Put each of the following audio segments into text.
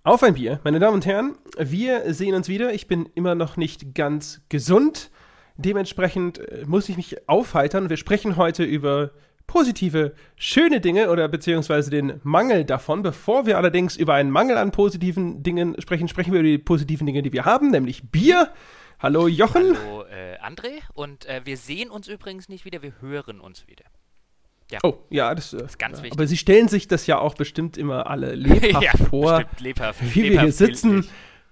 Auf ein Bier. Meine Damen und Herren, wir sehen uns wieder. Ich bin immer noch nicht ganz gesund. Dementsprechend muss ich mich aufheitern. Wir sprechen heute über positive, schöne Dinge oder beziehungsweise den Mangel davon. Bevor wir allerdings über einen Mangel an positiven Dingen sprechen, sprechen wir über die positiven Dinge, die wir haben, nämlich Bier. Hallo Jochen. Hallo André. Und wir sehen uns übrigens nicht wieder, wir hören uns wieder. Ja. Oh, ja, das ist ganz wichtig. Aber Sie stellen sich das ja auch bestimmt immer alle lebhaft vor. Bestimmt lebhaft. Wie wir hier sitzen.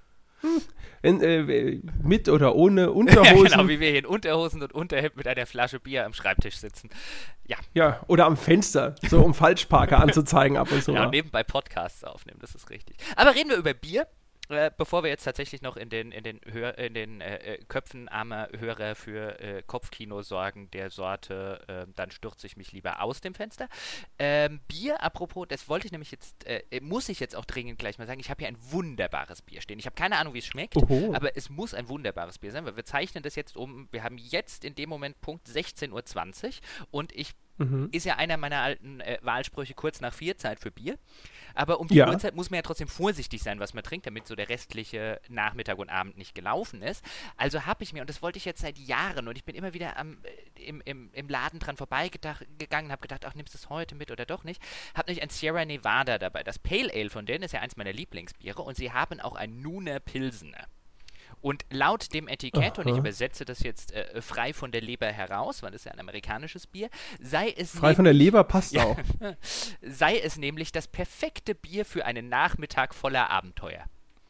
Mit oder ohne Unterhosen. Ja, genau, wie wir hier in Unterhosen und Unterhemd mit einer Flasche Bier am Schreibtisch sitzen. Ja. Ja, oder am Fenster, so um Falschparker anzuzeigen ab und zu. Ja, und nebenbei Podcasts aufnehmen, das ist richtig. Aber reden wir über Bier. Bevor wir jetzt tatsächlich noch in den Köpfen armer Hörer für Kopfkino sorgen, der Sorte, dann stürze ich mich lieber aus dem Fenster. Bier, apropos, das wollte ich nämlich jetzt, muss ich jetzt auch dringend gleich mal sagen, ich habe hier ein wunderbares Bier stehen. Ich habe keine Ahnung, wie es schmeckt, aber es muss ein wunderbares Bier sein, weil wir zeichnen das jetzt wir haben jetzt in dem Moment Punkt 16:20 Uhr und ist ja einer meiner alten Wahlsprüche, kurz nach 4 Zeit für Bier. Aber um die Uhrzeit muss man ja trotzdem vorsichtig sein, was man trinkt, damit so der restliche Nachmittag und Abend nicht gelaufen ist. Also habe ich mir, und das wollte ich jetzt seit Jahren, und ich bin immer wieder im Laden dran vorbeigegangen, habe gedacht, ach, nimmst du es heute mit oder doch nicht, habe nämlich ein Sierra Nevada dabei. Das Pale Ale von denen ist ja eins meiner Lieblingsbiere und sie haben auch ein Nooner Pilsener. Und laut dem Etikett, und ich übersetze das jetzt frei von der Leber heraus, weil das ist ja ein amerikanisches Bier, sei es frei von der Leber passt auch. Sei es nämlich das perfekte Bier für einen Nachmittag voller Abenteuer.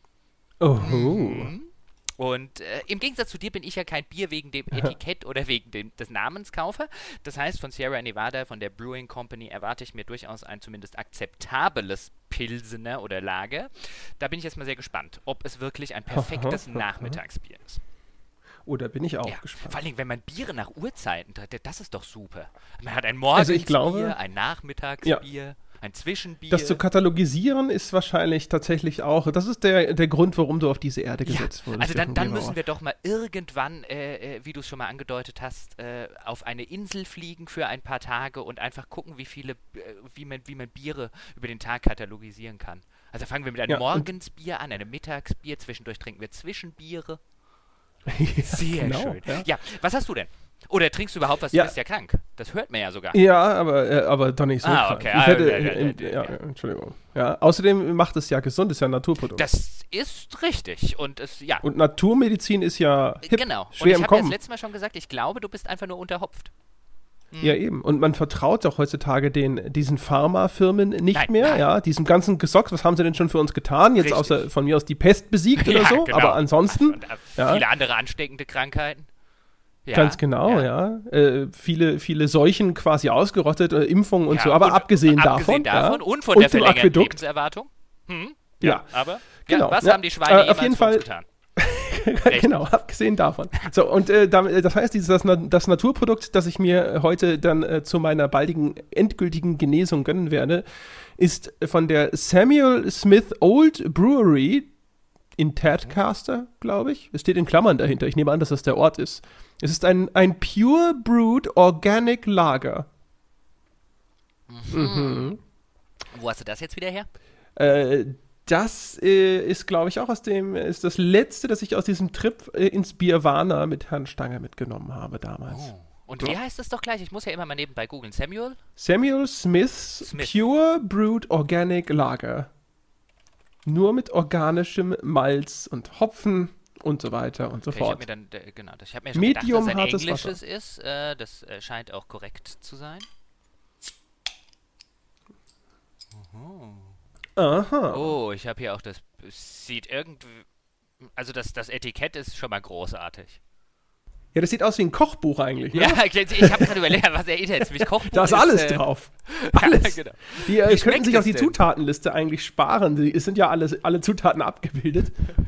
Und im Gegensatz zu dir bin ich ja kein Bier wegen dem Etikett oder wegen des Namenskaufer. Das heißt, von Sierra Nevada, von der Brewing Company, erwarte ich mir durchaus ein zumindest akzeptables Pilsener oder Lager. Da bin ich jetzt mal sehr gespannt, ob es wirklich ein perfektes Nachmittagsbier ist. Da bin ich auch gespannt. Vor allem, wenn man Biere nach Uhrzeiten trinkt, das ist doch super. Man hat ein Morgensbier, ein Nachmittagsbier, ein Zwischenbier. Das zu katalogisieren ist wahrscheinlich tatsächlich auch, das ist der Grund, warum du auf diese Erde gesetzt wurdest. Also dann müssen wir doch mal irgendwann, wie du es schon mal angedeutet hast, auf eine Insel fliegen für ein paar Tage und einfach gucken, wie man Biere über den Tag katalogisieren kann. Also fangen wir mit einem Morgensbier an, einem Mittagsbier, zwischendurch trinken wir Zwischenbiere. Sehr schön. Ja, was hast du denn? Oder trinkst du überhaupt was? Du bist ja krank. Das hört man ja sogar. Ja, aber doch nicht so krank. Okay. Entschuldigung. Ja, außerdem macht es ja gesund, ist ja ein Naturprodukt. Das ist richtig. Und Und Naturmedizin ist ja hip, genau. Schwer und im ich habe Kommen. ja das letzte Mal schon gesagt, ich glaube, du bist einfach nur unterhopft. Ja, eben. Und man vertraut doch heutzutage diesen Pharmafirmen nicht mehr. Nein. Ja, diesem ganzen Gesocks, was haben sie denn schon für uns getan? Jetzt außer von mir aus die Pest besiegt oder so. Genau. Aber ansonsten. Und viele andere ansteckende Krankheiten. Ja, ganz genau, ja. Viele Seuchen quasi ausgerottet, Impfungen und so. Aber abgesehen davon und von der verlängerten Lebenserwartung. Aber genau. was haben die Schweine auf jeden Fall getan? Genau, abgesehen davon. So, und das heißt, das Naturprodukt, das ich mir heute dann zu meiner baldigen endgültigen Genesung gönnen werde, ist von der Samuel Smith Old Brewery in Tadcaster, glaube ich. Es steht in Klammern dahinter. Ich nehme an, dass das der Ort ist. Es ist ein Pure Brewed Organic Lager. Wo hast du das jetzt wieder her? Das ist, glaube ich, auch ist das letzte, das ich aus diesem Trip ins Bierwana mit Herrn Stange mitgenommen habe damals. Und wie heißt das doch gleich? Ich muss ja immer mal nebenbei googeln. Samuel Smith Pure Brewed Organic Lager. Nur mit organischem Malz und Hopfen und so weiter und so fort. Ich habe mir schon Medium gedacht, dass es ein hartes englisches ist. Das scheint auch korrekt zu sein. Aha. Oh, ich habe hier auch sieht irgendwie, also das Etikett ist schon mal großartig. Ja, das sieht aus wie ein Kochbuch eigentlich, ne? Ja, ich habe gerade überlegt, was erinnert es mich? Kochbuch da ist alles drauf. Alles. Genau. Die könnten sich auch die Zutatenliste eigentlich sparen. Es sind ja alle Zutaten abgebildet.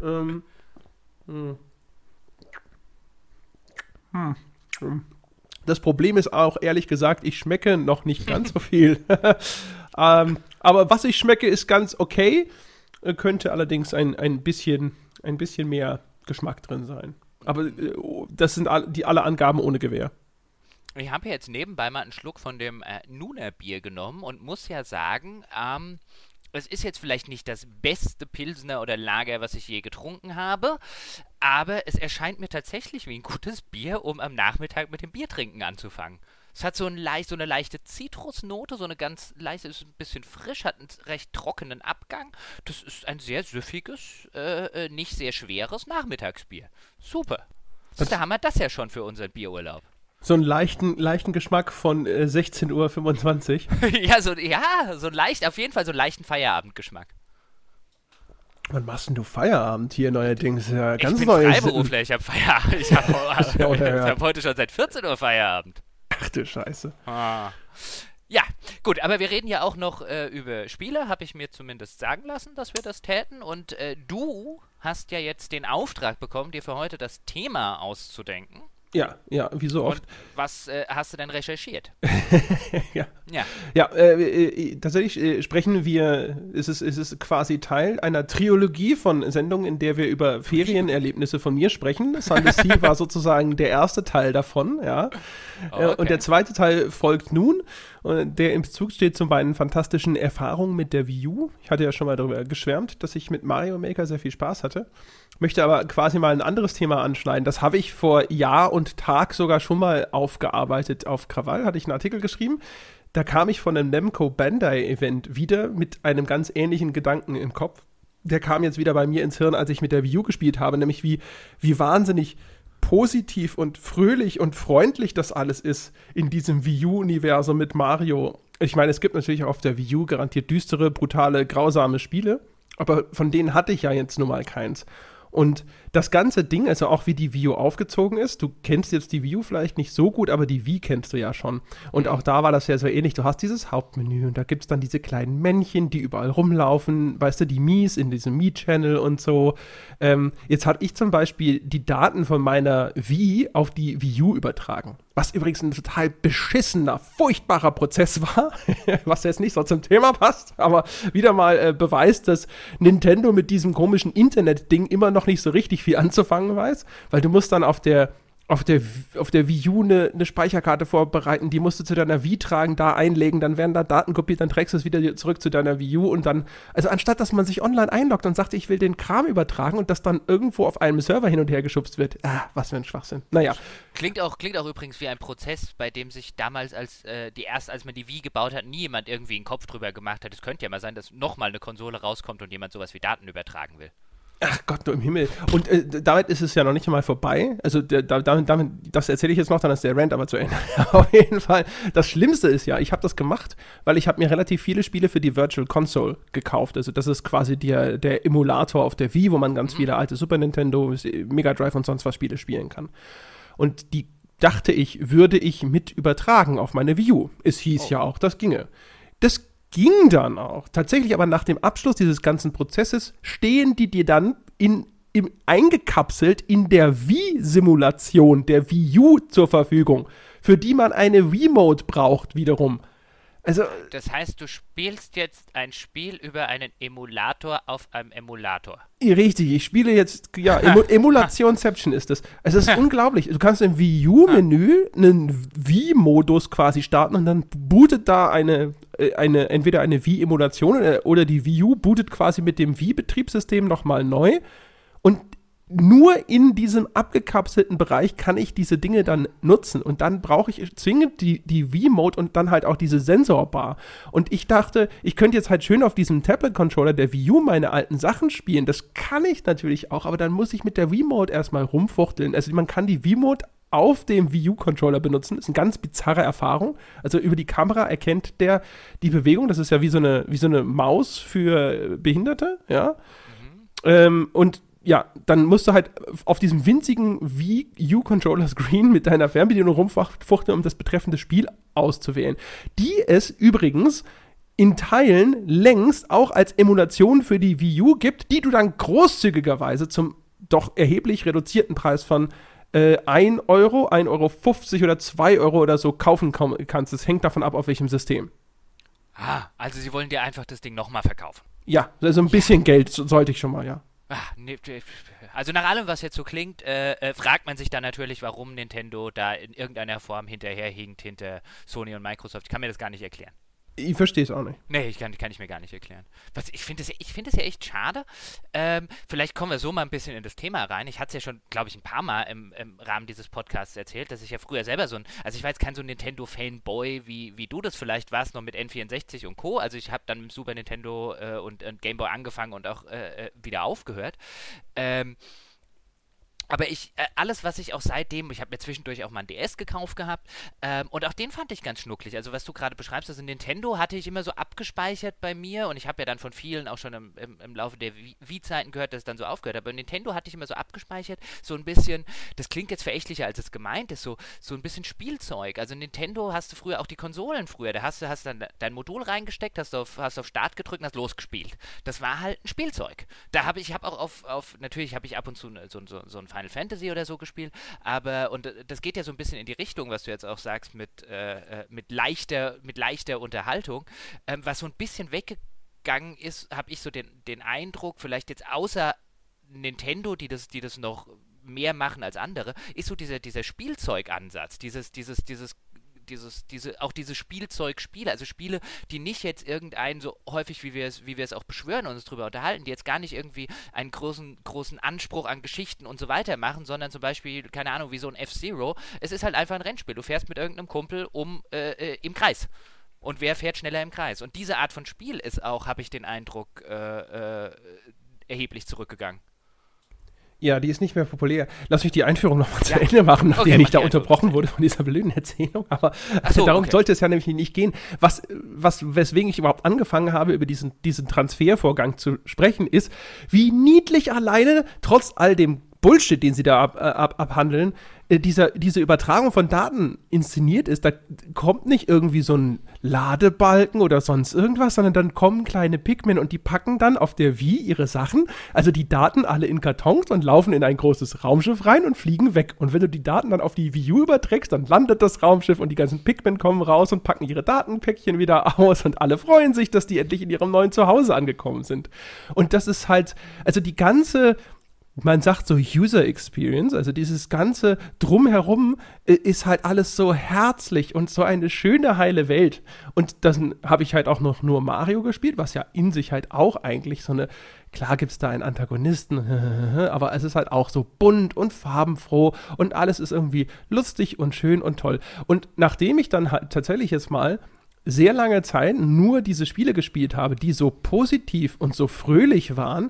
Das Problem ist auch, ehrlich gesagt, ich schmecke noch nicht ganz so viel. Aber was ich schmecke, ist ganz okay. Könnte allerdings ein bisschen mehr Geschmack drin sein. Aber das sind alle Angaben ohne Gewähr. Ich habe jetzt nebenbei mal einen Schluck von dem Nooner Bier genommen und muss ja sagen, es ist jetzt vielleicht nicht das beste Pilsner oder Lager, was ich je getrunken habe, aber es erscheint mir tatsächlich wie ein gutes Bier, um am Nachmittag mit dem Biertrinken anzufangen. Es hat so eine leichte Zitrusnote, so eine ganz leichte, ist ein bisschen frisch, hat einen recht trockenen Abgang. Das ist ein sehr süffiges, nicht sehr schweres Nachmittagsbier. Super. Da haben wir das ja schon für unseren Bierurlaub. So einen leichten Geschmack von 16:25 Uhr. So leicht, auf jeden Fall so einen leichten Feierabendgeschmack. Wann machst denn du Feierabend hier neuerdings? Ja, ganz ich bin neues. Freiberufler, ich habe Feierabend. Ich habe heute schon seit 14 Uhr Feierabend. Ach du Scheiße. Ja, gut, aber wir reden ja auch noch über Spiele, habe ich mir zumindest sagen lassen, dass wir das täten. Und du hast ja jetzt den Auftrag bekommen, dir für heute das Thema auszudenken. Ja, wie so oft. Und was hast du denn recherchiert? Tatsächlich sprechen wir, es ist quasi Teil einer Trilogie von Sendungen, in der wir über Ferienerlebnisse von mir sprechen. Sunday Sea war sozusagen der erste Teil davon, ja. Okay. Und der zweite Teil folgt nun, der im Bezug steht zu meinen fantastischen Erfahrungen mit der Wii U. Ich hatte ja schon mal darüber geschwärmt, dass ich mit Mario Maker sehr viel Spaß hatte. Möchte aber quasi mal ein anderes Thema anschneiden. Das habe ich vor Jahr und Tag sogar schon mal aufgearbeitet. Auf Krawall hatte ich einen Artikel geschrieben. Da kam ich von einem Namco Bandai Event wieder mit einem ganz ähnlichen Gedanken im Kopf. Der kam jetzt wieder bei mir ins Hirn, als ich mit der Wii U gespielt habe, nämlich wie wahnsinnig positiv und fröhlich und freundlich das alles ist in diesem Wii U-Universum mit Mario. Ich meine, es gibt natürlich auch auf der Wii U garantiert düstere, brutale, grausame Spiele, aber von denen hatte ich ja jetzt nun mal keins. Und das ganze Ding, also auch wie die Wii U aufgezogen ist, du kennst jetzt die Wii U vielleicht nicht so gut, aber die Wii kennst du ja schon. Und auch da war das ja so ähnlich. Du hast dieses Hauptmenü und da gibt es dann diese kleinen Männchen, die überall rumlaufen, weißt du, die Mies in diesem Mii-Channel und so. Jetzt hatte ich zum Beispiel die Daten von meiner Wii auf die Wii U übertragen. Was übrigens ein total beschissener, furchtbarer Prozess war, was jetzt nicht so zum Thema passt, aber wieder mal beweist, dass Nintendo mit diesem komischen Internet-Ding immer noch nicht so richtig viel anzufangen weiß, weil du musst dann auf der Wii U eine Speicherkarte vorbereiten, die musst du zu deiner Wii tragen, da einlegen, dann werden da Daten kopiert, dann trägst du es wieder zurück zu deiner Wii U und dann, also anstatt, dass man sich online einloggt und sagt, ich will den Kram übertragen und das dann irgendwo auf einem Server hin und her geschubst wird. Was für ein Schwachsinn. Naja. Klingt auch übrigens wie ein Prozess, bei dem sich damals, als man die Wii gebaut hat, nie jemand irgendwie einen Kopf drüber gemacht hat. Es könnte ja mal sein, dass nochmal eine Konsole rauskommt und jemand sowas wie Daten übertragen will. Ach Gott, du im Himmel. Und damit ist es ja noch nicht einmal vorbei. Also das erzähle ich jetzt noch, dann ist der Rant aber zu Ende. Auf jeden Fall. Das Schlimmste ist ja, ich habe das gemacht, weil ich habe mir relativ viele Spiele für die Virtual Console gekauft. Also das ist quasi der Emulator auf der Wii, wo man ganz viele alte Super Nintendo, Mega Drive und sonst was Spiele spielen kann. Und die dachte ich, würde ich mit übertragen auf meine Wii U. Es hieß ja auch, das ginge. Das ging dann auch. Tatsächlich aber nach dem Abschluss dieses ganzen Prozesses stehen die dir dann eingekapselt in der Wii-Simulation der Wii U zur Verfügung, für die man eine Wii-Mode braucht wiederum. Also, das heißt, du spielst jetzt ein Spiel über einen Emulator auf einem Emulator. Richtig, ich spiele jetzt, ja, Emulationception ist das. Es ist unglaublich. Du kannst im Wii U-Menü einen Wii-Modus quasi starten und dann bootet da entweder eine Wii-Emulation oder die Wii U bootet quasi mit dem Wii-Betriebssystem nochmal neu. Und nur in diesem abgekapselten Bereich kann ich diese Dinge dann nutzen. Und dann brauche ich zwingend die Wii-Mode und dann halt auch diese Sensorbar. Und ich dachte, ich könnte jetzt halt schön auf diesem Tablet-Controller der Wii U meine alten Sachen spielen. Das kann ich natürlich auch, aber dann muss ich mit der Wii-Mode erstmal rumfuchteln. Also man kann die Wii-Mode auf dem Wii U-Controller benutzen. Das ist eine ganz bizarre Erfahrung. Also über die Kamera erkennt der die Bewegung. Das ist ja wie so eine Maus für Behinderte, ja. Und ja, dann musst du halt auf diesem winzigen Wii U-Controller-Screen mit deiner Fernbedienung rumfuchteln, um das betreffende Spiel auszuwählen. Die es übrigens in Teilen längst auch als Emulation für die Wii U gibt, die du dann großzügigerweise zum doch erheblich reduzierten Preis von 1 Euro, 1,50 Euro oder 2 Euro oder so kaufen kannst. Das hängt davon ab, auf welchem System. Also sie wollen dir einfach das Ding nochmal verkaufen. Ja, also ein bisschen Geld sollte ich schon mal, ja. Also nach allem, was jetzt so klingt, fragt man sich dann natürlich, warum Nintendo da in irgendeiner Form hinterherhinkt hinter Sony und Microsoft. Ich kann mir das gar nicht erklären. Ich verstehe es auch nicht. Nee, kann ich mir gar nicht erklären. Ich finde es ja echt schade. Vielleicht kommen wir so mal ein bisschen in das Thema rein. Ich hatte es ja schon, glaube ich, ein paar Mal im Rahmen dieses Podcasts erzählt, dass ich ja früher selber also ich war jetzt kein so Nintendo-Fanboy, wie du das vielleicht warst, noch mit N64 und Co. Also ich habe dann mit Super Nintendo und Game Boy angefangen und auch wieder aufgehört. Aber alles, was ich auch seitdem, ich habe mir zwischendurch auch mal einen DS gekauft gehabt, und auch den fand ich ganz schnucklig. Also was du gerade beschreibst, also Nintendo hatte ich immer so abgespeichert bei mir und ich habe ja dann von vielen auch schon im Laufe der Wii-Zeiten gehört, dass es dann so aufgehört hat. Aber Nintendo hatte ich immer so abgespeichert, so ein bisschen, das klingt jetzt verächtlicher, als es gemeint ist, so ein bisschen Spielzeug. Also Nintendo hast du früher auch die Konsolen früher, da hast dann dein Modul reingesteckt, hast auf Start gedrückt und hast losgespielt. Das war halt ein Spielzeug. Ich habe auch natürlich habe ich ab und zu so ein Final Fantasy oder so gespielt, aber, und das geht ja so ein bisschen in die Richtung, was du jetzt auch sagst, mit leichter Unterhaltung, was so ein bisschen weggegangen ist, habe ich so den Eindruck, vielleicht jetzt außer Nintendo, die das noch mehr machen als andere, ist so dieser Spielzeugansatz, auch diese Spielzeugspiele, also Spiele, die nicht jetzt irgendeinen, so häufig wie wir es auch beschwören und uns drüber unterhalten, die jetzt gar nicht irgendwie einen großen Anspruch an Geschichten und so weiter machen, sondern zum Beispiel, keine Ahnung, wie so ein F-Zero, es ist halt einfach ein Rennspiel. Du fährst mit irgendeinem Kumpel im Kreis. Und wer fährt schneller im Kreis? Und diese Art von Spiel ist auch, habe ich den Eindruck, erheblich zurückgegangen. Ja, die ist nicht mehr populär. Lass mich die Einführung nochmal zu Ende machen, nachdem ich da unterbrochen wurde von dieser blöden Erzählung. Aber darum sollte es ja nämlich nicht gehen. Weswegen ich überhaupt angefangen habe, über diesen Transfervorgang zu sprechen, ist, wie niedlich alleine, trotz all dem Bullshit, den sie da abhandeln, diese Übertragung von Daten inszeniert ist. Da kommt nicht irgendwie so ein Ladebalken oder sonst irgendwas, sondern dann kommen kleine Pikmin und die packen dann auf der Wii ihre Sachen, also die Daten alle in Kartons und laufen in ein großes Raumschiff rein und fliegen weg. Und wenn du die Daten dann auf die Wii U überträgst, dann landet das Raumschiff und die ganzen Pikmin kommen raus und packen ihre Datenpäckchen wieder aus und alle freuen sich, dass die endlich in ihrem neuen Zuhause angekommen sind. Und das ist halt, also die ganze, man sagt so User Experience, also dieses ganze Drumherum ist halt alles so herzlich und so eine schöne, heile Welt. Und dann habe ich halt auch noch nur Mario gespielt, was ja in sich halt auch eigentlich so eine, klar gibt es da einen Antagonisten, aber es ist halt auch so bunt und farbenfroh und alles ist irgendwie lustig und schön und toll. Und nachdem ich dann halt tatsächlich jetzt mal sehr lange Zeit nur diese Spiele gespielt habe, die so positiv und so fröhlich waren,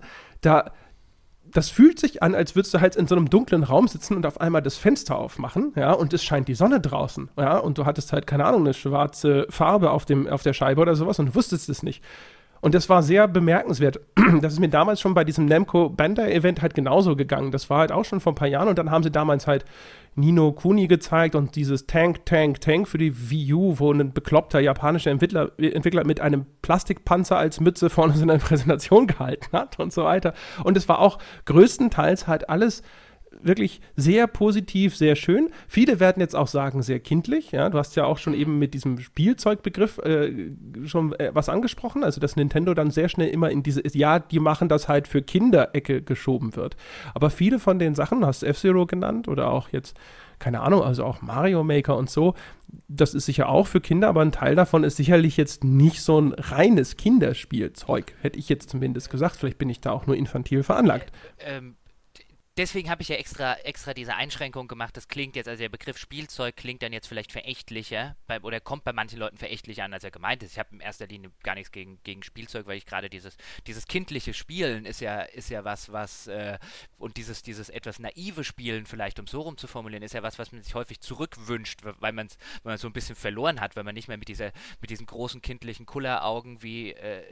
das fühlt sich an, als würdest du halt in so einem dunklen Raum sitzen und auf einmal das Fenster aufmachen, ja, und es scheint die Sonne draußen, ja, und du hattest halt, keine Ahnung, eine schwarze Farbe auf der Scheibe oder sowas und wusstest es nicht. Und das war sehr bemerkenswert. Das ist mir damals schon bei diesem Namco Bandai-Event halt genauso gegangen. Das war halt auch schon vor ein paar Jahren und dann haben sie damals halt Ni no Kuni gezeigt und dieses Tank für die Wii U, wo ein bekloppter japanischer Entwickler mit einem Plastikpanzer als Mütze vorne so eine Präsentation gehalten hat und so weiter. Und es war auch größtenteils halt alles wirklich sehr positiv, sehr schön. Viele werden jetzt auch sagen, sehr kindlich. Ja? Du hast ja auch schon eben mit diesem Spielzeugbegriff schon was angesprochen, also dass Nintendo dann sehr schnell immer in diese, ja, die machen das halt für Kinderecke geschoben wird. Aber viele von den Sachen, du hast F-Zero genannt oder auch jetzt, keine Ahnung, also auch Mario Maker und so, das ist sicher auch für Kinder, aber ein Teil davon ist sicherlich jetzt nicht so ein reines Kinderspielzeug, hätte ich jetzt zumindest gesagt. Vielleicht bin ich da auch nur infantil veranlagt. Deswegen habe ich ja extra diese Einschränkung gemacht. Das klingt jetzt, also der Begriff Spielzeug klingt dann jetzt vielleicht verächtlicher oder kommt bei manchen Leuten verächtlicher an, als er gemeint ist. Ich habe in erster Linie gar nichts gegen Spielzeug, weil ich gerade dieses kindliche Spielen ist ja was und dieses etwas naive Spielen vielleicht, um so rum zu formulieren, ist ja was man sich häufig zurückwünscht, weil man es so ein bisschen verloren hat, weil man nicht mehr mit diesen großen kindlichen Kulleraugen wie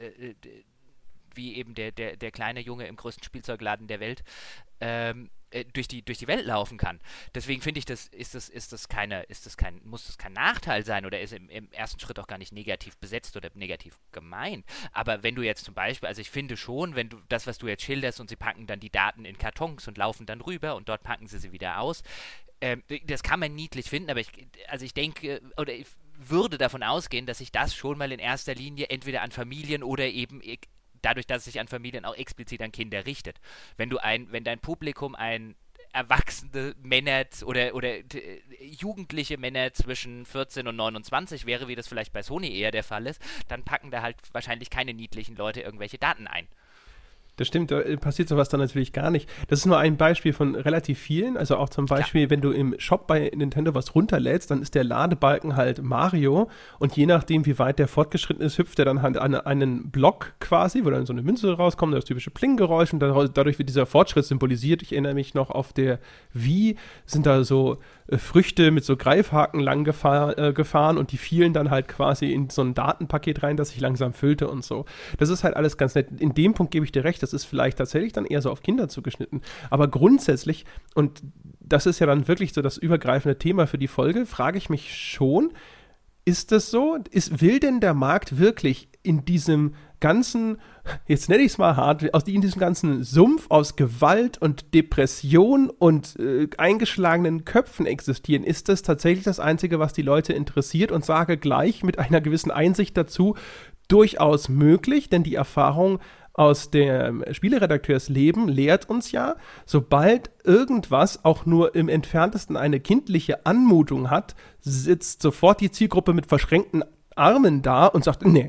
eben der kleine Junge im größten Spielzeugladen der Welt durch die Welt laufen kann. Deswegen finde ich, muss das kein Nachteil sein oder ist im ersten Schritt auch gar nicht negativ besetzt oder negativ gemeint. Aber wenn du jetzt zum Beispiel, also ich finde schon, wenn du das, was du jetzt schilderst und sie packen dann die Daten in Kartons und laufen dann rüber und dort packen sie wieder aus, das kann man niedlich finden, aber ich denke, oder ich würde davon ausgehen, dass sich das schon mal in erster Linie entweder an Familien oder eben dadurch, dass es sich an Familien auch explizit an Kinder richtet. Wenn dein Publikum ein erwachsene Männer oder jugendliche Männer zwischen 14 und 29 wäre, wie das vielleicht bei Sony eher der Fall ist, dann packen da halt wahrscheinlich keine niedlichen Leute irgendwelche Daten ein. Das stimmt, da passiert sowas dann natürlich gar nicht. Das ist nur ein Beispiel von relativ vielen. Also auch zum Beispiel, wenn du im Shop bei Nintendo was runterlädst, dann ist der Ladebalken halt Mario und je nachdem, wie weit der fortgeschritten ist, hüpft er dann halt an einen Block quasi, wo dann so eine Münze rauskommt, das typische Pling-Geräusch und dadurch wird dieser Fortschritt symbolisiert. Ich erinnere mich noch, auf der Wii sind da so Früchte mit so Greifhaken lang gefahren und die fielen dann halt quasi in so ein Datenpaket rein, das sich langsam füllte und so. Das ist halt alles ganz nett. In dem Punkt gebe ich dir recht, das ist vielleicht tatsächlich dann eher so auf Kinder zugeschnitten. Aber grundsätzlich, und das ist ja dann wirklich so das übergreifende Thema für die Folge, frage ich mich schon, ist das so? Will denn der Markt wirklich in diesem ganzen, jetzt nenne ich es mal hart, in diesem ganzen Sumpf aus Gewalt und Depression und eingeschlagenen Köpfen existieren? Ist das tatsächlich das Einzige, was die Leute interessiert? Und sage gleich mit einer gewissen Einsicht dazu, durchaus möglich, denn die Erfahrung aus dem Spieleredakteursleben lehrt uns ja, sobald irgendwas auch nur im Entferntesten eine kindliche Anmutung hat, sitzt sofort die Zielgruppe mit verschränkten Armen da und sagt, nee.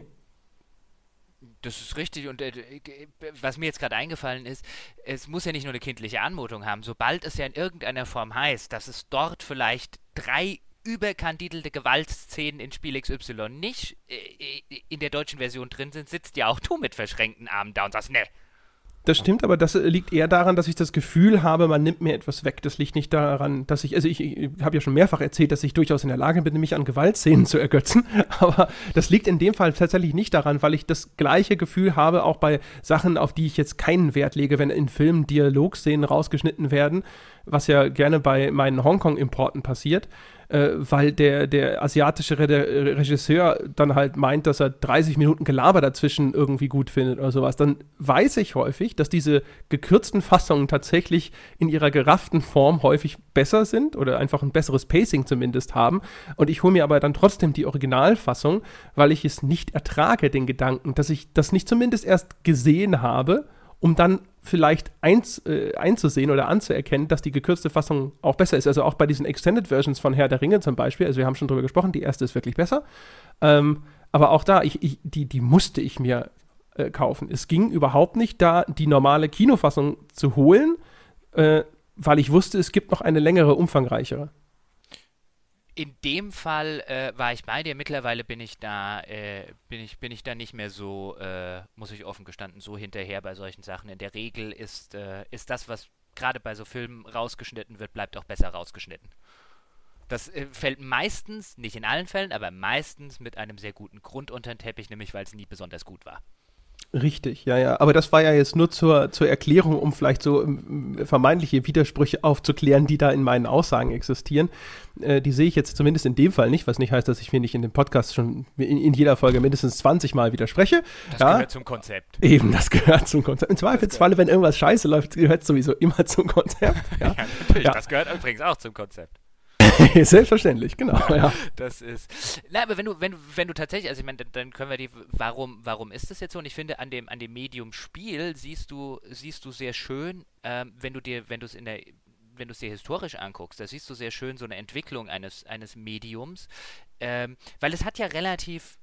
Das ist richtig und was mir jetzt gerade eingefallen ist, es muss ja nicht nur eine kindliche Anmutung haben, sobald es ja in irgendeiner Form heißt, dass es dort vielleicht 3 überkandidelte Gewaltszenen in Spiel XY nicht in der deutschen Version drin sind, sitzt ja auch du mit verschränkten Armen da und sagst, ne. Das stimmt, aber das liegt eher daran, dass ich das Gefühl habe, man nimmt mir etwas weg. Das liegt nicht daran, dass ich habe ja schon mehrfach erzählt, dass ich durchaus in der Lage bin, mich an Gewaltszenen zu ergötzen, aber das liegt in dem Fall tatsächlich nicht daran, weil ich das gleiche Gefühl habe, auch bei Sachen, auf die ich jetzt keinen Wert lege, wenn in Filmen Dialogszenen rausgeschnitten werden, was ja gerne bei meinen Hongkong-Importen passiert, weil der asiatische Regisseur dann halt meint, dass er 30 Minuten Gelaber dazwischen irgendwie gut findet oder sowas, dann weiß ich häufig, dass diese gekürzten Fassungen tatsächlich in ihrer gerafften Form häufig besser sind oder einfach ein besseres Pacing zumindest haben und ich hole mir aber dann trotzdem die Originalfassung, weil ich es nicht ertrage, den Gedanken, dass ich das nicht zumindest erst gesehen habe, um dann vielleicht einzusehen oder anzuerkennen, dass die gekürzte Fassung auch besser ist. Also auch bei diesen Extended Versions von Herr der Ringe zum Beispiel, also wir haben schon drüber gesprochen, die erste ist wirklich besser, aber auch da, die musste ich mir kaufen. Es ging überhaupt nicht, da die normale Kinofassung zu holen, weil ich wusste, es gibt noch eine längere, umfangreichere. In dem Fall war ich bei dir. Mittlerweile bin ich da nicht mehr so, muss ich offen gestanden, so hinterher bei solchen Sachen. In der Regel ist das, was gerade bei so Filmen rausgeschnitten wird, bleibt auch besser rausgeschnitten. Das fällt meistens, nicht in allen Fällen, aber meistens mit einem sehr guten Grund unter den Teppich, nämlich weil es nie besonders gut war. Richtig, ja. Aber das war ja jetzt nur zur Erklärung, um vielleicht so vermeintliche Widersprüche aufzuklären, die da in meinen Aussagen existieren. Die sehe ich jetzt zumindest in dem Fall nicht, was nicht heißt, dass ich mir nicht in dem Podcast schon in jeder Folge mindestens 20 Mal widerspreche. Das gehört zum Konzept. Eben, das gehört zum Konzept. Im Zweifelsfalle, wenn irgendwas scheiße läuft, gehört es sowieso immer zum Konzept. Ja, natürlich. Ja. Das gehört übrigens auch zum Konzept. Selbstverständlich, genau, ja. Das ist. Na, aber wenn du tatsächlich, also ich meine, dann können wir warum ist das jetzt so? Und ich finde, an dem Medium Spiel siehst du sehr schön, wenn du es dir historisch anguckst, da siehst du sehr schön so eine Entwicklung eines Mediums, weil es hat ja relativ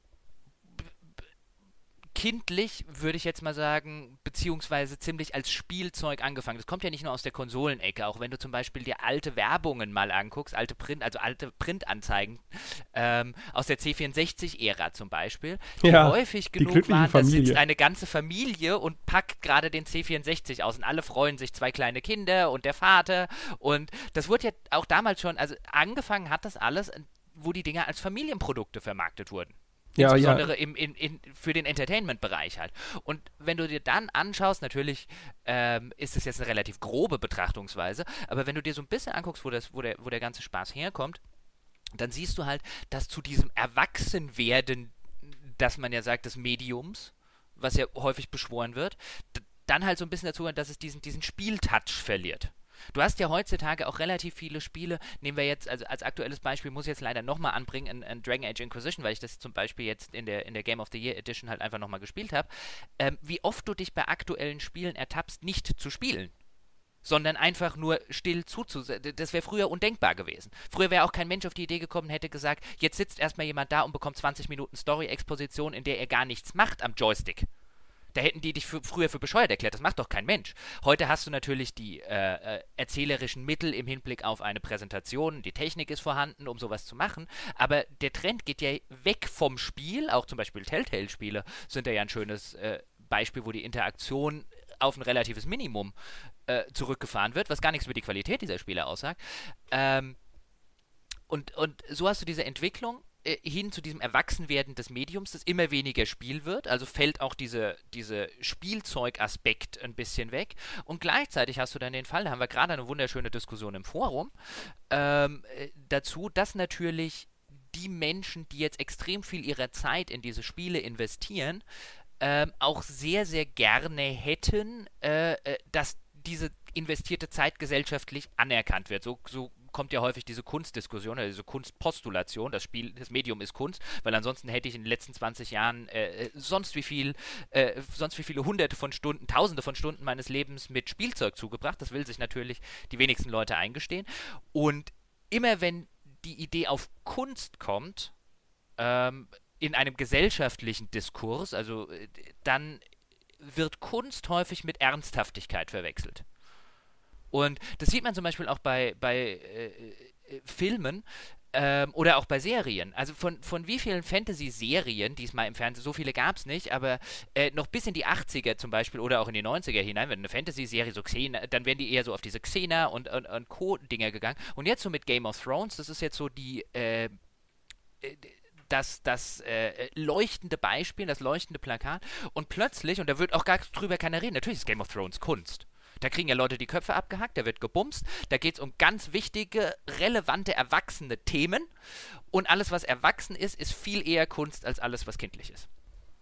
kindlich, würde ich jetzt mal sagen, beziehungsweise ziemlich als Spielzeug angefangen. Das kommt ja nicht nur aus der Konsolenecke, auch wenn du zum Beispiel dir alte Werbungen mal anguckst, alte Printanzeigen aus der C64-Ära zum Beispiel, die häufig genug waren, da sitzt eine ganze Familie und packt gerade den C64 aus und alle freuen sich, 2 kleine Kinder und der Vater und das wurde ja auch damals schon, also angefangen hat das alles, wo die Dinger als Familienprodukte vermarktet wurden. Insbesondere für den Entertainment-Bereich halt. Und wenn du dir dann anschaust, natürlich ist es jetzt eine relativ grobe Betrachtungsweise, aber wenn du dir so ein bisschen anguckst, wo der ganze Spaß herkommt, dann siehst du halt, dass zu diesem Erwachsenwerden, dass man ja sagt, des Mediums, was ja häufig beschworen wird, dann halt so ein bisschen dazu, dass es diesen Spieltouch verliert. Du hast ja heutzutage auch relativ viele Spiele, nehmen wir jetzt, also als aktuelles Beispiel, muss ich jetzt leider nochmal anbringen, in Dragon Age Inquisition, weil ich das zum Beispiel jetzt in der Game of the Year Edition halt einfach nochmal gespielt habe, wie oft du dich bei aktuellen Spielen ertappst, nicht zu spielen. sondern einfach nur still zuzusehen. Das wäre früher undenkbar gewesen. Früher wäre auch kein Mensch auf die Idee gekommen, hätte gesagt, jetzt sitzt erstmal jemand da und bekommt 20 Minuten Story-Exposition, in der er gar nichts macht am Joystick. Da hätten die dich früher für bescheuert erklärt. Das macht doch kein Mensch. Heute hast du natürlich die erzählerischen Mittel im Hinblick auf eine Präsentation. Die Technik ist vorhanden, um sowas zu machen. Aber der Trend geht ja weg vom Spiel. Auch zum Beispiel Telltale-Spiele sind ja ein schönes Beispiel, wo die Interaktion auf ein relatives Minimum zurückgefahren wird, was gar nichts über die Qualität dieser Spiele aussagt. Und so hast du diese Entwicklung hin zu diesem Erwachsenwerden des Mediums, das immer weniger Spiel wird, also fällt auch dieser Spielzeugaspekt ein bisschen weg und gleichzeitig hast du dann den Fall, da haben wir gerade eine wunderschöne Diskussion im Forum, dazu, dass natürlich die Menschen, die jetzt extrem viel ihrer Zeit in diese Spiele investieren, auch sehr, sehr gerne hätten, dass diese investierte Zeit gesellschaftlich anerkannt wird. So kommt ja häufig diese Kunstdiskussion oder diese Kunstpostulation, das Medium ist Kunst, weil ansonsten hätte ich in den letzten 20 Jahren sonst wie viele Hunderte von Stunden, Tausende von Stunden meines Lebens mit Spielzeug zugebracht. Das will sich natürlich die wenigsten Leute eingestehen. Und immer wenn die Idee auf Kunst kommt, in einem gesellschaftlichen Diskurs, also dann wird Kunst häufig mit Ernsthaftigkeit verwechselt. Und das sieht man zum Beispiel auch bei Filmen oder auch bei Serien. Also von wie vielen Fantasy-Serien, die es mal im Fernsehen, so viele gab es nicht, aber noch bis in die 80er zum Beispiel oder auch in die 90er hinein, wenn eine Fantasy-Serie so Xena, dann wären die eher so auf diese Xena und Co-Dinger gegangen. Und jetzt so mit Game of Thrones, das ist jetzt so das leuchtende Beispiel, das leuchtende Plakat und plötzlich, und da wird auch gar drüber keiner reden, natürlich ist Game of Thrones Kunst. Da kriegen ja Leute die Köpfe abgehackt, da wird gebumst, da geht es um ganz wichtige, relevante, erwachsene Themen und alles, was erwachsen ist, ist viel eher Kunst als alles, was kindlich ist.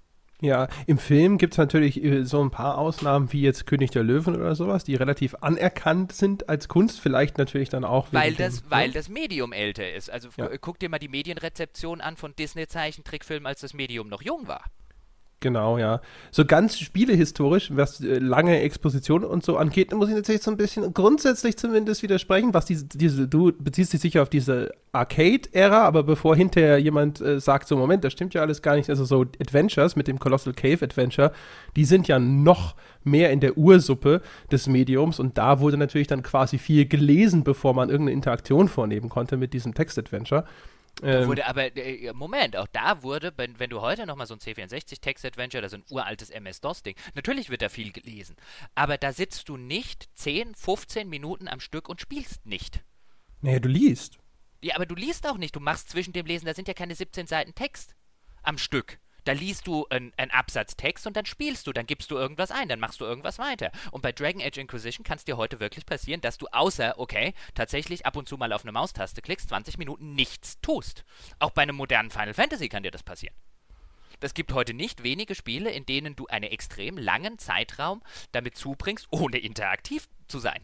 Ja, im Film gibt es natürlich so ein paar Ausnahmen, wie jetzt König der Löwen oder sowas, die relativ anerkannt sind als Kunst, vielleicht natürlich dann auch. Weil das Medium älter ist. Also guck dir mal die Medienrezeption an von Disney-Zeichentrickfilmen, als das Medium noch jung war. Genau, ja. So ganz spielehistorisch, was lange Exposition und so angeht, muss ich natürlich so ein bisschen grundsätzlich zumindest widersprechen, was du beziehst dich sicher auf diese Arcade-Ära, aber bevor hinterher jemand sagt, so Moment, das stimmt ja alles gar nicht, also so Adventures mit dem Colossal Cave Adventure, die sind ja noch mehr in der Ursuppe des Mediums und da wurde natürlich dann quasi viel gelesen, bevor man irgendeine Interaktion vornehmen konnte mit diesem Text-Adventure. Wurde aber, Moment, auch da wurde, wenn du heute nochmal so ein C64-Text-Adventure, das ist ein uraltes MS-DOS-Ding, natürlich wird da viel gelesen, aber da sitzt du nicht 10, 15 Minuten am Stück und spielst nicht. Naja, du liest. Ja, aber du liest auch nicht, du machst zwischen dem Lesen, da sind ja keine 17 Seiten Text am Stück. Da liest du einen Absatz Text und dann spielst du, dann gibst du irgendwas ein, dann machst du irgendwas weiter. Und bei Dragon Age Inquisition kann es dir heute wirklich passieren, dass du tatsächlich ab und zu mal auf eine Maustaste klickst, 20 Minuten nichts tust. Auch bei einem modernen Final Fantasy kann dir das passieren. Es gibt heute nicht wenige Spiele, in denen du einen extrem langen Zeitraum damit zubringst, ohne interaktiv zu sein.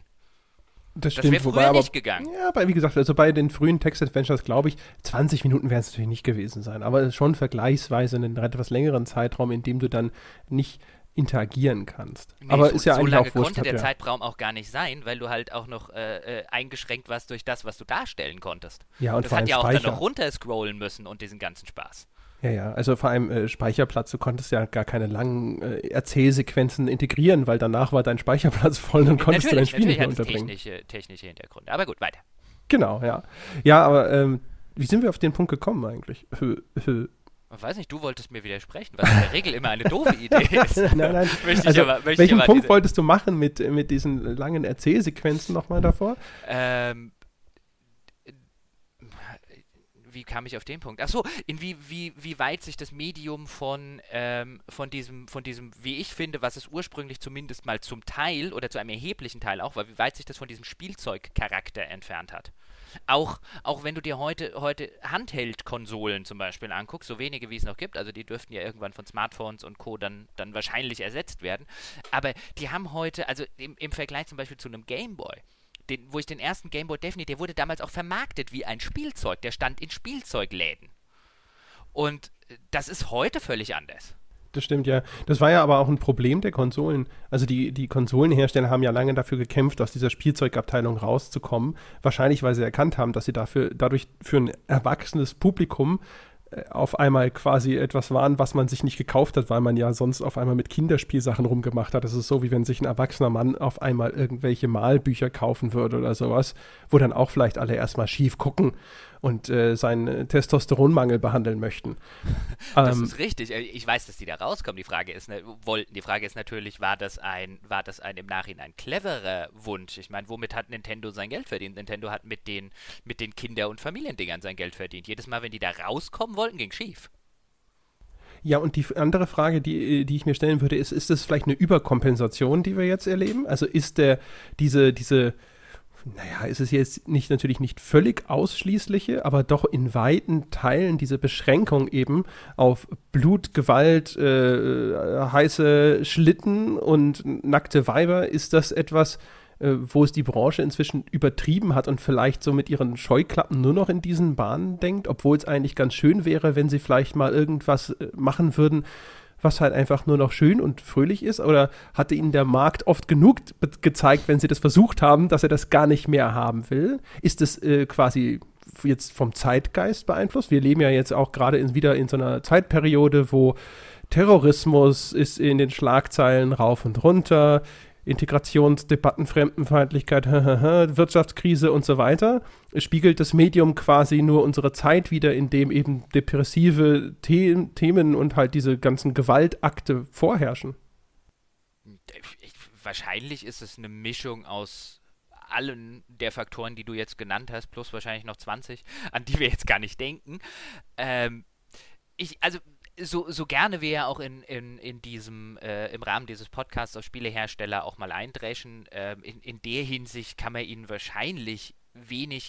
Das stimmt, wäre früher nicht gegangen. Ja, aber wie gesagt, also bei den frühen Text-Adventures, glaube ich, 20 Minuten werden es natürlich nicht gewesen sein, aber schon vergleichsweise einen etwas längeren Zeitraum, in dem du dann nicht interagieren kannst. Nee, aber ist ja eigentlich auch wurscht. So lange konnte der Zeitraum auch gar nicht sein, weil du halt auch noch eingeschränkt warst durch das, was du darstellen konntest. Ja, und das hat ja auch dann noch runterscrollen müssen und diesen ganzen Spaß. Ja, also vor allem Speicherplatz, du konntest ja gar keine langen Erzählsequenzen integrieren, weil danach war dein Speicherplatz voll und dann konntest du dein Spiel nicht mehr unterbringen. Technische Hintergründe, aber gut, weiter. Genau, ja. Ja, aber wie sind wir auf den Punkt gekommen eigentlich? Ich weiß nicht, du wolltest mir widersprechen, was in der Regel immer eine doofe Idee ist. Nein. Welchen Punkt wolltest du machen mit diesen langen Erzählsequenzen nochmal davor? Wie kam ich auf den Punkt? Achso, wie weit sich das Medium von diesem, wie ich finde, was es ursprünglich zumindest mal zum Teil oder zu einem erheblichen Teil auch war, wie weit sich das von diesem Spielzeugcharakter entfernt hat. Auch wenn du dir heute Handheld-Konsolen zum Beispiel anguckst, so wenige wie es noch gibt, also die dürften ja irgendwann von Smartphones und Co. dann wahrscheinlich ersetzt werden, aber die haben heute, also im Vergleich zum Beispiel zu einem Gameboy, wo ich den ersten Gameboy definitiv, der wurde damals auch vermarktet wie ein Spielzeug, der stand in Spielzeugläden. Und das ist heute völlig anders. Das stimmt, ja. Das war ja aber auch ein Problem der Konsolen. Also die Konsolenhersteller haben ja lange dafür gekämpft, aus dieser Spielzeugabteilung rauszukommen. Wahrscheinlich, weil sie erkannt haben, dass sie dadurch für ein erwachsenes Publikum auf einmal quasi etwas waren, was man sich nicht gekauft hat, weil man ja sonst auf einmal mit Kinderspielsachen rumgemacht hat. Das ist so, wie wenn sich ein erwachsener Mann auf einmal irgendwelche Malbücher kaufen würde oder sowas, wo dann auch vielleicht alle erstmal schief gucken und seinen Testosteronmangel behandeln möchten. Das ist richtig. Ich weiß, dass die da rauskommen. Die Frage ist natürlich, war das ein im Nachhinein cleverer Wunsch? Ich meine, womit hat Nintendo sein Geld verdient? Nintendo hat mit den Kinder- und Familiendingern sein Geld verdient. Jedes Mal, wenn die da rauskommen wollten, ging schief. Ja, und die andere Frage, die ich mir stellen würde, ist das vielleicht eine Überkompensation, die wir jetzt erleben? Also ist ist es jetzt natürlich nicht völlig ausschließliche, aber doch in weiten Teilen diese Beschränkung eben auf Blut, Gewalt, heiße Schlitten und nackte Weiber, ist das etwas, wo es die Branche inzwischen übertrieben hat und vielleicht so mit ihren Scheuklappen nur noch in diesen Bahnen denkt, obwohl es eigentlich ganz schön wäre, wenn sie vielleicht mal irgendwas machen würden, was halt einfach nur noch schön und fröhlich ist? Oder hatte ihnen der Markt oft genug gezeigt, wenn sie das versucht haben, dass er das gar nicht mehr haben will? Ist es quasi jetzt vom Zeitgeist beeinflusst? Wir leben ja jetzt auch gerade wieder in so einer Zeitperiode, wo Terrorismus ist in den Schlagzeilen rauf und runter, Integrationsdebatten, Fremdenfeindlichkeit, Wirtschaftskrise und so weiter. Spiegelt das Medium quasi nur unsere Zeit wider, in dem eben depressive Themen und halt diese ganzen Gewaltakte vorherrschen? Wahrscheinlich ist es eine Mischung aus allen der Faktoren, die du jetzt genannt hast, plus wahrscheinlich noch 20, an die wir jetzt gar nicht denken. So gerne wir ja auch in diesem, im Rahmen dieses Podcasts auf Spielehersteller auch mal eindreschen, in der Hinsicht kann man ihnen wahrscheinlich wenig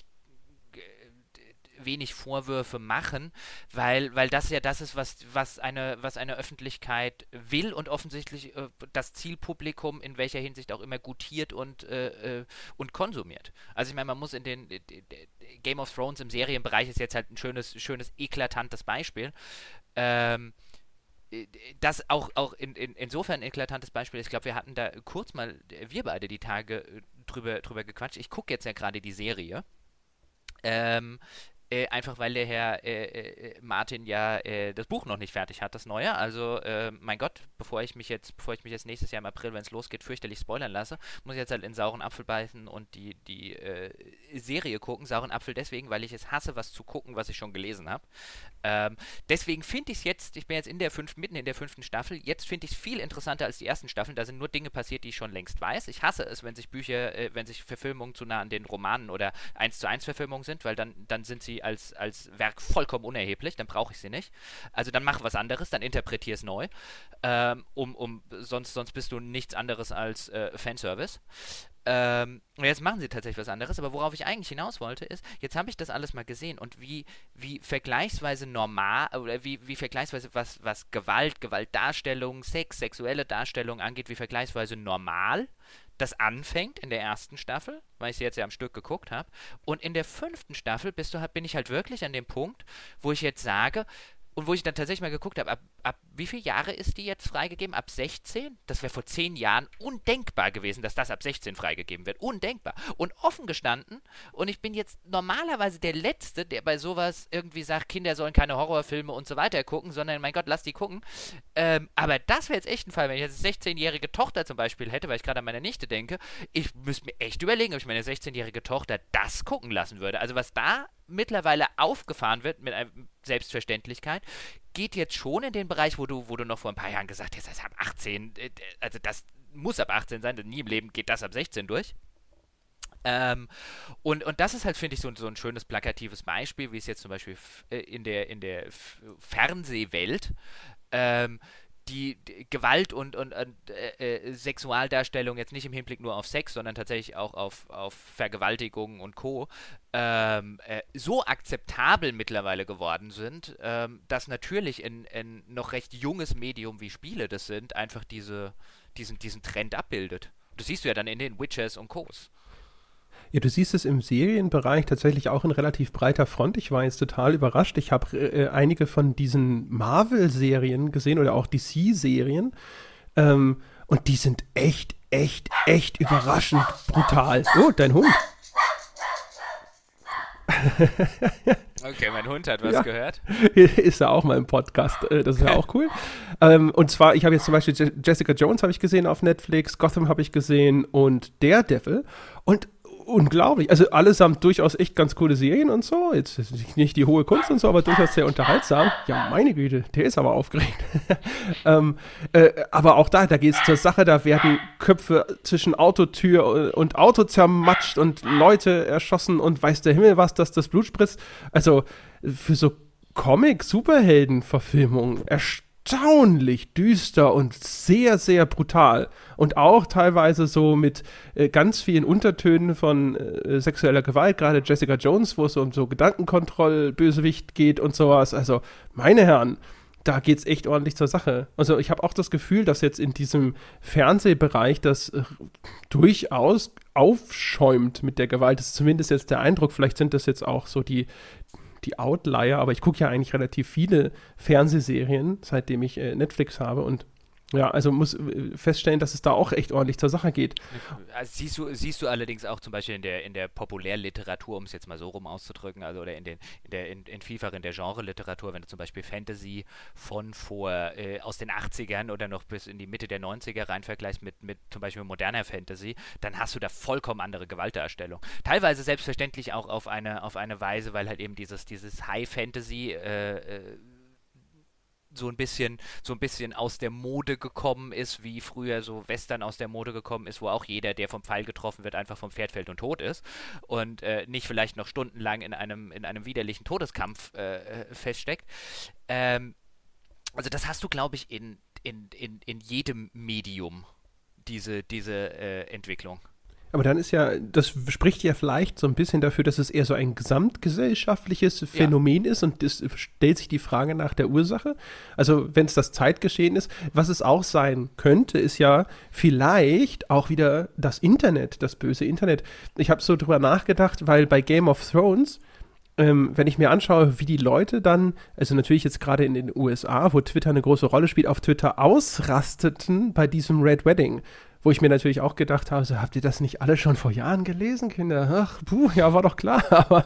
Vorwürfe machen, weil das ja das ist, was eine Öffentlichkeit will und offensichtlich das Zielpublikum in welcher Hinsicht auch immer gutiert und konsumiert. Also ich meine, man muss in den Game of Thrones im Serienbereich ist jetzt halt ein schönes eklatantes Beispiel. Das auch insofern ein eklatantes Beispiel ist. Ich glaube, wir hatten da kurz mal, wir beide die Tage drüber gequatscht. Ich gucke jetzt ja gerade die Serie. Einfach weil der Herr Martin ja das Buch noch nicht fertig hat, das neue. Also, mein Gott, bevor ich mich jetzt nächstes Jahr im April, wenn es losgeht, fürchterlich spoilern lasse, muss ich jetzt halt in sauren Apfel beißen und die Serie gucken. Sauren Apfel deswegen, weil ich es hasse, was zu gucken, was ich schon gelesen habe. Deswegen finde ich es jetzt, ich bin jetzt mitten in der 5. Staffel, jetzt finde ich es viel interessanter als die ersten Staffeln. Da sind nur Dinge passiert, die ich schon längst weiß. Ich hasse es, wenn sich Verfilmungen zu nah an den Romanen oder 1:1 Verfilmungen sind, weil dann sind sie als Werk vollkommen unerheblich, dann brauche ich sie nicht. Also dann mach was anderes, dann interpretier es neu. Sonst bist du nichts anderes als Fanservice. Jetzt machen sie tatsächlich was anderes, aber worauf ich eigentlich hinaus wollte, ist, jetzt habe ich das alles mal gesehen und wie vergleichsweise normal oder wie vergleichsweise was Gewaltdarstellung, sexuelle Darstellung angeht, wie vergleichsweise normal das anfängt in der ersten Staffel, weil ich sie jetzt ja am Stück geguckt habe. Und in der 5. Staffel bin ich halt wirklich an dem Punkt, wo ich jetzt sage, und wo ich dann tatsächlich mal geguckt habe, ab wie viele Jahre ist die jetzt freigegeben? Ab 16? Das wäre vor 10 Jahren undenkbar gewesen, dass das ab 16 freigegeben wird. Undenkbar. Und offen gestanden, und ich bin jetzt normalerweise der Letzte, der bei sowas irgendwie sagt, Kinder sollen keine Horrorfilme und so weiter gucken, sondern, mein Gott, lass die gucken. Aber das wäre jetzt echt ein Fall, wenn ich jetzt eine 16-jährige Tochter zum Beispiel hätte, weil ich gerade an meine Nichte denke, ich müsste mir echt überlegen, ob ich meine 16-jährige Tochter das gucken lassen würde. Also was da mittlerweile aufgefahren wird mit einer Selbstverständlichkeit, geht jetzt schon in den Bereich, wo du noch vor ein paar Jahren gesagt hast, das ist ab 18, also das muss ab 18 sein, denn nie im Leben geht das ab 16 durch. Und das ist halt, finde ich, so ein schönes plakatives Beispiel, wie es jetzt zum Beispiel in der Fernsehwelt die Gewalt und Sexualdarstellung jetzt nicht im Hinblick nur auf Sex, sondern tatsächlich auch auf Vergewaltigung und Co. So akzeptabel mittlerweile geworden sind, dass natürlich ein noch recht junges Medium wie Spiele das sind, einfach diesen Trend abbildet. Das siehst du ja dann in den Witchers und Co's. Ja, du siehst es im Serienbereich tatsächlich auch in relativ breiter Front. Ich war jetzt total überrascht. Ich habe einige von diesen Marvel-Serien gesehen oder auch DC-Serien. Und die sind echt überraschend brutal. Oh, dein Hund. Okay, mein Hund hat was gehört. Ist ja auch mal im Podcast. Das ist ja auch cool. Und zwar, ich habe jetzt zum Beispiel Jessica Jones habe ich gesehen auf Netflix, Gotham habe ich gesehen und Daredevil. Und unglaublich. Also allesamt durchaus echt ganz coole Serien und so. Jetzt ist nicht die hohe Kunst und so, aber durchaus sehr unterhaltsam. Ja, meine Güte, der ist aber aufgeregt. Aber auch da geht es zur Sache, da werden Köpfe zwischen Autotür und Auto zermatscht und Leute erschossen und weiß der Himmel was, dass das Blut spritzt. Also für so Comic-Superhelden-Verfilmungen erstaunlich düster und sehr brutal. Und auch teilweise so mit ganz vielen Untertönen von sexueller Gewalt, gerade Jessica Jones, wo es um so Gedankenkontroll-Bösewicht geht und sowas. Also, meine Herren, da geht's echt ordentlich zur Sache. Also, ich habe auch das Gefühl, dass jetzt in diesem Fernsehbereich das durchaus aufschäumt mit der Gewalt. Das ist zumindest jetzt der Eindruck. Vielleicht sind das jetzt auch so die Outlier, aber ich gucke ja eigentlich relativ viele Fernsehserien, seitdem ich Netflix habe und ja, also muss feststellen, dass es da auch echt ordentlich zur Sache geht. Also siehst du allerdings auch zum Beispiel in der Populärliteratur, um es jetzt mal so rum auszudrücken, also oder in vielfach in der Genre-Literatur, wenn du zum Beispiel Fantasy von aus den 80ern oder noch bis in die Mitte der 90er rein vergleichst mit zum Beispiel moderner Fantasy, dann hast du da vollkommen andere Gewaltdarstellung. Teilweise selbstverständlich auch auf eine Weise, weil halt eben dieses High-Fantasy so ein bisschen aus der Mode gekommen ist, wie früher so Western aus der Mode gekommen ist, wo auch jeder, der vom Pfeil getroffen wird, einfach vom Pferd fällt und tot ist und nicht vielleicht noch stundenlang in einem widerlichen Todeskampf feststeckt. Also das hast du, glaube ich, in jedem Medium, diese Entwicklung. Aber dann das spricht ja vielleicht so ein bisschen dafür, dass es eher so ein gesamtgesellschaftliches Phänomen ist und es stellt sich die Frage nach der Ursache. Also wenn es das Zeitgeschehen ist, was es auch sein könnte, ist ja vielleicht auch wieder das Internet, das böse Internet. Ich habe so drüber nachgedacht, weil bei Game of Thrones wenn ich mir anschaue, wie die Leute dann, also natürlich jetzt gerade in den USA, wo Twitter eine große Rolle spielt, auf Twitter ausrasteten bei diesem Red Wedding. Wo ich mir natürlich auch gedacht habe, so, habt ihr das nicht alle schon vor Jahren gelesen, Kinder? Ach, ja, war doch klar. Aber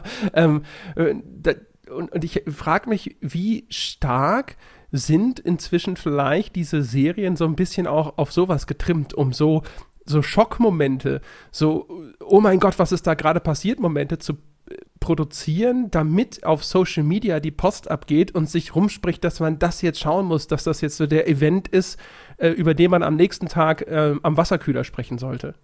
und ich frage mich, wie stark sind inzwischen vielleicht diese Serien so ein bisschen auch auf sowas getrimmt, um so Schockmomente, so, oh mein Gott, was ist da gerade passiert, Momente zu produzieren, damit auf Social Media die Post abgeht und sich rumspricht, dass man das jetzt schauen muss, dass das jetzt so der Event ist, über den man am nächsten Tag am Wasserkühler sprechen sollte.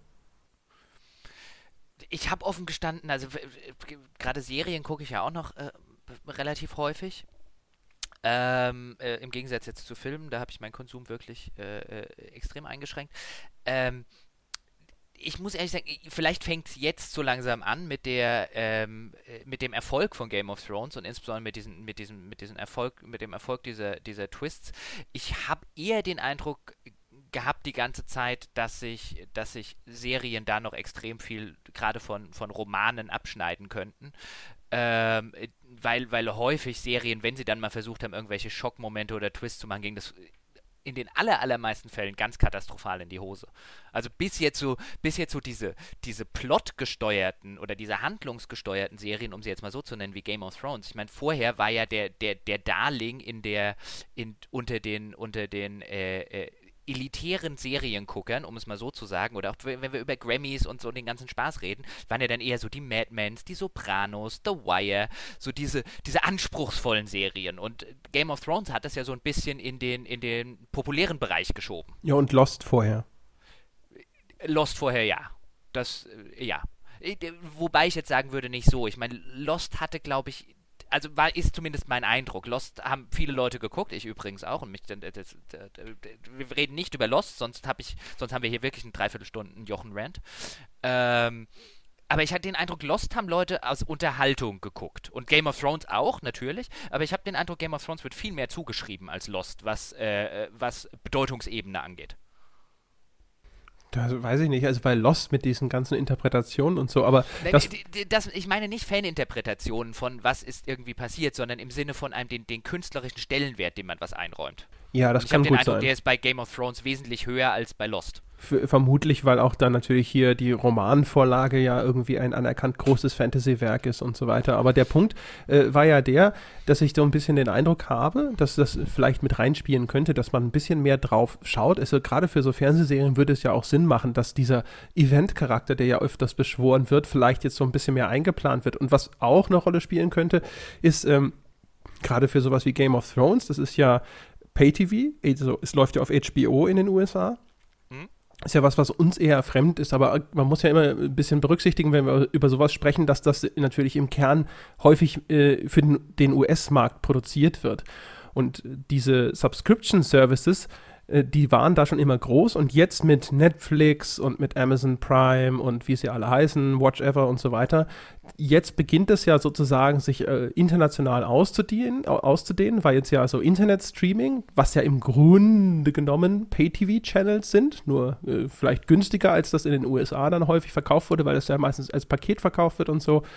Ich habe offen gestanden, also gerade Serien gucke ich ja auch noch relativ häufig. Im Gegensatz jetzt zu Filmen, da habe ich meinen Konsum wirklich extrem eingeschränkt. Ich muss ehrlich sagen, vielleicht fängt es jetzt so langsam an mit dem Erfolg von Game of Thrones und insbesondere mit dem Erfolg dieser Twists. Ich habe eher den Eindruck gehabt die ganze Zeit, dass sich Serien da noch extrem viel gerade von Romanen abschneiden könnten. Weil häufig Serien, wenn sie dann mal versucht haben, irgendwelche Schockmomente oder Twists zu machen, ging das in den allermeisten Fällen ganz katastrophal in die Hose. Also bis jetzt so diese plotgesteuerten oder diese handlungsgesteuerten Serien, um sie jetzt mal so zu nennen, wie Game of Thrones. Ich meine, vorher war ja der Darling unter den elitären Serienguckern, um es mal so zu sagen, oder auch wenn wir über Grammys und so den ganzen Spaß reden, waren ja dann eher so die Mad Mens, die Sopranos, The Wire, so diese anspruchsvollen Serien. Und Game of Thrones hat das ja so ein bisschen in den populären Bereich geschoben. Ja, und Lost vorher. Lost vorher, ja. Ja. Wobei ich jetzt sagen würde, nicht so. Ich meine, Lost hatte, glaube ich, also ist zumindest mein Eindruck. Lost haben viele Leute geguckt, ich übrigens auch. Und wir reden nicht über Lost, sonst haben wir hier wirklich eine Dreiviertelstunden Jochen-Rant. Aber ich hatte den Eindruck, Lost haben Leute aus Unterhaltung geguckt. Und Game of Thrones auch, natürlich. Aber ich habe den Eindruck, Game of Thrones wird viel mehr zugeschrieben als Lost, was Bedeutungsebene angeht. Das weiß ich nicht, also bei Lost mit diesen ganzen Interpretationen und so, aber ich meine nicht Faninterpretationen von was ist irgendwie passiert, sondern im Sinne von einem den künstlerischen Stellenwert, den man was einräumt. ja, das kann gut sein. Ich habe den Eindruck, der ist bei Game of Thrones wesentlich höher als bei Lost. Vermutlich, weil auch dann natürlich hier die Romanvorlage ja irgendwie ein anerkannt großes Fantasy-Werk ist und so weiter. Aber der Punkt war ja der, dass ich so ein bisschen den Eindruck habe, dass das vielleicht mit reinspielen könnte, dass man ein bisschen mehr drauf schaut. Also gerade für so Fernsehserien würde es ja auch Sinn machen, dass dieser Event-Charakter, der ja öfters beschworen wird, vielleicht jetzt so ein bisschen mehr eingeplant wird. Und was auch eine Rolle spielen könnte, ist gerade für sowas wie Game of Thrones, das ist ja Pay-TV, also es läuft ja auf HBO in den USA. Ist ja was uns eher fremd ist, aber man muss ja immer ein bisschen berücksichtigen, wenn wir über sowas sprechen, dass das natürlich im Kern häufig für den US-Markt produziert wird. Und diese Subscription-Services, die waren da schon immer groß und jetzt mit Netflix und mit Amazon Prime und wie sie alle heißen, Watch Ever und so weiter, jetzt beginnt es ja sozusagen sich international auszudehnen, weil jetzt ja so Internet-Streaming, was ja im Grunde genommen Pay-TV-Channels sind, nur vielleicht günstiger, als das in den USA dann häufig verkauft wurde, weil das ja meistens als Paket verkauft wird und so,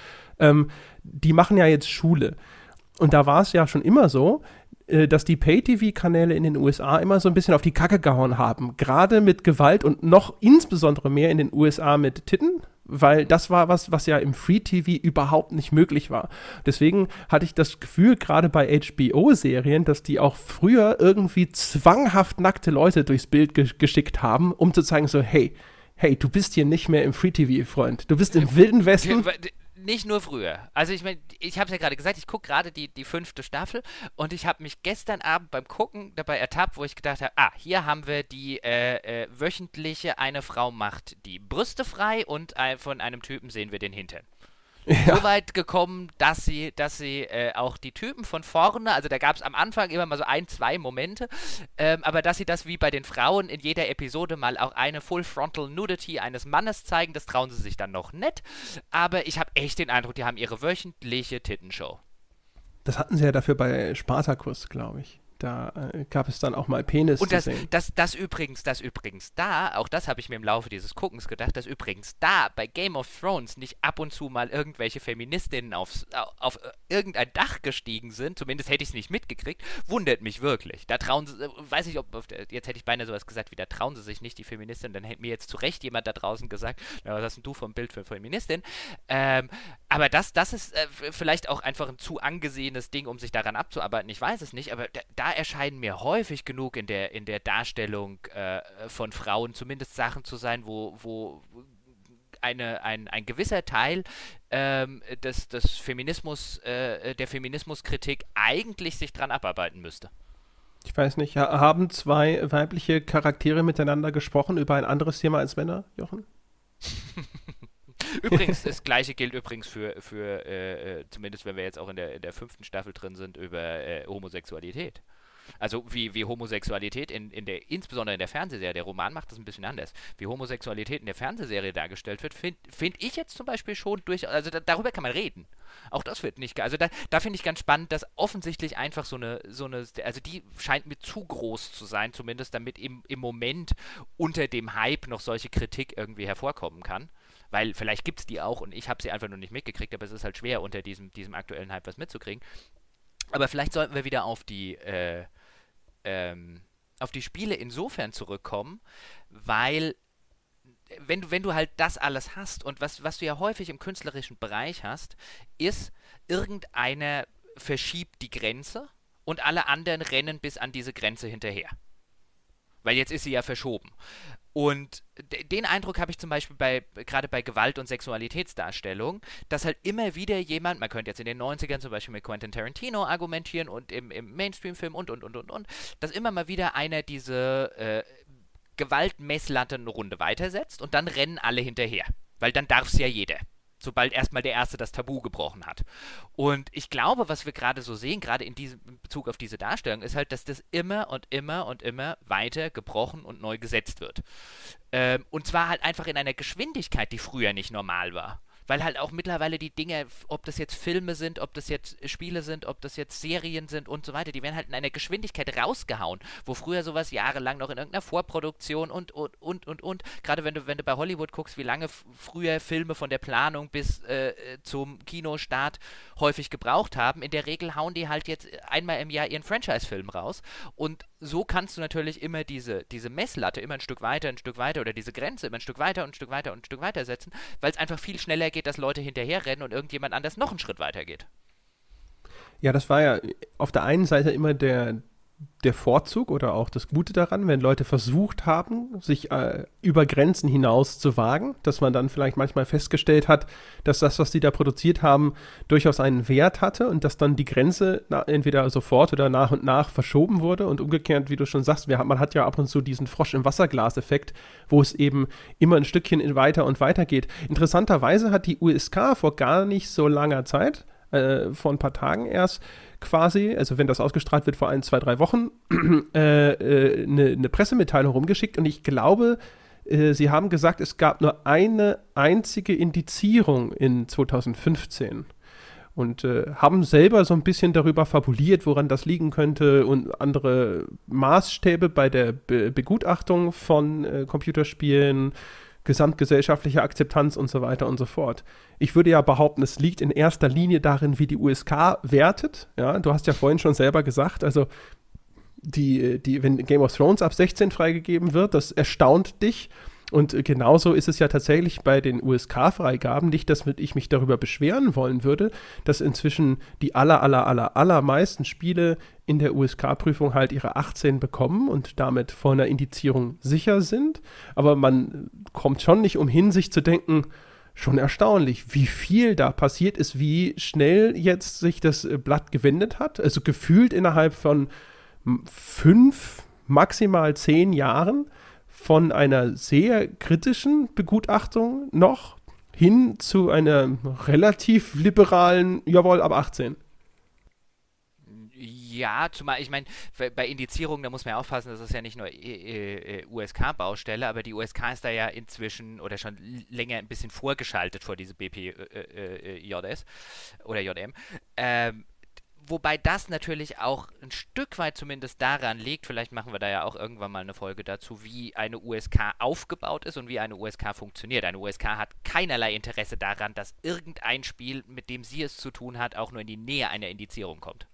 die machen ja jetzt Schule. Und da war es ja schon immer so, dass die Pay-TV-Kanäle in den USA immer so ein bisschen auf die Kacke gehauen haben. Gerade mit Gewalt und noch insbesondere mehr in den USA mit Titten, weil das war was ja im Free-TV überhaupt nicht möglich war. Deswegen hatte ich das Gefühl, gerade bei HBO-Serien, dass die auch früher irgendwie zwanghaft nackte Leute durchs Bild geschickt haben, um zu zeigen so, hey, du bist hier nicht mehr im Free-TV, Freund. Du bist im Wilden Westen. Nicht nur früher. Also ich meine, ich habe es ja gerade gesagt, ich gucke gerade die 5. Staffel und ich habe mich gestern Abend beim Gucken dabei ertappt, wo ich gedacht habe, hier haben wir die wöchentliche eine Frau macht die Brüste frei und von einem Typen sehen wir den Hintern. Ja. So weit gekommen, dass sie auch die Typen von vorne, also da gab es am Anfang immer mal so 1-2 Momente, aber dass sie das wie bei den Frauen in jeder Episode mal auch eine Full Frontal Nudity eines Mannes zeigen, das trauen sie sich dann noch nicht, aber ich habe echt den Eindruck, die haben ihre wöchentliche Tittenshow. Das hatten sie ja dafür bei Spartacus, glaube ich. Da gab es dann auch mal Penis und zu sehen. Das übrigens da, auch das habe ich mir im Laufe dieses Guckens gedacht, dass übrigens da bei Game of Thrones nicht ab und zu mal irgendwelche Feministinnen auf irgendein Dach gestiegen sind, zumindest hätte ich es nicht mitgekriegt, wundert mich wirklich. Da trauen sie, weiß ich, jetzt hätte ich beinahe sowas gesagt, wie da trauen sie sich nicht, die Feministinnen, dann hätte mir jetzt zu Recht jemand da draußen gesagt, na, was hast denn du vom Bild für Feministin? Aber das ist vielleicht auch einfach ein zu angesehenes Ding, um sich daran abzuarbeiten, ich weiß es nicht, aber da erscheinen mir häufig genug in der Darstellung von Frauen zumindest Sachen zu sein, wo ein gewisser Teil des Feminismus, der Feminismuskritik eigentlich sich dran abarbeiten müsste. Ich weiß nicht, haben 2 weibliche Charaktere miteinander gesprochen über ein anderes Thema als Männer, Jochen? Übrigens, das Gleiche gilt übrigens für zumindest wenn wir jetzt auch in der 5. Staffel drin sind, über Homosexualität. Also wie Homosexualität insbesondere in der Fernsehserie, der Roman macht das ein bisschen anders, wie Homosexualität in der Fernsehserie dargestellt wird, find ich jetzt zum Beispiel schon also darüber kann man reden. Auch das wird nicht, also da finde ich ganz spannend, dass offensichtlich einfach so eine, also die scheint mir zu groß zu sein, zumindest damit im Moment unter dem Hype noch solche Kritik irgendwie hervorkommen kann. Weil vielleicht gibt es die auch und ich habe sie einfach nur nicht mitgekriegt, aber es ist halt schwer, unter diesem aktuellen Hype was mitzukriegen. Aber vielleicht sollten wir wieder auf die Spiele insofern zurückkommen, weil wenn du halt das alles hast und was du ja häufig im künstlerischen Bereich hast, ist irgendeiner verschiebt die Grenze und alle anderen rennen bis an diese Grenze hinterher. Weil jetzt ist sie ja verschoben. Und den Eindruck habe ich zum Beispiel gerade bei Gewalt- und Sexualitätsdarstellung, dass halt immer wieder jemand, man könnte jetzt in den 90ern zum Beispiel mit Quentin Tarantino argumentieren und im Mainstream-Film und, dass immer mal wieder einer diese Gewaltmesslatte eine Runde weitersetzt und dann rennen alle hinterher. Weil dann darf es ja jeder. Sobald erstmal der Erste das Tabu gebrochen hat. Und ich glaube, was wir gerade so sehen, gerade in Bezug auf diese Darstellung, ist halt, dass das immer und immer und immer weiter gebrochen und neu gesetzt wird. Und zwar halt einfach in einer Geschwindigkeit, die früher nicht normal war. weil halt auch mittlerweile die Dinge, ob das jetzt Filme sind, ob das jetzt Spiele sind, ob das jetzt Serien sind und so weiter, die werden halt in einer Geschwindigkeit rausgehauen, wo früher sowas jahrelang noch in irgendeiner Vorproduktion und. Gerade wenn du bei Hollywood guckst, wie lange früher Filme von der Planung bis zum Kinostart häufig gebraucht haben, in der Regel hauen die halt jetzt einmal im Jahr ihren Franchise-Film raus und so kannst du natürlich immer diese Messlatte immer ein Stück weiter oder diese Grenze immer ein Stück weiter und ein Stück weiter und ein Stück weiter setzen, weil es einfach viel schneller geht, dass Leute hinterherrennen und irgendjemand anders noch einen Schritt weiter geht. Ja, das war ja auf der einen Seite immer der Vorzug oder auch das Gute daran, wenn Leute versucht haben, sich über Grenzen hinaus zu wagen, dass man dann vielleicht manchmal festgestellt hat, dass das, was die da produziert haben, durchaus einen Wert hatte und dass dann die Grenze entweder sofort oder nach und nach verschoben wurde und umgekehrt, wie du schon sagst, man hat ja ab und zu diesen Frosch im Wasserglas-Effekt, wo es eben immer ein Stückchen weiter und weiter geht. Interessanterweise hat die USK vor gar nicht so langer Zeit, vor ein paar Tagen erst, quasi, also wenn das ausgestrahlt wird vor 1, 2, 3 Wochen, eine Pressemitteilung rumgeschickt und ich glaube, sie haben gesagt, es gab nur eine einzige Indizierung in 2015 und haben selber so ein bisschen darüber fabuliert, woran das liegen könnte und andere Maßstäbe bei der Begutachtung von Computerspielen, gesamtgesellschaftliche Akzeptanz und so weiter und so fort. Ich würde ja behaupten, es liegt in erster Linie darin, wie die USK wertet. Ja, du hast ja vorhin schon selber gesagt, also wenn Game of Thrones ab 16 freigegeben wird, das erstaunt dich. Und genauso ist es ja tatsächlich bei den USK-Freigaben nicht, dass ich mich darüber beschweren wollen würde, dass inzwischen die allermeisten Spiele in der USK-Prüfung halt ihre 18 bekommen und damit vor einer Indizierung sicher sind. Aber man kommt schon nicht umhin, sich zu denken, schon erstaunlich, wie viel da passiert ist, wie schnell jetzt sich das Blatt gewendet hat. Also gefühlt innerhalb von 5, maximal 10 Jahren von einer sehr kritischen Begutachtung noch hin zu einer relativ liberalen, jawohl, ab 18. Ja, zumal, ich meine, bei Indizierungen, da muss man ja aufpassen, das ist ja nicht nur USK-Baustelle, aber die USK ist da ja inzwischen oder schon länger ein bisschen vorgeschaltet vor diese BPJS oder JM. Wobei das natürlich auch ein Stück weit zumindest daran liegt, vielleicht machen wir da ja auch irgendwann mal eine Folge dazu, wie eine USK aufgebaut ist und wie eine USK funktioniert. Eine USK hat keinerlei Interesse daran, dass irgendein Spiel, mit dem sie es zu tun hat, auch nur in die Nähe einer Indizierung kommt.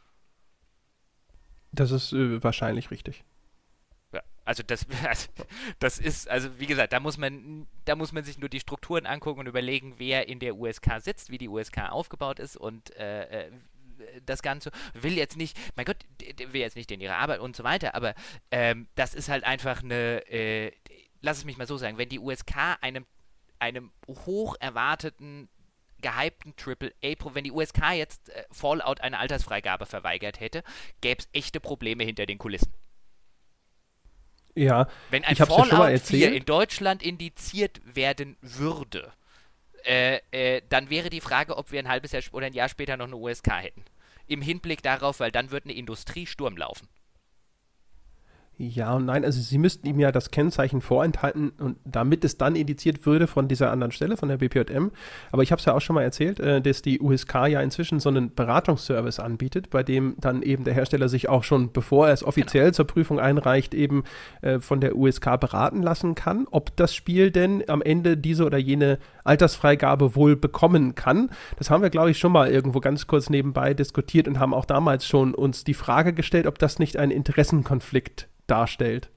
Das ist wahrscheinlich richtig. Ja, also das ist, also wie gesagt, da muss man sich nur die Strukturen angucken und überlegen, wer in der USK sitzt, wie die USK aufgebaut ist und das Ganze, will jetzt nicht in ihre Arbeit und so weiter, aber das ist halt einfach lass es mich mal so sagen, wenn die USK einem hoch erwarteten, gehypten AAA, wenn die USK jetzt Fallout eine Altersfreigabe verweigert hätte, gäbe es echte Probleme hinter den Kulissen. Ja, wenn ein Fallout 4 in Deutschland indiziert werden würde, dann wäre die Frage, ob wir ein halbes Jahr oder ein Jahr später noch eine USK hätten. Im Hinblick darauf, weil dann wird eine Industrie Sturm laufen. Ja und nein, also sie müssten ihm ja das Kennzeichen vorenthalten und damit es dann indiziert würde von dieser anderen Stelle, von der BPJM. Aber ich habe es ja auch schon mal erzählt, dass die USK ja inzwischen so einen Beratungsservice anbietet, bei dem dann eben der Hersteller sich auch schon, bevor er es offiziell zur Prüfung einreicht, eben von der USK beraten lassen kann, ob das Spiel denn am Ende diese oder jene Altersfreigabe wohl bekommen kann. Das haben wir, glaube ich, schon mal irgendwo ganz kurz nebenbei diskutiert und haben auch damals schon uns die Frage gestellt, ob das nicht einen Interessenkonflikt darstellt.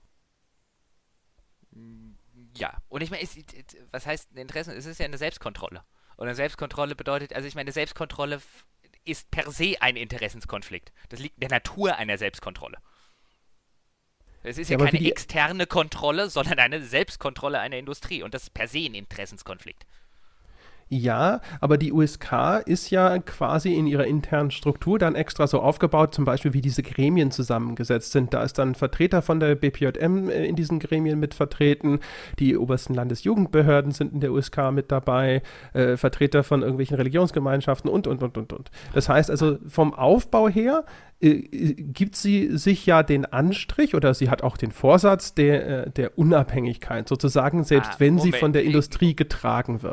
Ja, und ich meine, was heißt ein Interesse? Es ist ja eine Selbstkontrolle. Und eine Selbstkontrolle bedeutet, also ich meine, Selbstkontrolle ist per se ein Interessenskonflikt. Das liegt in der Natur einer Selbstkontrolle. Es ist ja keine externe Kontrolle, sondern eine Selbstkontrolle einer Industrie. Und das ist per se ein Interessenskonflikt. Ja, aber die USK ist ja quasi in ihrer internen Struktur dann extra so aufgebaut, zum Beispiel wie diese Gremien zusammengesetzt sind. Da ist dann ein Vertreter von der BPJM in diesen Gremien mit vertreten, die obersten Landesjugendbehörden sind in der USK mit dabei, Vertreter von irgendwelchen Religionsgemeinschaften und. Das heißt also, vom Aufbau her gibt sie sich ja den Anstrich oder sie hat auch den Vorsatz der Unabhängigkeit sozusagen, selbst wenn sie von der Industrie getragen wird.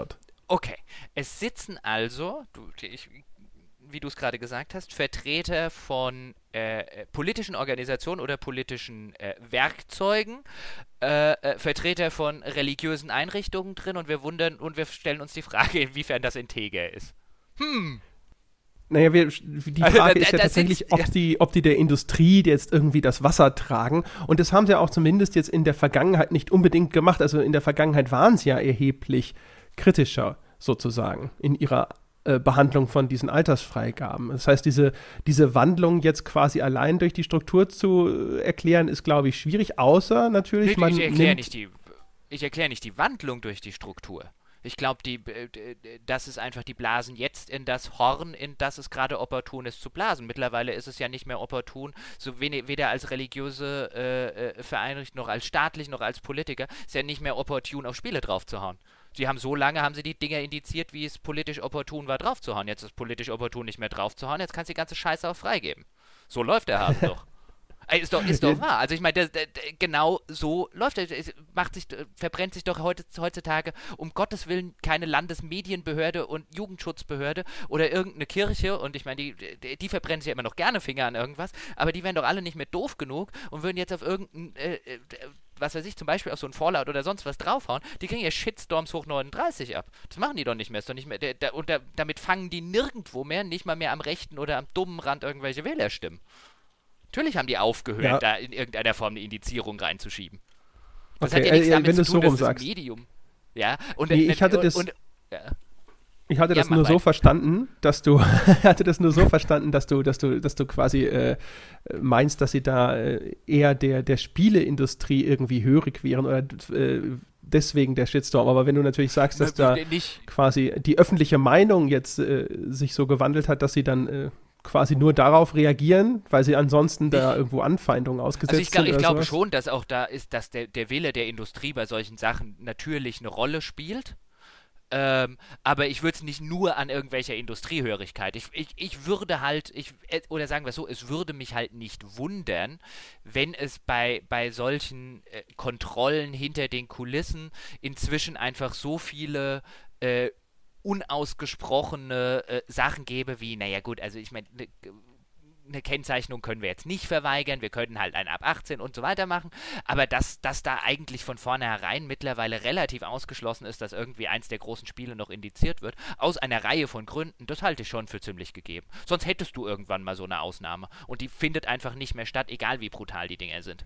Okay, es sitzen also, wie du es gerade gesagt hast, Vertreter von politischen Organisationen oder politischen Werkzeugen, Vertreter von religiösen Einrichtungen drin und wir stellen uns die Frage, inwiefern das integer ist. Naja, die Frage ist ja tatsächlich, ob die der Industrie jetzt irgendwie das Wasser tragen. Und das haben sie ja auch zumindest jetzt in der Vergangenheit nicht unbedingt gemacht. Also in der Vergangenheit waren sie ja erheblich kritischer sozusagen in ihrer Behandlung von diesen Altersfreigaben. Das heißt, diese Wandlung jetzt quasi allein durch die Struktur zu erklären, ist, glaube ich, schwierig, außer natürlich Ich erkläre nicht die Wandlung durch die Struktur. Ich glaube, das ist einfach, die blasen jetzt in das Horn, in das es gerade opportun ist zu blasen. Mittlerweile ist es ja nicht mehr opportun, weder als religiöse Vereinrichtung noch als staatlich noch als Politiker, ist ja nicht mehr opportun, auf Spiele draufzuhauen. Haben sie die Dinger indiziert, wie es politisch opportun war, draufzuhauen. Jetzt ist es politisch opportun, nicht mehr draufzuhauen, jetzt kannst du die ganze Scheiße auch freigeben. So läuft der Hase doch. Ist doch wahr. Also ich meine, genau so läuft es. Verbrennt sich doch heutzutage um Gottes Willen keine Landesmedienbehörde und Jugendschutzbehörde oder irgendeine Kirche. Und ich meine, die verbrennen sich ja immer noch gerne Finger an irgendwas, aber die wären doch alle nicht mehr doof genug und würden jetzt auf irgendein, was weiß ich, zum Beispiel auf so ein Fallout oder sonst was draufhauen. Die kriegen ja Shitstorms hoch 39 ab. Das machen die doch nicht mehr. Ist doch nicht mehr damit fangen die nirgendwo mehr, nicht mal mehr am rechten oder am dummen Rand irgendwelche Wählerstimmen. Natürlich haben die aufgehört, da in irgendeiner Form eine Indizierung reinzuschieben. Das hat ja nichts damit zu tun, dass das Medium. Ja, und ich hatte das nur so verstanden, dass du quasi meinst, dass sie da eher der Spieleindustrie irgendwie hörig wären oder deswegen der Shitstorm. Aber wenn du natürlich sagst, dass da quasi die öffentliche Meinung jetzt sich so gewandelt hat, dass sie dann quasi nur darauf reagieren, weil sie ansonsten da irgendwo Anfeindungen ausgesetzt sind. Ich glaube schon, dass auch da ist, dass der Wille der Industrie bei solchen Sachen natürlich eine Rolle spielt. Aber ich würde es nicht nur an irgendwelcher Industriehörigkeit. Ich würde halt, oder sagen wir es so, es würde mich halt nicht wundern, wenn es bei solchen Kontrollen hinter den Kulissen inzwischen einfach so viele unausgesprochene Sachen gäbe wie, naja gut, also ich meine, eine Kennzeichnung können wir jetzt nicht verweigern, wir können halt ein ab 18 und so weiter machen, aber dass da eigentlich von vornherein mittlerweile relativ ausgeschlossen ist, dass irgendwie eins der großen Spiele noch indiziert wird, aus einer Reihe von Gründen, das halte ich schon für ziemlich gegeben. Sonst hättest du irgendwann mal so eine Ausnahme und die findet einfach nicht mehr statt, egal wie brutal die Dinger sind.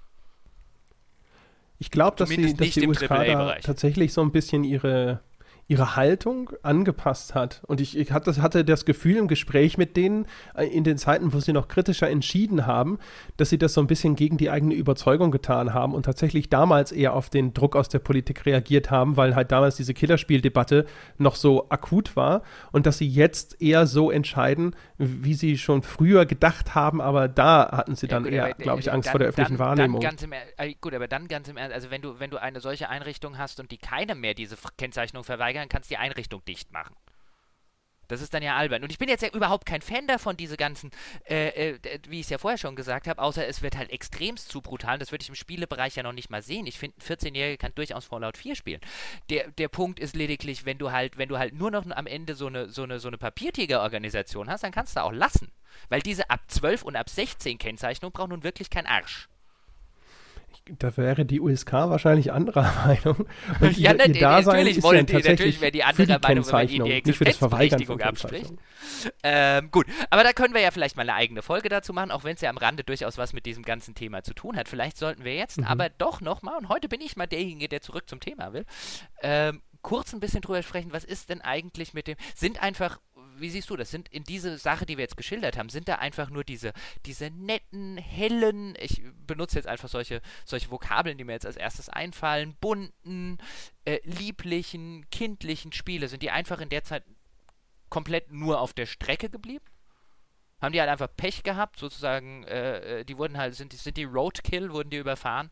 Ich glaube, dass die USK da tatsächlich so ein bisschen ihre Haltung angepasst hat. Und ich hatte das Gefühl im Gespräch mit denen, in den Zeiten, wo sie noch kritischer entschieden haben, dass sie das so ein bisschen gegen die eigene Überzeugung getan haben und tatsächlich damals eher auf den Druck aus der Politik reagiert haben, weil halt damals diese Killerspieldebatte noch so akut war und dass sie jetzt eher so entscheiden, wie sie schon früher gedacht haben, aber da hatten sie dann eher, glaube ich, Angst vor der öffentlichen Wahrnehmung. Aber dann ganz im Ernst, also wenn du eine solche Einrichtung hast und die keine mehr diese Kennzeichnung verweigern, kannst die Einrichtung dicht machen. Das ist dann ja albern. Und ich bin jetzt ja überhaupt kein Fan davon, diese ganzen, wie ich es ja vorher schon gesagt habe, außer es wird halt extremst zu brutal. Das würde ich im Spielebereich ja noch nicht mal sehen. Ich finde, ein 14-Jähriger kann durchaus Fallout 4 spielen. Der Punkt ist lediglich, wenn du halt nur noch am Ende so eine Papiertiger-Organisation hast, dann kannst du auch lassen. Weil diese ab 12 und ab 16 Kennzeichnung braucht nun wirklich kein Arsch. Da wäre die USK wahrscheinlich anderer Meinung. Ja, natürlich wäre die anderer Meinung, wenn man ihnen die Existenzberechtigung abspricht. Gut, aber da können wir ja vielleicht mal eine eigene Folge dazu machen, auch wenn es ja am Rande durchaus was mit diesem ganzen Thema zu tun hat. Vielleicht sollten wir jetzt aber doch nochmal, und heute bin ich mal derjenige, der zurück zum Thema will, kurz ein bisschen drüber sprechen, was ist denn eigentlich mit dem, wie siehst du das? Sind in diese Sache, die wir jetzt geschildert haben, sind da einfach nur diese netten, hellen, ich benutze jetzt einfach solche Vokabeln, die mir jetzt als erstes einfallen, bunten, lieblichen, kindlichen Spiele, sind die einfach in der Zeit komplett nur auf der Strecke geblieben? Haben die halt einfach Pech gehabt, sozusagen, die wurden halt, sind die Roadkill, wurden die überfahren?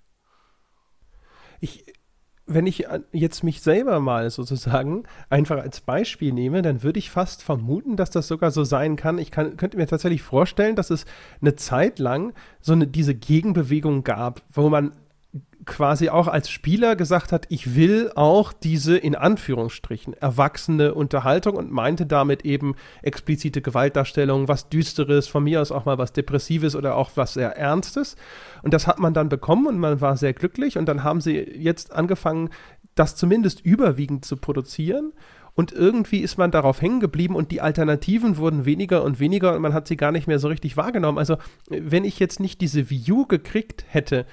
Wenn ich jetzt mich selber mal sozusagen einfach als Beispiel nehme, dann würde ich fast vermuten, dass das sogar so sein kann. Könnte mir tatsächlich vorstellen, dass es eine Zeit lang diese Gegenbewegung gab, wo man quasi auch als Spieler gesagt hat, ich will auch diese in Anführungsstrichen erwachsene Unterhaltung und meinte damit eben explizite Gewaltdarstellung, was Düsteres, von mir aus auch mal was Depressives oder auch was sehr Ernstes. Und das hat man dann bekommen und man war sehr glücklich und dann haben sie jetzt angefangen, das zumindest überwiegend zu produzieren. Und irgendwie ist man darauf hängen geblieben und die Alternativen wurden weniger und weniger und man hat sie gar nicht mehr so richtig wahrgenommen. Also wenn ich jetzt nicht diese Wii U gekriegt hätte,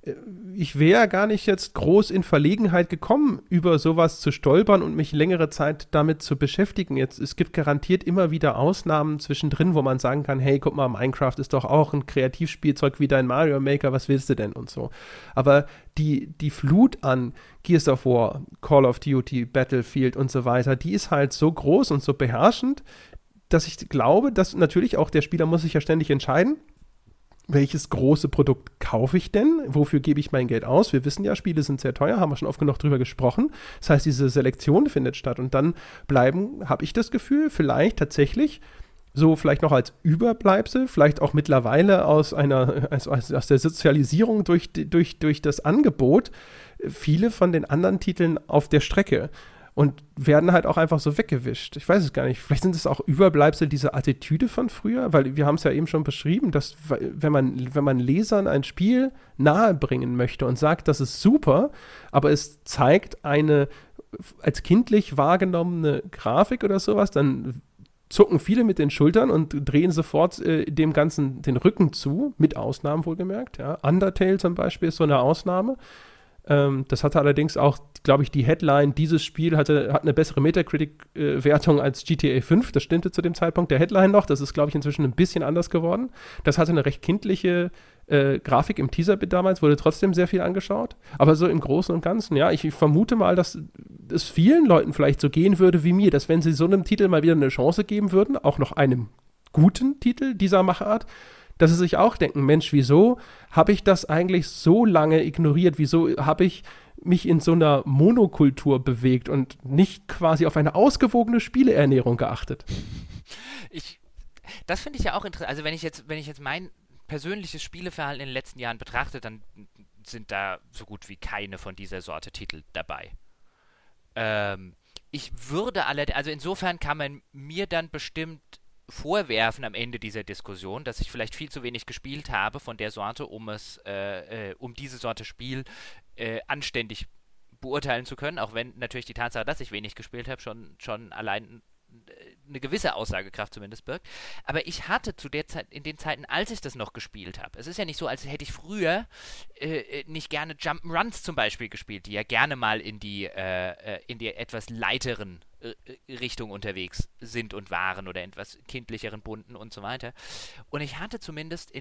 ich wäre gar nicht jetzt groß in Verlegenheit gekommen, über sowas zu stolpern und mich längere Zeit damit zu beschäftigen. Jetzt, es gibt garantiert immer wieder Ausnahmen zwischendrin, wo man sagen kann, hey, guck mal, Minecraft ist doch auch ein Kreativspielzeug wie dein Mario Maker, was willst du denn und so. Aber die Flut an Gears of War, Call of Duty, Battlefield und so weiter, die ist halt so groß und so beherrschend, dass ich glaube, dass natürlich auch der Spieler muss sich ja ständig entscheiden, welches große Produkt kaufe ich denn? Wofür gebe ich mein Geld aus? Wir wissen ja, Spiele sind sehr teuer, haben wir schon oft genug drüber gesprochen. Das heißt, diese Selektion findet statt und dann habe ich das Gefühl, vielleicht tatsächlich so vielleicht noch als Überbleibsel, vielleicht auch mittlerweile aus der Sozialisierung durch das Angebot, viele von den anderen Titeln auf der Strecke. Und werden halt auch einfach so weggewischt. Ich weiß es gar nicht. Vielleicht sind es auch Überbleibsel dieser Attitüde von früher, weil wir haben es ja eben schon beschrieben, dass wenn man Lesern ein Spiel nahebringen möchte und sagt, das ist super, aber es zeigt eine als kindlich wahrgenommene Grafik oder sowas, dann zucken viele mit den Schultern und drehen sofort dem Ganzen den Rücken zu, mit Ausnahmen wohlgemerkt. Ja. Undertale zum Beispiel ist so eine Ausnahme. Das hatte allerdings auch, glaube ich, die Headline, dieses Spiel hat eine bessere Metacritic-Wertung als GTA 5. Das stimmte zu dem Zeitpunkt der Headline noch. Das ist, glaube ich, inzwischen ein bisschen anders geworden. Das hatte eine recht kindliche Grafik im Teaserbild damals, wurde trotzdem sehr viel angeschaut. Aber so im Großen und Ganzen, ja, ich vermute mal, dass es vielen Leuten vielleicht so gehen würde wie mir, dass wenn sie so einem Titel mal wieder eine Chance geben würden, auch noch einem guten Titel dieser Machart, dass sie sich auch denken, Mensch, wieso habe ich das eigentlich so lange ignoriert? Wieso habe ich mich in so einer Monokultur bewegt und nicht quasi auf eine ausgewogene Spieleernährung geachtet? Das finde ich ja auch interessant. Also wenn ich jetzt mein persönliches Spieleverhalten in den letzten Jahren betrachte, dann sind da so gut wie keine von dieser Sorte Titel dabei. Ich würde allerdings, also insofern kann man mir dann bestimmt vorwerfen am Ende dieser Diskussion, dass ich vielleicht viel zu wenig gespielt habe von der Sorte, um diese Sorte Spiel anständig beurteilen zu können, auch wenn natürlich die Tatsache, dass ich wenig gespielt habe, schon allein eine gewisse Aussagekraft zumindest birgt. Aber ich hatte zu der Zeit, in den Zeiten, als ich das noch gespielt habe, es ist ja nicht so, als hätte ich früher nicht gerne Jump'n'Runs zum Beispiel gespielt, die ja gerne mal in die etwas leiteren Richtung unterwegs sind und waren oder in etwas kindlicheren Bunten und so weiter. Und ich hatte zumindest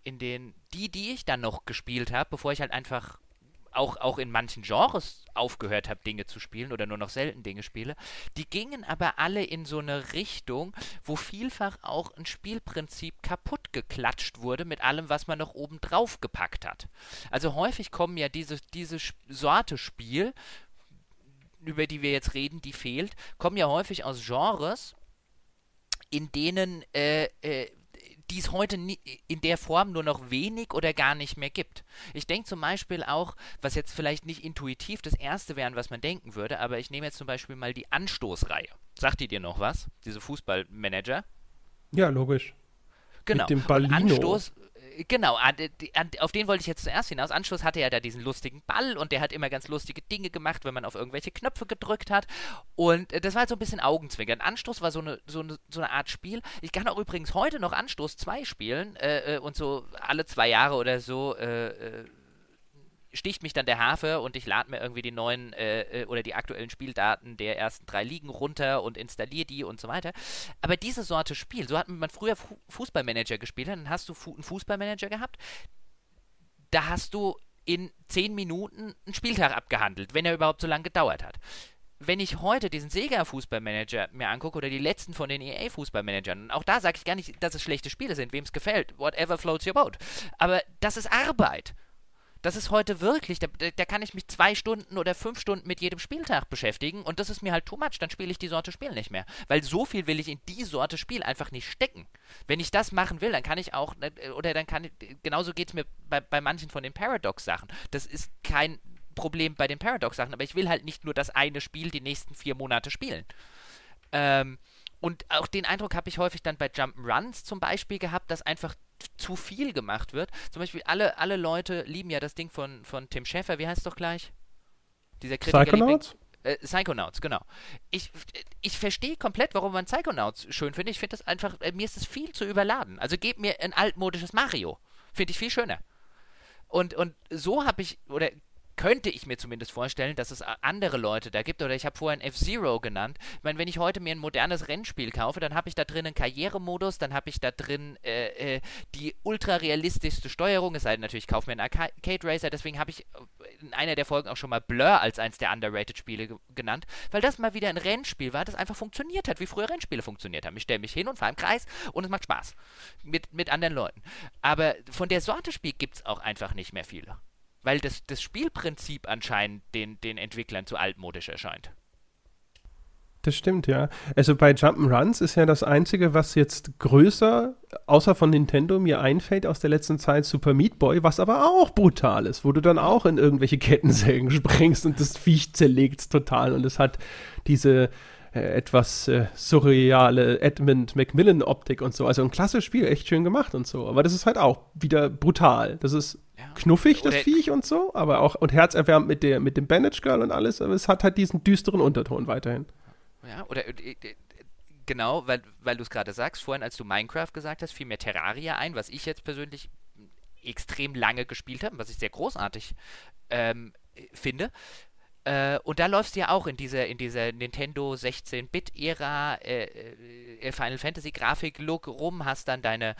die ich dann noch gespielt habe, bevor ich halt einfach auch in manchen Genres aufgehört habe, Dinge zu spielen oder nur noch selten Dinge spiele, die gingen aber alle in so eine Richtung, wo vielfach auch ein Spielprinzip kaputt geklatscht wurde mit allem, was man noch oben drauf gepackt hat. Also häufig kommen ja diese Sorte Spiel, über die wir jetzt reden, die fehlt, kommen ja häufig aus Genres, in denen die es heute in der Form nur noch wenig oder gar nicht mehr gibt. Ich denke zum Beispiel auch, was jetzt vielleicht nicht intuitiv das Erste wäre, an was man denken würde, aber ich nehme jetzt zum Beispiel mal die Anstoßreihe. Sagt die dir noch was? Diese Fußballmanager? Ja, logisch. Genau. Mit dem Ballino. Anstoß, genau, auf den wollte ich jetzt zuerst hinaus. Anstoß hatte ja da diesen lustigen Ball und der hat immer ganz lustige Dinge gemacht, wenn man auf irgendwelche Knöpfe gedrückt hat. Und das war halt so ein bisschen Augenzwinkern. Anstoß war so eine Art Spiel. Ich kann auch übrigens heute noch Anstoß 2 spielen und so alle 2 Jahre oder so sticht mich dann der Hafer und ich lade mir irgendwie die neuen oder die aktuellen Spieldaten der ersten 3 Ligen runter und installiere die und so weiter. Aber diese Sorte Spiel, so hat man früher Fußballmanager gespielt, dann hast du einen Fußballmanager gehabt, da hast du in 10 Minuten einen Spieltag abgehandelt, wenn er überhaupt so lange gedauert hat. Wenn ich heute diesen Sega-Fußballmanager mir angucke oder die letzten von den EA-Fußballmanagern, auch da sage ich gar nicht, dass es schlechte Spiele sind, wem es gefällt, whatever floats your boat. Aber das ist Arbeit. Das ist heute wirklich, da kann ich mich 2 Stunden oder 5 Stunden mit jedem Spieltag beschäftigen und das ist mir halt too much, dann spiele ich die Sorte Spiel nicht mehr. Weil so viel will ich in die Sorte Spiel einfach nicht stecken. Wenn ich das machen will, dann kann ich auch, oder dann kann ich, genauso geht es mir bei manchen von den Paradox-Sachen. Das ist kein Problem bei den Paradox-Sachen, aber ich will halt nicht nur das eine Spiel die nächsten 4 Monate spielen. Und auch den Eindruck habe ich häufig dann bei Jump'n'Runs zum Beispiel gehabt, dass einfach zu viel gemacht wird. Zum Beispiel alle Leute lieben ja das Ding von Tim Schafer, wie heißt es doch gleich? Dieser Kritiker. Psychonauts? Psychonauts, genau. Ich verstehe komplett, warum man Psychonauts schön findet. Ich finde das einfach, mir ist es viel zu überladen. Also gebt mir ein altmodisches Mario. Finde ich viel schöner. Und so habe ich, oder könnte ich mir zumindest vorstellen, dass es andere Leute da gibt, oder ich habe vorhin F-Zero genannt. Ich meine, wenn ich heute mir ein modernes Rennspiel kaufe, dann habe ich da drin einen Karrieremodus, dann habe ich da drin die ultra realistischste Steuerung, es sei denn natürlich, ich kaufe mir einen Arcade Racer, deswegen habe ich in einer der Folgen auch schon mal Blur als eins der underrated Spiele genannt, weil das mal wieder ein Rennspiel war, das einfach funktioniert hat, wie früher Rennspiele funktioniert haben. Ich stelle mich hin und fahre im Kreis und es macht Spaß mit anderen Leuten. Aber von der Sorte Spiel gibt es auch einfach nicht mehr viele. Weil das Spielprinzip anscheinend den Entwicklern zu altmodisch erscheint. Das stimmt, ja. Also bei Jump'n'Runs ist ja das Einzige, was jetzt größer, außer von Nintendo, mir einfällt aus der letzten Zeit, Super Meat Boy, was aber auch brutal ist, wo du dann auch in irgendwelche Kettensägen springst und das Viech zerlegst total und es hat diese etwas surreale Edmund Macmillan-Optik und so. Also ein klasse Spiel, echt schön gemacht und so. Aber das ist halt auch wieder brutal. Das ist knuffig, das Viech und so, aber auch und herzerwärmend mit dem Bandage Girl und alles, aber es hat halt diesen düsteren Unterton weiterhin. Ja, oder genau, weil du es gerade sagst, vorhin, als du Minecraft gesagt hast, fiel mir Terraria ein, was ich jetzt persönlich extrem lange gespielt habe, was ich sehr großartig finde. Und da läufst du ja auch in dieser Nintendo 16-Bit-Ära Final Fantasy Grafik-Look rum, hast dann deine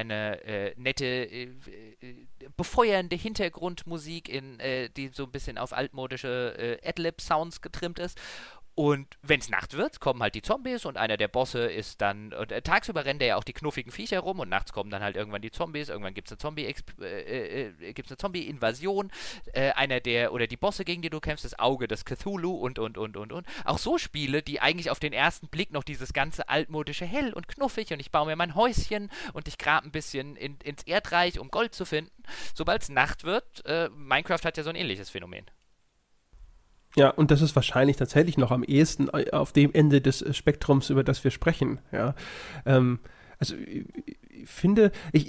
nette befeuernde Hintergrundmusik, die so ein bisschen auf altmodische Adlib-Sounds getrimmt ist. Und wenn es Nacht wird, kommen halt die Zombies und einer der Bosse ist dann, tagsüber rennt der ja auch die knuffigen Viecher rum und nachts kommen dann halt irgendwann die Zombies, irgendwann gibt es eine Zombie-Invasion, oder die Bosse, gegen die du kämpfst, das Auge des Cthulhu und. Auch so Spiele, die eigentlich auf den ersten Blick noch dieses ganze altmodische hell und knuffig und ich baue mir mein Häuschen und ich grab ein bisschen ins Erdreich, um Gold zu finden. Sobald es Nacht wird, Minecraft hat ja so ein ähnliches Phänomen. Ja, und das ist wahrscheinlich tatsächlich noch am ehesten auf dem Ende des Spektrums, über das wir sprechen. Ja, also ich finde,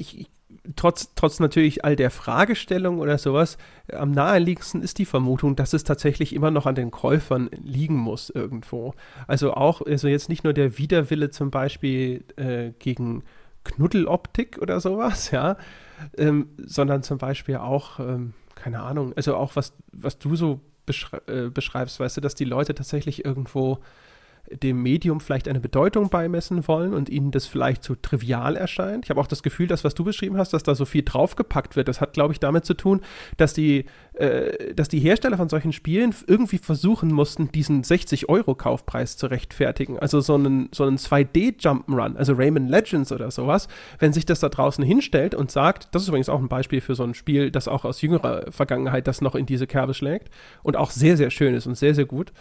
trotz natürlich all der Fragestellung oder sowas, am naheliegendsten ist die Vermutung, dass es tatsächlich immer noch an den Käufern liegen muss irgendwo. Also jetzt nicht nur der Widerwille zum Beispiel gegen Knuddeloptik oder sowas, ja, sondern zum Beispiel auch, keine Ahnung, also auch was du so beschreibst, weißt du, dass die Leute tatsächlich irgendwo dem Medium vielleicht eine Bedeutung beimessen wollen und ihnen das vielleicht zu trivial erscheint. Ich habe auch das Gefühl, dass, was du beschrieben hast, dass da so viel draufgepackt wird, das hat, glaube ich, damit zu tun, dass die Hersteller von solchen Spielen irgendwie versuchen mussten, diesen 60-Euro-Kaufpreis zu rechtfertigen. Also so einen 2D-Jump'n'Run, also Rayman Legends oder sowas, wenn sich das da draußen hinstellt und sagt, das ist übrigens auch ein Beispiel für so ein Spiel, das auch aus jüngerer Vergangenheit das noch in diese Kerbe schlägt und auch sehr, sehr schön ist und sehr, sehr gut,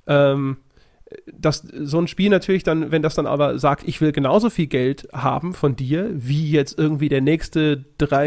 dass so ein Spiel natürlich dann, wenn das dann aber sagt, ich will genauso viel Geld haben von dir, wie jetzt irgendwie der nächste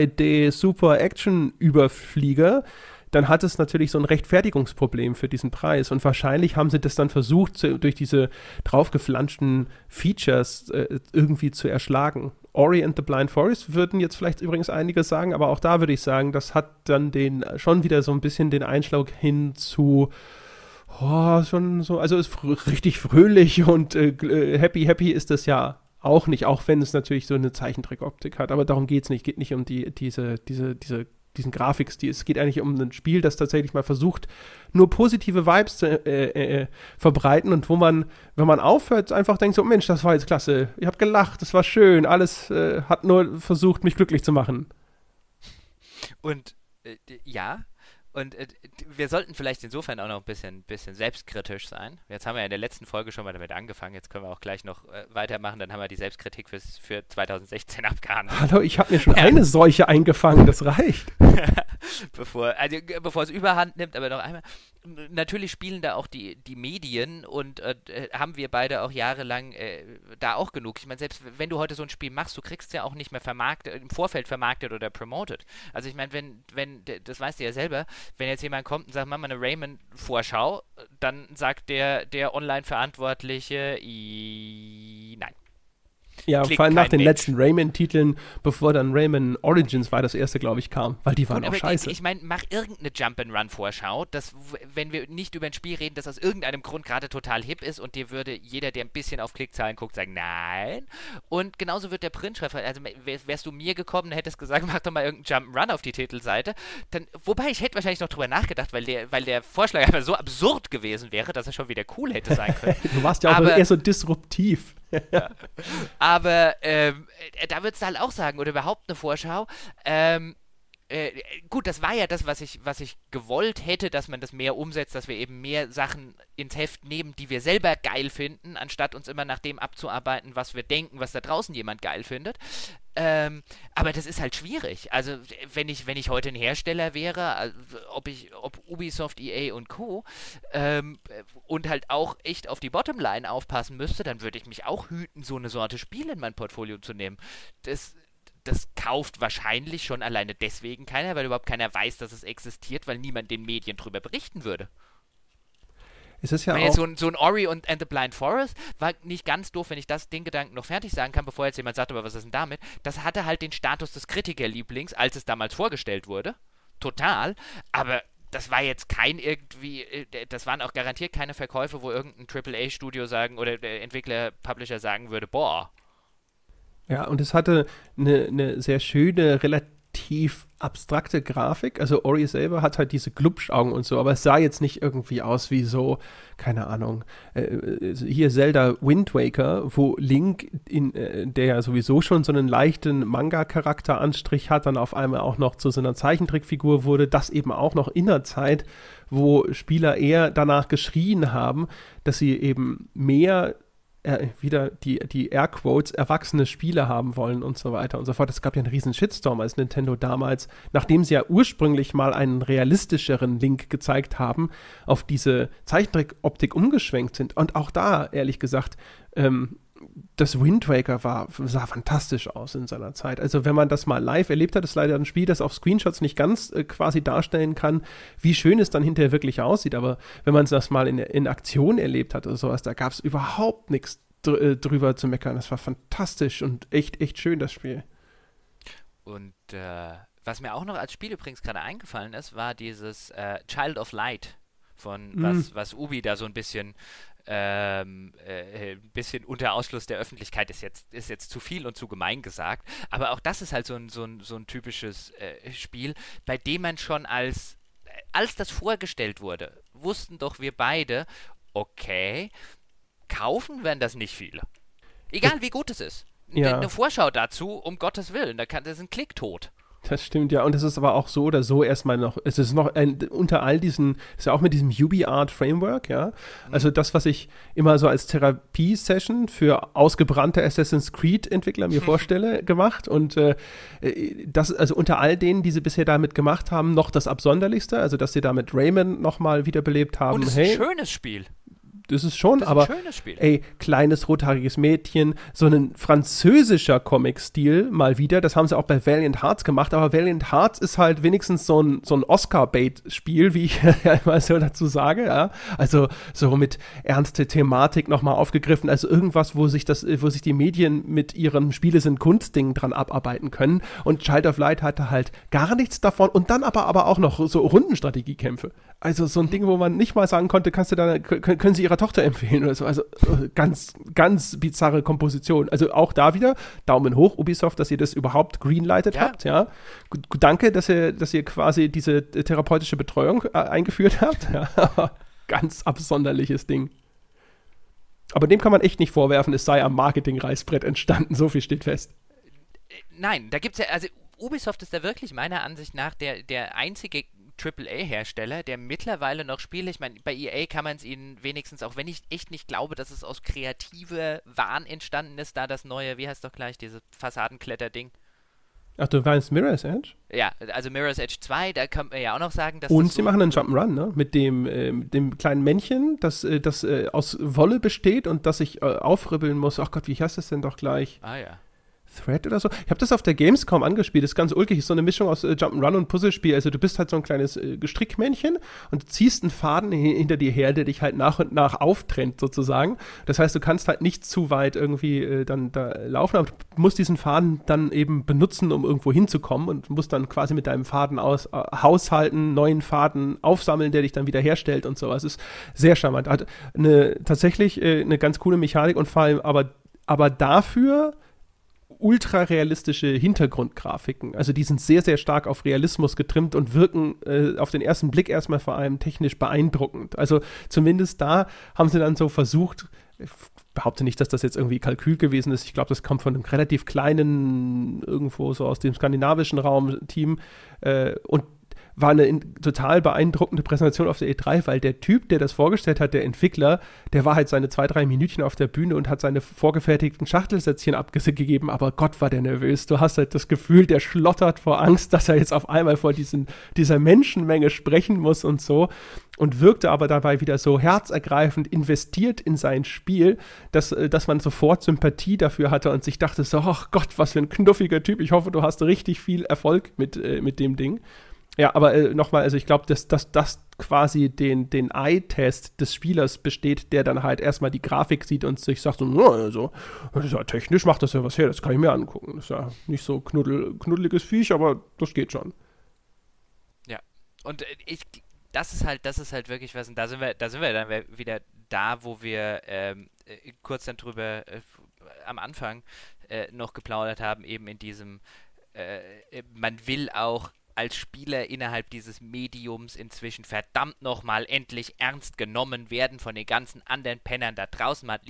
3D-Super-Action-Überflieger, dann hat es natürlich so ein Rechtfertigungsproblem für diesen Preis. Und wahrscheinlich haben sie das dann versucht, durch diese draufgeflanschten Features irgendwie zu erschlagen. Ori and the Blind Forest würden jetzt vielleicht übrigens einige sagen, aber auch da würde ich sagen, das hat dann schon wieder so ein bisschen den Einschlag hin zu schon so, also ist richtig fröhlich und happy ist das ja auch nicht, auch wenn es natürlich so eine Zeichentrickoptik hat, aber darum geht es nicht, geht nicht um diesen Grafikstil, es geht eigentlich um ein Spiel, das tatsächlich mal versucht, nur positive Vibes zu verbreiten und wo man, wenn man aufhört, einfach denkt so, Mensch, das war jetzt klasse, ich habe gelacht, das war schön, alles hat nur versucht, mich glücklich zu machen. Und ja, Und wir sollten vielleicht insofern auch noch ein bisschen selbstkritisch sein. Jetzt haben wir ja in der letzten Folge schon mal damit angefangen. Jetzt können wir auch gleich noch weitermachen. Dann haben wir die Selbstkritik für 2016 abgehandelt. Hallo, ich habe mir schon eine Seuche eingefangen. Das reicht. Bevor es Überhand nimmt, aber noch einmal. Natürlich spielen da auch die Medien und haben wir beide auch jahrelang da auch genug. Ich meine, selbst wenn du heute so ein Spiel machst, du kriegst es ja auch nicht mehr im Vorfeld vermarktet oder promoted. Also ich meine, wenn das weißt du ja selber, wenn jetzt jemand kommt und sagt, mach mal eine Rayman-Vorschau, dann sagt der Online-Verantwortliche, nein. Ja, vor allem nach den letzten Rayman-Titeln, bevor dann Rayman Origins war das erste, glaube ich, kam, weil die waren auch scheiße. Ich meine, mach irgendeine Jump-and-Run-Vorschau, wenn wir nicht über ein Spiel reden, das aus irgendeinem Grund gerade total hip ist und dir würde jeder, der ein bisschen auf Klickzahlen guckt, sagen, nein. Und genauso wird der Printschrift, also wärst du mir gekommen und hättest gesagt, mach doch mal irgendeinen Jump-and-Run auf die Titelseite, dann, wobei ich hätte wahrscheinlich noch drüber nachgedacht, weil der Vorschlag einfach so absurd gewesen wäre, dass er schon wieder cool hätte sein können. Du warst ja auch eher so disruptiv. Ja. Aber da würdest du halt auch sagen, oder überhaupt eine Vorschau, gut, das war ja das, was ich gewollt hätte, dass man das mehr umsetzt, dass wir eben mehr Sachen ins Heft nehmen, die wir selber geil finden, anstatt uns immer nach dem abzuarbeiten, was wir denken, was da draußen jemand geil findet. Aber das ist halt schwierig. Also wenn ich heute ein Hersteller wäre, also ob Ubisoft, EA und Co. Und halt auch echt auf die Bottomline aufpassen müsste, dann würde ich mich auch hüten, so eine Sorte Spiel in mein Portfolio zu nehmen. Das kauft wahrscheinlich schon alleine deswegen keiner, weil überhaupt keiner weiß, dass es existiert, weil niemand den Medien drüber berichten würde. Es ist ja auch so ein Ori and the Blind Forest war nicht ganz doof, wenn ich den Gedanken noch fertig sagen kann, bevor jetzt jemand sagt, aber was ist denn damit? Das hatte halt den Status des Kritikerlieblings, als es damals vorgestellt wurde. Total. Aber das war jetzt das waren auch garantiert keine Verkäufe, wo irgendein AAA-Studio sagen oder der Entwickler, Publisher sagen würde, boah. Ja, und es hatte eine sehr schöne, relativ abstrakte Grafik. Also Ori selber hat halt diese Glubschaugen und so, aber es sah jetzt nicht irgendwie aus wie so, keine Ahnung, hier Zelda Wind Waker, wo Link, der ja sowieso schon so einen leichten Manga-Charakteranstrich hat, dann auf einmal auch noch zu so einer Zeichentrickfigur wurde, das eben auch noch in der Zeit, wo Spieler eher danach geschrien haben, dass sie eben mehr wieder die Airquotes erwachsene Spiele haben wollen und so weiter und so fort. Es gab ja einen riesen Shitstorm, als Nintendo damals, nachdem sie ja ursprünglich mal einen realistischeren Link gezeigt haben, auf diese Zeichentrick-Optik umgeschwenkt sind. Und auch da, ehrlich gesagt, das Wind Waker sah fantastisch aus in seiner Zeit. Also wenn man das mal live erlebt hat, ist leider ein Spiel, das auf Screenshots nicht ganz quasi darstellen kann, wie schön es dann hinterher wirklich aussieht. Aber wenn man das mal in Aktion erlebt hat oder sowas, da gab es überhaupt nichts drüber zu meckern. Das war fantastisch und echt, echt schön, das Spiel. Und was mir auch noch als Spiel übrigens gerade eingefallen ist, war dieses Child of Light von was Ubi da so ein bisschen unter Ausschluss der Öffentlichkeit ist jetzt zu viel und zu gemein gesagt, aber auch das ist halt so ein typisches Spiel, bei dem man schon als das vorgestellt wurde, wussten doch wir beide, okay, kaufen werden das nicht viele. Egal wie gut es ist. Ja. Eine Vorschau dazu, um Gottes Willen, das ist ein Klick tot. Das stimmt, ja. Und es ist aber auch so oder so erstmal noch, es ist noch unter all diesen, ist ja auch mit diesem UbiArt-Framework, ja. Also das, was ich immer so als Therapie-Session für ausgebrannte Assassin's Creed-Entwickler mir vorstelle, gemacht. Und das, also unter all denen, die sie bisher damit gemacht haben, noch das Absonderlichste, also dass sie damit Rayman nochmal wiederbelebt haben. Und es ist ein schönes Spiel. Das ist schon, das ist aber ein schönes Spiel. Ey, kleines rothaariges Mädchen, so ein französischer Comic-Stil mal wieder, das haben sie auch bei Valiant Hearts gemacht, aber Valiant Hearts ist halt wenigstens so ein Oscar-Bait-Spiel, wie ich ja immer so dazu sage, ja, also so mit ernste Thematik nochmal aufgegriffen, also irgendwas, wo sich die Medien mit ihrem Spiele sind Kunstding dran abarbeiten können, und Child of Light hatte halt gar nichts davon und dann aber auch noch so Rundenstrategiekämpfe, also so ein Ding, wo man nicht mal sagen konnte, können sie ihrer Tochter empfehlen oder so. Also ganz, ganz bizarre Komposition. Also auch da wieder Daumen hoch, Ubisoft, dass ihr das überhaupt greenlightet habt. Ja. Danke, dass ihr quasi diese therapeutische Betreuung eingeführt habt. Ja, aber ganz absonderliches Ding. Aber dem kann man echt nicht vorwerfen, es sei am Marketing-Reißbrett entstanden. So viel steht fest. Nein, da gibt es ja, also Ubisoft ist da wirklich meiner Ansicht nach der einzige AAA-Hersteller, der mittlerweile noch Spiele, ich meine, bei EA kann man es ihnen wenigstens, auch wenn ich echt nicht glaube, dass es aus kreative Wahn entstanden ist, da das neue, wie heißt doch gleich, dieses Fassadenkletter-Ding. Ach, du meinst Mirror's Edge? Ja, also Mirror's Edge 2, da kann man ja auch noch sagen, dass und das sie machen einen Jump'n'Run, ne? Mit dem kleinen Männchen, das aus Wolle besteht und das sich aufribbeln muss. Ach Gott, wie heißt das denn doch gleich? Ah ja. Thread oder so. Ich habe das auf der Gamescom angespielt. Das ist ganz ulkig. Das ist so eine Mischung aus Jump'n'Run und Puzzlespiel. Also du bist halt so ein kleines Strickmännchen und du ziehst einen Faden hinter dir her, der dich halt nach und nach auftrennt sozusagen. Das heißt, du kannst halt nicht zu weit irgendwie dann da laufen, aber du musst diesen Faden dann eben benutzen, um irgendwo hinzukommen und musst dann quasi mit deinem Faden haushalten, neuen Faden aufsammeln, der dich dann wieder herstellt und so. Es ist sehr charmant. Hat tatsächlich eine ganz coole Mechanik und vor allem aber dafür ultra realistische Hintergrundgrafiken. Also die sind sehr, sehr stark auf Realismus getrimmt und wirken auf den ersten Blick erstmal vor allem technisch beeindruckend. Also zumindest da haben sie dann so versucht, ich behaupte nicht, dass das jetzt irgendwie Kalkül gewesen ist. Ich glaube, das kommt von einem relativ kleinen, irgendwo so aus dem skandinavischen Raum-Team und war eine total beeindruckende Präsentation auf der E3, weil der Typ, der das vorgestellt hat, der Entwickler, der war halt seine 2-3 Minütchen auf der Bühne und hat seine vorgefertigten Schachtelsätzchen abgegeben, aber Gott, war der nervös. Du hast halt das Gefühl, der schlottert vor Angst, dass er jetzt auf einmal vor dieser Menschenmenge sprechen muss und so und wirkte aber dabei wieder so herzergreifend investiert in sein Spiel, dass man sofort Sympathie dafür hatte und sich dachte so, ach Gott, was für ein knuffiger Typ, ich hoffe, du hast richtig viel Erfolg mit dem Ding. Ja, aber nochmal, also ich glaube, dass das quasi den Eye-Test des Spielers besteht, der dann halt erstmal die Grafik sieht und sich sagt so, also, das ist ja technisch macht das ja was her, das kann ich mir angucken. Das ist ja nicht so knuddeliges Viech, aber das geht schon. Ja, und das ist halt wirklich was, und da sind wir dann wieder da, wo wir kurz dann drüber am Anfang noch geplaudert haben, eben in diesem, man will auch als Spieler innerhalb dieses Mediums inzwischen verdammt nochmal endlich ernst genommen werden von den ganzen anderen Pennern da draußen. Man hat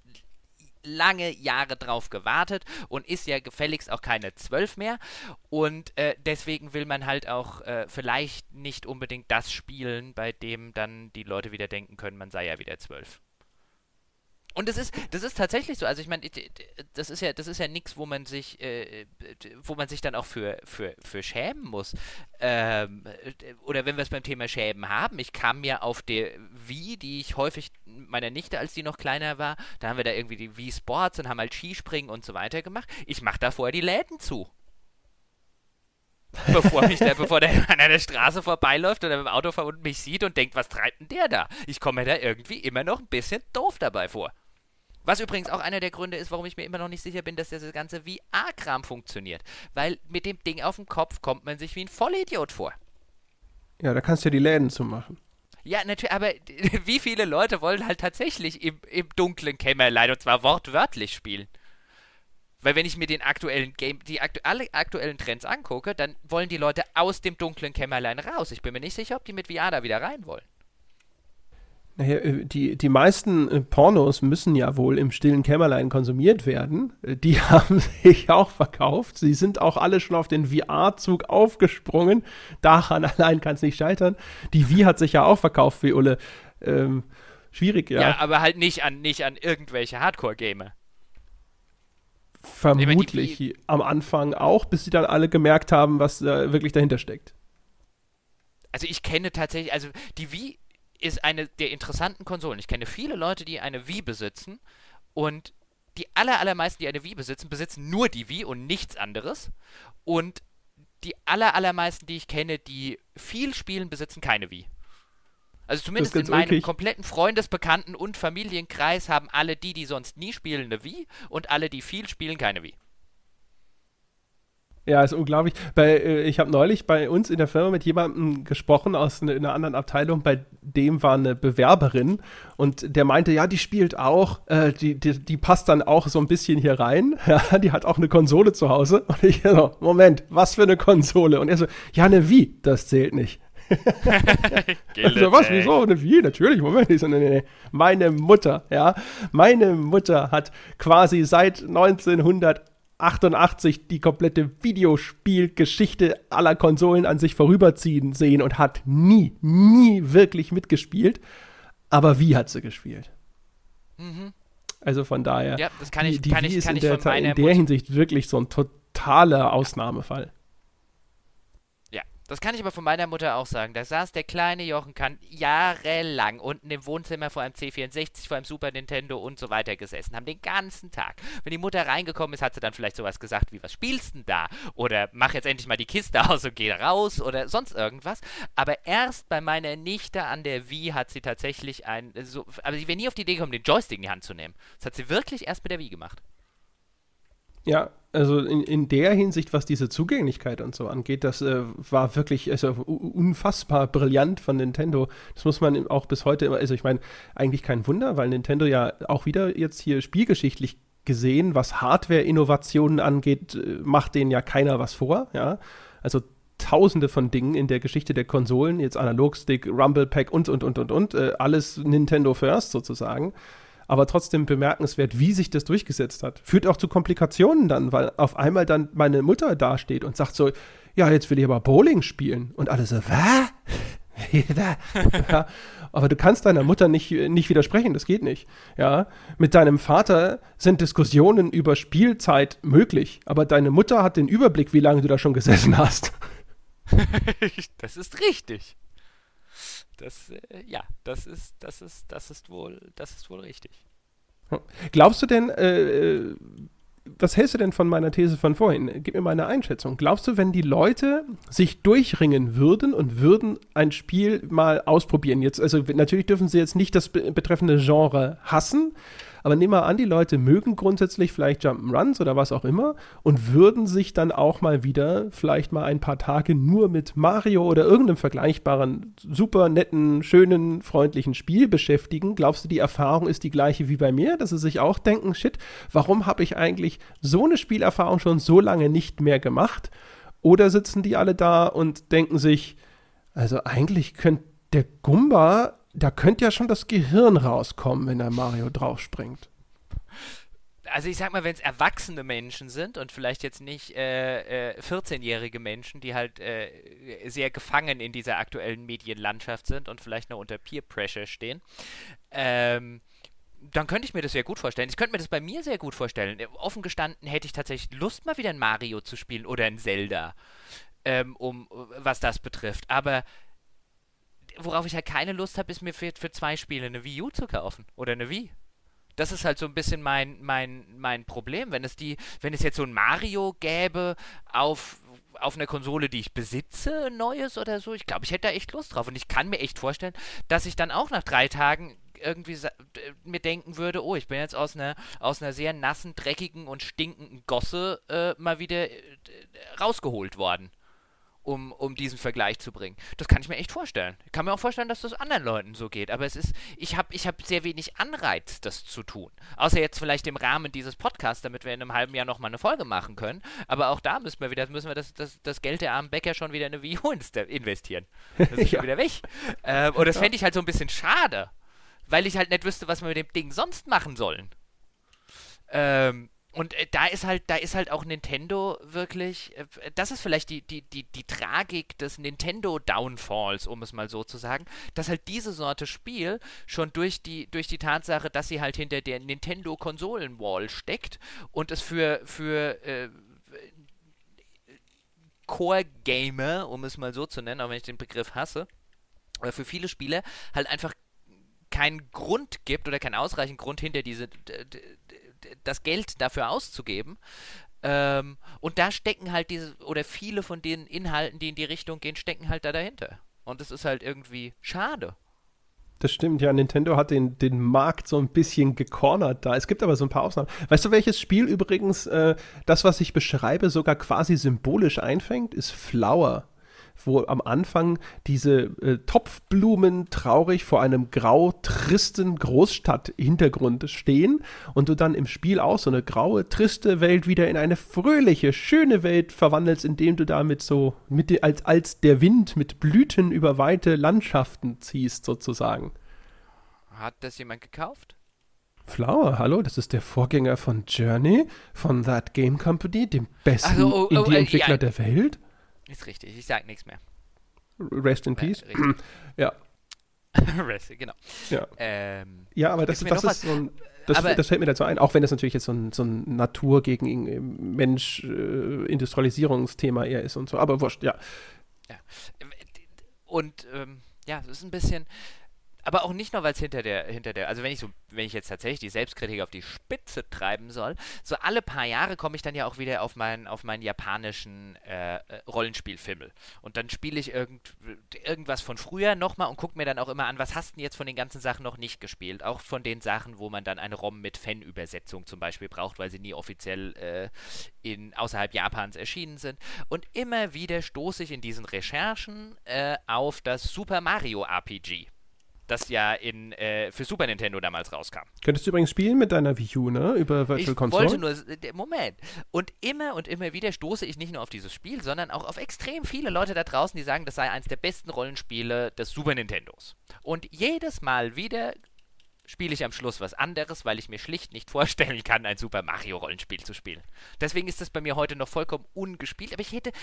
lange Jahre drauf gewartet und ist ja gefälligst auch keine 12 mehr und deswegen will man halt auch vielleicht nicht unbedingt das spielen, bei dem dann die Leute wieder denken können, man sei ja wieder 12. Und das ist tatsächlich so. Also ich meine, das ist ja nichts, wo man sich dann auch für schämen muss. Oder wenn wir es beim Thema Schämen haben, ich kam mir auf der Wii, die ich häufig meiner Nichte, als die noch kleiner war, da haben wir da irgendwie die Wii Sports und haben halt Skispringen und so weiter gemacht. Ich mache da vorher die Läden zu. Bevor der an der Straße vorbeiläuft oder mit dem Auto fährt und mich sieht und denkt, was treibt denn der da? Ich komme mir da irgendwie immer noch ein bisschen doof dabei vor. Was übrigens auch einer der Gründe ist, warum ich mir immer noch nicht sicher bin, dass das ganze VR-Kram funktioniert. Weil mit dem Ding auf dem Kopf kommt man sich wie ein Vollidiot vor. Ja, da kannst du ja die Läden zumachen. Ja, natürlich, aber wie viele Leute wollen halt tatsächlich im dunklen Kämmerlein, und zwar wortwörtlich, spielen? Weil wenn ich mir den aktuellen alle aktuellen Trends angucke, dann wollen die Leute aus dem dunklen Kämmerlein raus. Ich bin mir nicht sicher, ob die mit VR da wieder rein wollen. Naja, die meisten Pornos müssen ja wohl im stillen Kämmerlein konsumiert werden. Die haben sich auch verkauft. Sie sind auch alle schon auf den VR-Zug aufgesprungen. Daran allein kann es nicht scheitern. Die Wii hat sich ja auch verkauft, wie Ulle. Schwierig, ja. Ja, aber halt nicht an irgendwelche Hardcore-Gamer. Vermutlich am Anfang auch, bis sie dann alle gemerkt haben, was wirklich dahinter steckt. Also ich kenne tatsächlich, also die Wii ist eine der interessanten Konsolen. Ich kenne viele Leute, die eine Wii besitzen und die allermeisten, die eine Wii besitzen nur die Wii und nichts anderes. Und die allermeisten, die ich kenne, die viel spielen, besitzen keine Wii. Also zumindest in meinem kompletten Freundesbekannten- und Familienkreis haben alle die sonst nie spielen, eine Wii und alle, die viel spielen, keine Wii. Ja, ist unglaublich. Ich habe neulich bei uns in der Firma mit jemandem gesprochen aus einer anderen Abteilung, bei dem war eine Bewerberin und der meinte, ja, die spielt auch, die passt dann auch so ein bisschen hier rein, ja, die hat auch eine Konsole zu Hause und ich so, Moment, was für eine Konsole? Und er so, ja, eine Wii, das zählt nicht. Also was, wieso? Eine Wii? Natürlich, Moment. Ich so, nee. Meine Mutter hat quasi seit 1998 1988 die komplette Videospielgeschichte aller Konsolen an sich vorüberziehen sehen und hat nie wirklich mitgespielt. Aber wie hat sie gespielt? Mhm. Also von daher, ja, das kann ich die Wii ist in der Hinsicht wirklich so ein totaler Ausnahmefall. Das kann ich aber von meiner Mutter auch sagen. Da saß der kleine Jochen Kant jahrelang unten im Wohnzimmer vor einem C64, vor einem Super Nintendo und so weiter gesessen, haben den ganzen Tag. Wenn die Mutter reingekommen ist, hat sie dann vielleicht sowas gesagt wie, was spielst denn da? Oder mach jetzt endlich mal die Kiste aus und geh raus oder sonst irgendwas. Aber erst bei meiner Nichte an der Wii hat sie tatsächlich aber sie wäre nie auf die Idee gekommen, den Joystick in die Hand zu nehmen. Das hat sie wirklich erst mit der Wii gemacht. Ja, also in der Hinsicht, was diese Zugänglichkeit und so angeht, das war wirklich unfassbar brillant von Nintendo. Das muss man auch bis heute immer, also ich meine, eigentlich kein Wunder, weil Nintendo ja auch wieder jetzt hier spielgeschichtlich gesehen, was Hardware-Innovationen angeht, macht denen ja keiner was vor, ja. Also tausende von Dingen in der Geschichte der Konsolen, jetzt Analogstick, Rumble Pack und, alles Nintendo First sozusagen. Aber trotzdem bemerkenswert, wie sich das durchgesetzt hat. Führt auch zu Komplikationen dann, weil auf einmal dann meine Mutter dasteht und sagt so, ja, jetzt will ich aber Bowling spielen. Und alle so, was? Ja, aber du kannst deiner Mutter nicht widersprechen, das geht nicht. Ja, mit deinem Vater sind Diskussionen über Spielzeit möglich, aber deine Mutter hat den Überblick, wie lange du da schon gesessen hast. Das ist richtig. Das ist wohl richtig. Glaubst du denn, was hältst du denn von meiner These von vorhin? Gib mir mal eine Einschätzung. Glaubst du, wenn die Leute sich durchringen würden und würden ein Spiel mal ausprobieren, jetzt, also natürlich dürfen sie jetzt nicht das betreffende Genre hassen, aber nehmen wir an, die Leute mögen grundsätzlich vielleicht Jump'n'Runs oder was auch immer und würden sich dann auch mal wieder vielleicht mal ein paar Tage nur mit Mario oder irgendeinem vergleichbaren, super netten, schönen, freundlichen Spiel beschäftigen. Glaubst du, die Erfahrung ist die gleiche wie bei mir, dass sie sich auch denken, shit, warum habe ich eigentlich so eine Spielerfahrung schon so lange nicht mehr gemacht? Oder sitzen die alle da und denken sich, also eigentlich könnte der Gumba, da könnte ja schon das Gehirn rauskommen, wenn der Mario draufspringt. Also ich sag mal, wenn es erwachsene Menschen sind und vielleicht jetzt nicht 14-jährige Menschen, die halt sehr gefangen in dieser aktuellen Medienlandschaft sind und vielleicht noch unter Peer Pressure stehen, dann könnte ich mir das sehr gut vorstellen. Ich könnte mir das bei mir sehr gut vorstellen. Offen gestanden hätte ich tatsächlich Lust, mal wieder ein Mario zu spielen oder ein Zelda, was das betrifft. Aber worauf ich halt keine Lust habe, ist mir für 2 Spiele eine Wii U zu kaufen oder eine Wii. Das ist halt so ein bisschen mein Problem. Wenn es jetzt so ein Mario gäbe auf einer Konsole, die ich besitze, ein neues oder so, ich glaube, ich hätte da echt Lust drauf. Und ich kann mir echt vorstellen, dass ich dann auch nach 3 Tagen irgendwie mir denken würde, oh, ich bin jetzt aus einer sehr nassen, dreckigen und stinkenden Gosse mal wieder rausgeholt worden. Um diesen Vergleich zu bringen. Das kann ich mir echt vorstellen. Ich kann mir auch vorstellen, dass das anderen Leuten so geht. Aber ich hab sehr wenig Anreiz, das zu tun. Außer jetzt vielleicht im Rahmen dieses Podcasts, damit wir in einem halben Jahr nochmal eine Folge machen können. Aber auch da müssen wir das Geld der armen Bäcker schon wieder in eine Wii U investieren. Das ist schon wieder weg. Und das fände ich halt so ein bisschen schade. Weil ich halt nicht wüsste, was wir mit dem Ding sonst machen sollen. Und da ist halt auch Nintendo wirklich, das ist vielleicht die Tragik des Nintendo-Downfalls, um es mal so zu sagen, dass halt diese Sorte Spiel schon durch die Tatsache, dass sie halt hinter der Nintendo-Konsolen-Wall steckt und es für Core-Gamer, um es mal so zu nennen, auch wenn ich den Begriff hasse, aber für viele Spieler halt einfach keinen Grund gibt oder keinen ausreichenden Grund hinter das Geld dafür auszugeben. Und da stecken halt viele von den Inhalten, die in die Richtung gehen, stecken halt da dahinter. Und das ist halt irgendwie schade. Das stimmt, ja, Nintendo hat den Markt so ein bisschen gecornert da. Es gibt aber so ein paar Ausnahmen. Weißt du, welches Spiel übrigens das, was ich beschreibe, sogar quasi symbolisch einfängt? Ist Flower. Wo am Anfang diese Topfblumen traurig vor einem grau-tristen Großstadt-Hintergrund stehen und du dann im Spiel auch so eine graue, triste Welt wieder in eine fröhliche, schöne Welt verwandelst, indem du damit so als der Wind mit Blüten über weite Landschaften ziehst, sozusagen. Hat das jemand gekauft? Flower, hallo, das ist der Vorgänger von Journey, von That Game Company, dem besten Indie-Entwickler der Welt. Ist richtig, ich sag nichts mehr. Rest in Peace. Ja. Rest, genau. Ja, ja, aber das ist so ein... Das fällt mir dazu ein, auch wenn das natürlich jetzt so ein Natur gegen Mensch-Industrialisierungsthema eher ist und so, aber wurscht, ja. Und es ist ein bisschen, aber auch nicht nur, weil es hinter der, also wenn ich jetzt tatsächlich die Selbstkritik auf die Spitze treiben soll, so alle paar Jahre komme ich dann ja auch wieder auf meinen japanischen Rollenspielfimmel. Und dann spiele ich irgendwas von früher nochmal und gucke mir dann auch immer an, was hast du denn jetzt von den ganzen Sachen noch nicht gespielt? Auch von den Sachen, wo man dann eine ROM mit Fan-Übersetzung zum Beispiel braucht, weil sie nie offiziell außerhalb Japans erschienen sind. Und immer wieder stoße ich in diesen Recherchen auf das Super Mario RPG, das ja für Super Nintendo damals rauskam. Könntest du übrigens spielen mit deiner Wii U, ne? Über Virtual Console? Ich wollte nur... Moment. Und immer wieder stoße ich nicht nur auf dieses Spiel, sondern auch auf extrem viele Leute da draußen, die sagen, das sei eines der besten Rollenspiele des Super Nintendos. Und jedes Mal wieder spiele ich am Schluss was anderes, weil ich mir schlicht nicht vorstellen kann, ein Super Mario Rollenspiel zu spielen. Deswegen ist das bei mir heute noch vollkommen ungespielt, aber ich hätte...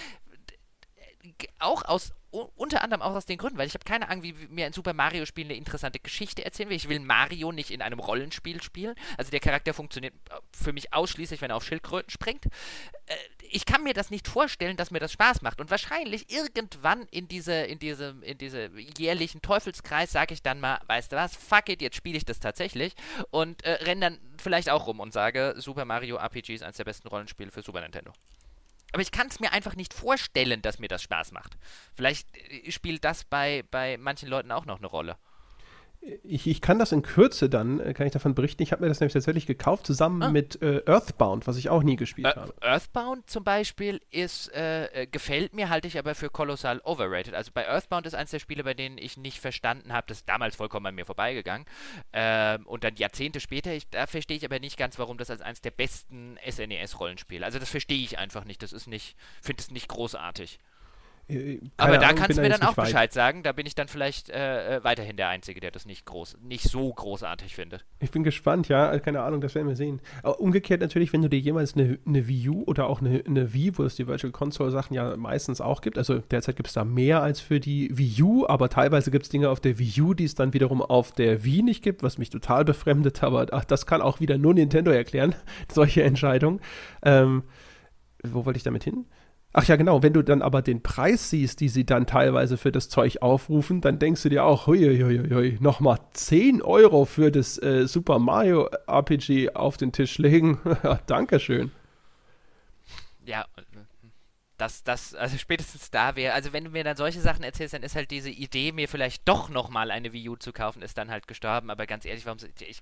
unter anderem auch aus den Gründen, weil ich habe keine Ahnung, wie mir ein Super Mario-Spiel eine interessante Geschichte erzählen will. Ich will Mario nicht in einem Rollenspiel spielen. Also der Charakter funktioniert für mich ausschließlich, wenn er auf Schildkröten springt. Ich kann mir das nicht vorstellen, dass mir das Spaß macht. Und wahrscheinlich irgendwann in diese jährlichen Teufelskreis sage ich dann mal, weißt du was, fuck it, jetzt spiele ich das tatsächlich und renne dann vielleicht auch rum und sage, Super Mario RPG ist eines der besten Rollenspiele für Super Nintendo. Aber ich kann es mir einfach nicht vorstellen, dass mir das Spaß macht. Vielleicht spielt das bei manchen Leuten auch noch eine Rolle. Ich kann das in Kürze dann, kann ich davon berichten. Ich habe mir das nämlich tatsächlich gekauft, zusammen mit Earthbound, was ich auch nie gespielt habe. Earthbound zum Beispiel gefällt mir, halte ich aber für kolossal overrated. Also bei Earthbound ist eines der Spiele, bei denen ich nicht verstanden habe, das ist damals vollkommen an mir vorbeigegangen. Und dann Jahrzehnte später, da verstehe ich aber nicht ganz, warum das als eines der besten SNES-Rollenspiele. Also das verstehe ich einfach nicht. Finde es nicht großartig. Aber da kannst du mir dann auch Bescheid sagen. Da bin ich dann vielleicht weiterhin der Einzige, der das nicht so großartig findet. Ich bin gespannt, ja. Keine Ahnung, das werden wir sehen. Aber umgekehrt natürlich, wenn du dir jemals eine Wii U oder auch eine Wii, wo es die Virtual Console Sachen ja meistens auch gibt, also derzeit gibt es da mehr als für die Wii U, aber teilweise gibt es Dinge auf der Wii U, die es dann wiederum auf der Wii nicht gibt, was mich total befremdet, aber das kann auch wieder nur Nintendo erklären, solche Entscheidungen. Wo wollte ich damit hin? Ach ja, genau, wenn du dann aber den Preis siehst, die sie dann teilweise für das Zeug aufrufen, dann denkst du dir auch, huiuiuiui, nochmal 10 € für das Super Mario RPG auf den Tisch legen. Dankeschön. Ja, also spätestens da wäre, also wenn du mir dann solche Sachen erzählst, dann ist halt diese Idee, mir vielleicht doch nochmal eine Wii U zu kaufen, ist dann halt gestorben, aber ganz ehrlich,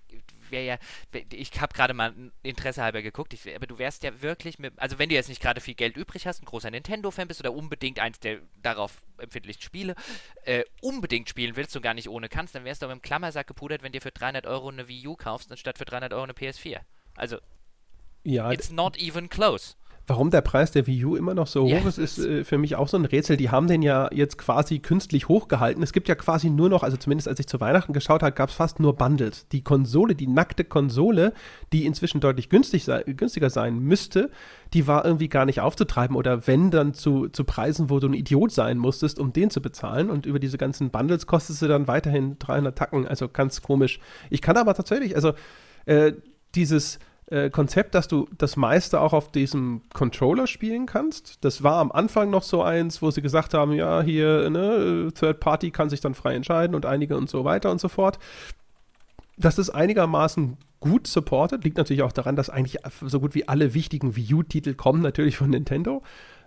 ich habe gerade mal Interesse halber geguckt, aber du wärst ja wirklich also wenn du jetzt nicht gerade viel Geld übrig hast, ein großer Nintendo-Fan bist oder unbedingt eins der darauf empfindlichen Spiele unbedingt spielen willst und gar nicht ohne kannst, dann wärst du mit dem Klammersack gepudert, wenn dir für 300 € eine Wii U kaufst, anstatt für 300 € eine PS4. Also, ja, it's not even close. Warum der Preis der Wii U immer noch so hoch ist, ist für mich auch so ein Rätsel. Die haben den ja jetzt quasi künstlich hochgehalten. Es gibt ja quasi nur noch, also zumindest als ich zu Weihnachten geschaut habe, gab es fast nur Bundles. Die Konsole, die nackte Konsole, die inzwischen deutlich günstiger sein müsste, die war irgendwie gar nicht aufzutreiben oder wenn, dann zu Preisen, wo du ein Idiot sein musstest, um den zu bezahlen. Und über diese ganzen Bundles kostest du dann weiterhin 300 Tacken. Also ganz komisch. Ich kann aber tatsächlich, also dieses Konzept, dass du das meiste auch auf diesem Controller spielen kannst. Das war am Anfang noch so eins, wo sie gesagt haben, ja, hier, ne, Third Party kann sich dann frei entscheiden und einige und so weiter und so fort. Das ist einigermaßen gut supported, liegt natürlich auch daran, dass eigentlich so gut wie alle wichtigen Wii U-Titel kommen natürlich von Nintendo.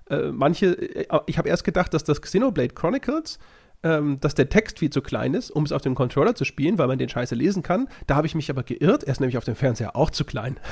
Ich habe erst gedacht, dass das Xenoblade Chronicles dass der Text viel zu klein ist, um es auf dem Controller zu spielen, weil man den Scheiße lesen kann. Da habe ich mich aber geirrt. Er ist nämlich auf dem Fernseher auch zu klein.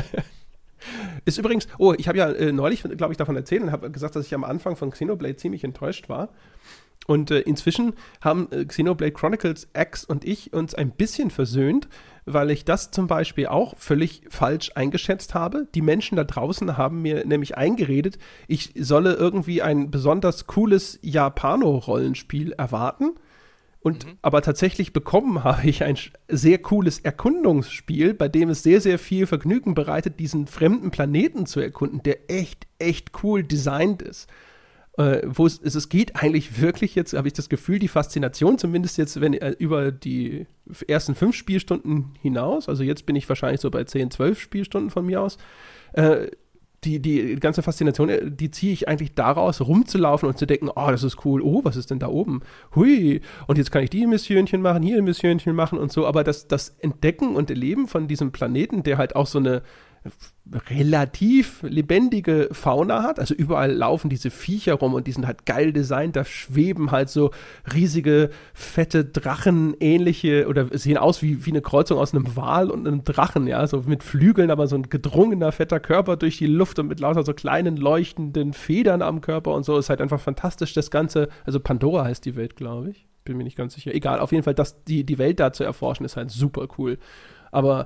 Ist übrigens, ich habe ja neulich, glaube ich, davon erzählt und habe gesagt, dass ich am Anfang von Xenoblade ziemlich enttäuscht war. Und inzwischen haben Xenoblade Chronicles X und ich uns ein bisschen versöhnt, weil ich das zum Beispiel auch völlig falsch eingeschätzt habe. Die Menschen da draußen haben mir nämlich eingeredet, ich solle irgendwie ein besonders cooles Japano-Rollenspiel erwarten. Aber tatsächlich bekommen habe ich ein sehr cooles Erkundungsspiel, bei dem es sehr, sehr viel Vergnügen bereitet, diesen fremden Planeten zu erkunden, der echt, echt cool designt ist. Wo es geht eigentlich wirklich jetzt, habe ich das Gefühl, die Faszination, zumindest jetzt, wenn über die ersten 5 Spielstunden hinaus, also jetzt bin ich wahrscheinlich so bei 10, 12 Spielstunden von mir aus, die ganze Faszination, die ziehe ich eigentlich daraus, rumzulaufen und zu denken, oh, das ist cool, oh, was ist denn da oben? Hui, und jetzt kann ich die Missionchen machen, hier ein Missionchen machen und so, aber das Entdecken und Erleben von diesem Planeten, der halt auch so eine relativ lebendige Fauna hat, also überall laufen diese Viecher rum und die sind halt geil designt, da schweben halt so riesige, fette Drachen ähnliche oder sehen aus wie eine Kreuzung aus einem Wal und einem Drachen, ja, so mit Flügeln, aber so ein gedrungener, fetter Körper durch die Luft und mit lauter so kleinen, leuchtenden Federn am Körper und so, ist halt einfach fantastisch, das Ganze, also Pandora heißt die Welt, glaube ich, bin mir nicht ganz sicher, egal, auf jeden Fall, die Welt da zu erforschen, ist halt super cool, aber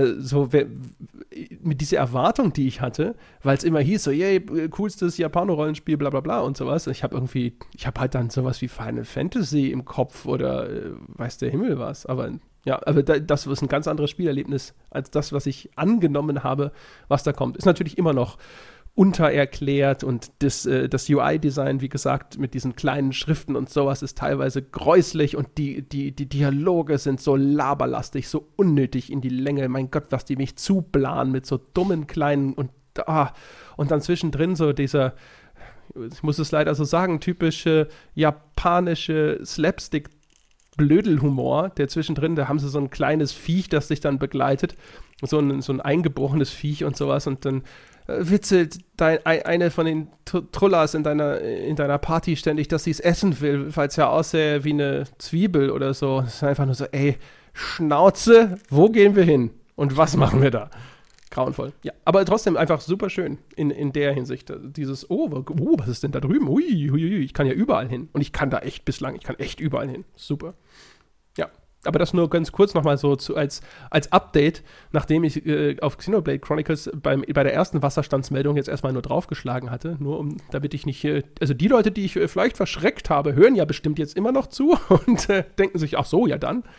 mit dieser Erwartung, die ich hatte, weil es immer hieß, so, yay, coolstes Japano-Rollenspiel, bla bla bla und sowas. Ich habe halt dann sowas wie Final Fantasy im Kopf oder weiß der Himmel was. Aber ja, aber das ist ein ganz anderes Spielerlebnis als das, was ich angenommen habe, was da kommt. Ist natürlich immer noch untererklärt und das UI-Design, wie gesagt, mit diesen kleinen Schriften und sowas ist teilweise gräuslich und die Dialoge sind so laberlastig, so unnötig in die Länge. Mein Gott, was die mich zublahen mit so dummen kleinen und dann zwischendrin so dieser, ich muss es leider so sagen, typische japanische Slapstick-Blödelhumor, der zwischendrin, da haben sie so ein kleines Viech, das sich dann begleitet, so ein eingebrochenes Viech und sowas und dann witzelt eine von den Trullas in deiner Party ständig, dass sie es essen will, weil es ja aussähe wie eine Zwiebel oder so. Es ist einfach nur so, ey, Schnauze, wo gehen wir hin? Und was machen wir da? Grauenvoll. Ja, aber trotzdem einfach super schön in der Hinsicht. Dieses, was ist denn da drüben? Ui, ich kann ja überall hin. Und ich kann echt überall hin. Super. Ja. Aber das nur ganz kurz nochmal so als Update, nachdem ich auf Xenoblade Chronicles bei der ersten Wasserstandsmeldung jetzt erstmal nur draufgeschlagen hatte, nur damit ich nicht, also die Leute, die ich vielleicht verschreckt habe, hören ja bestimmt jetzt immer noch zu und denken sich, ach so, ja dann.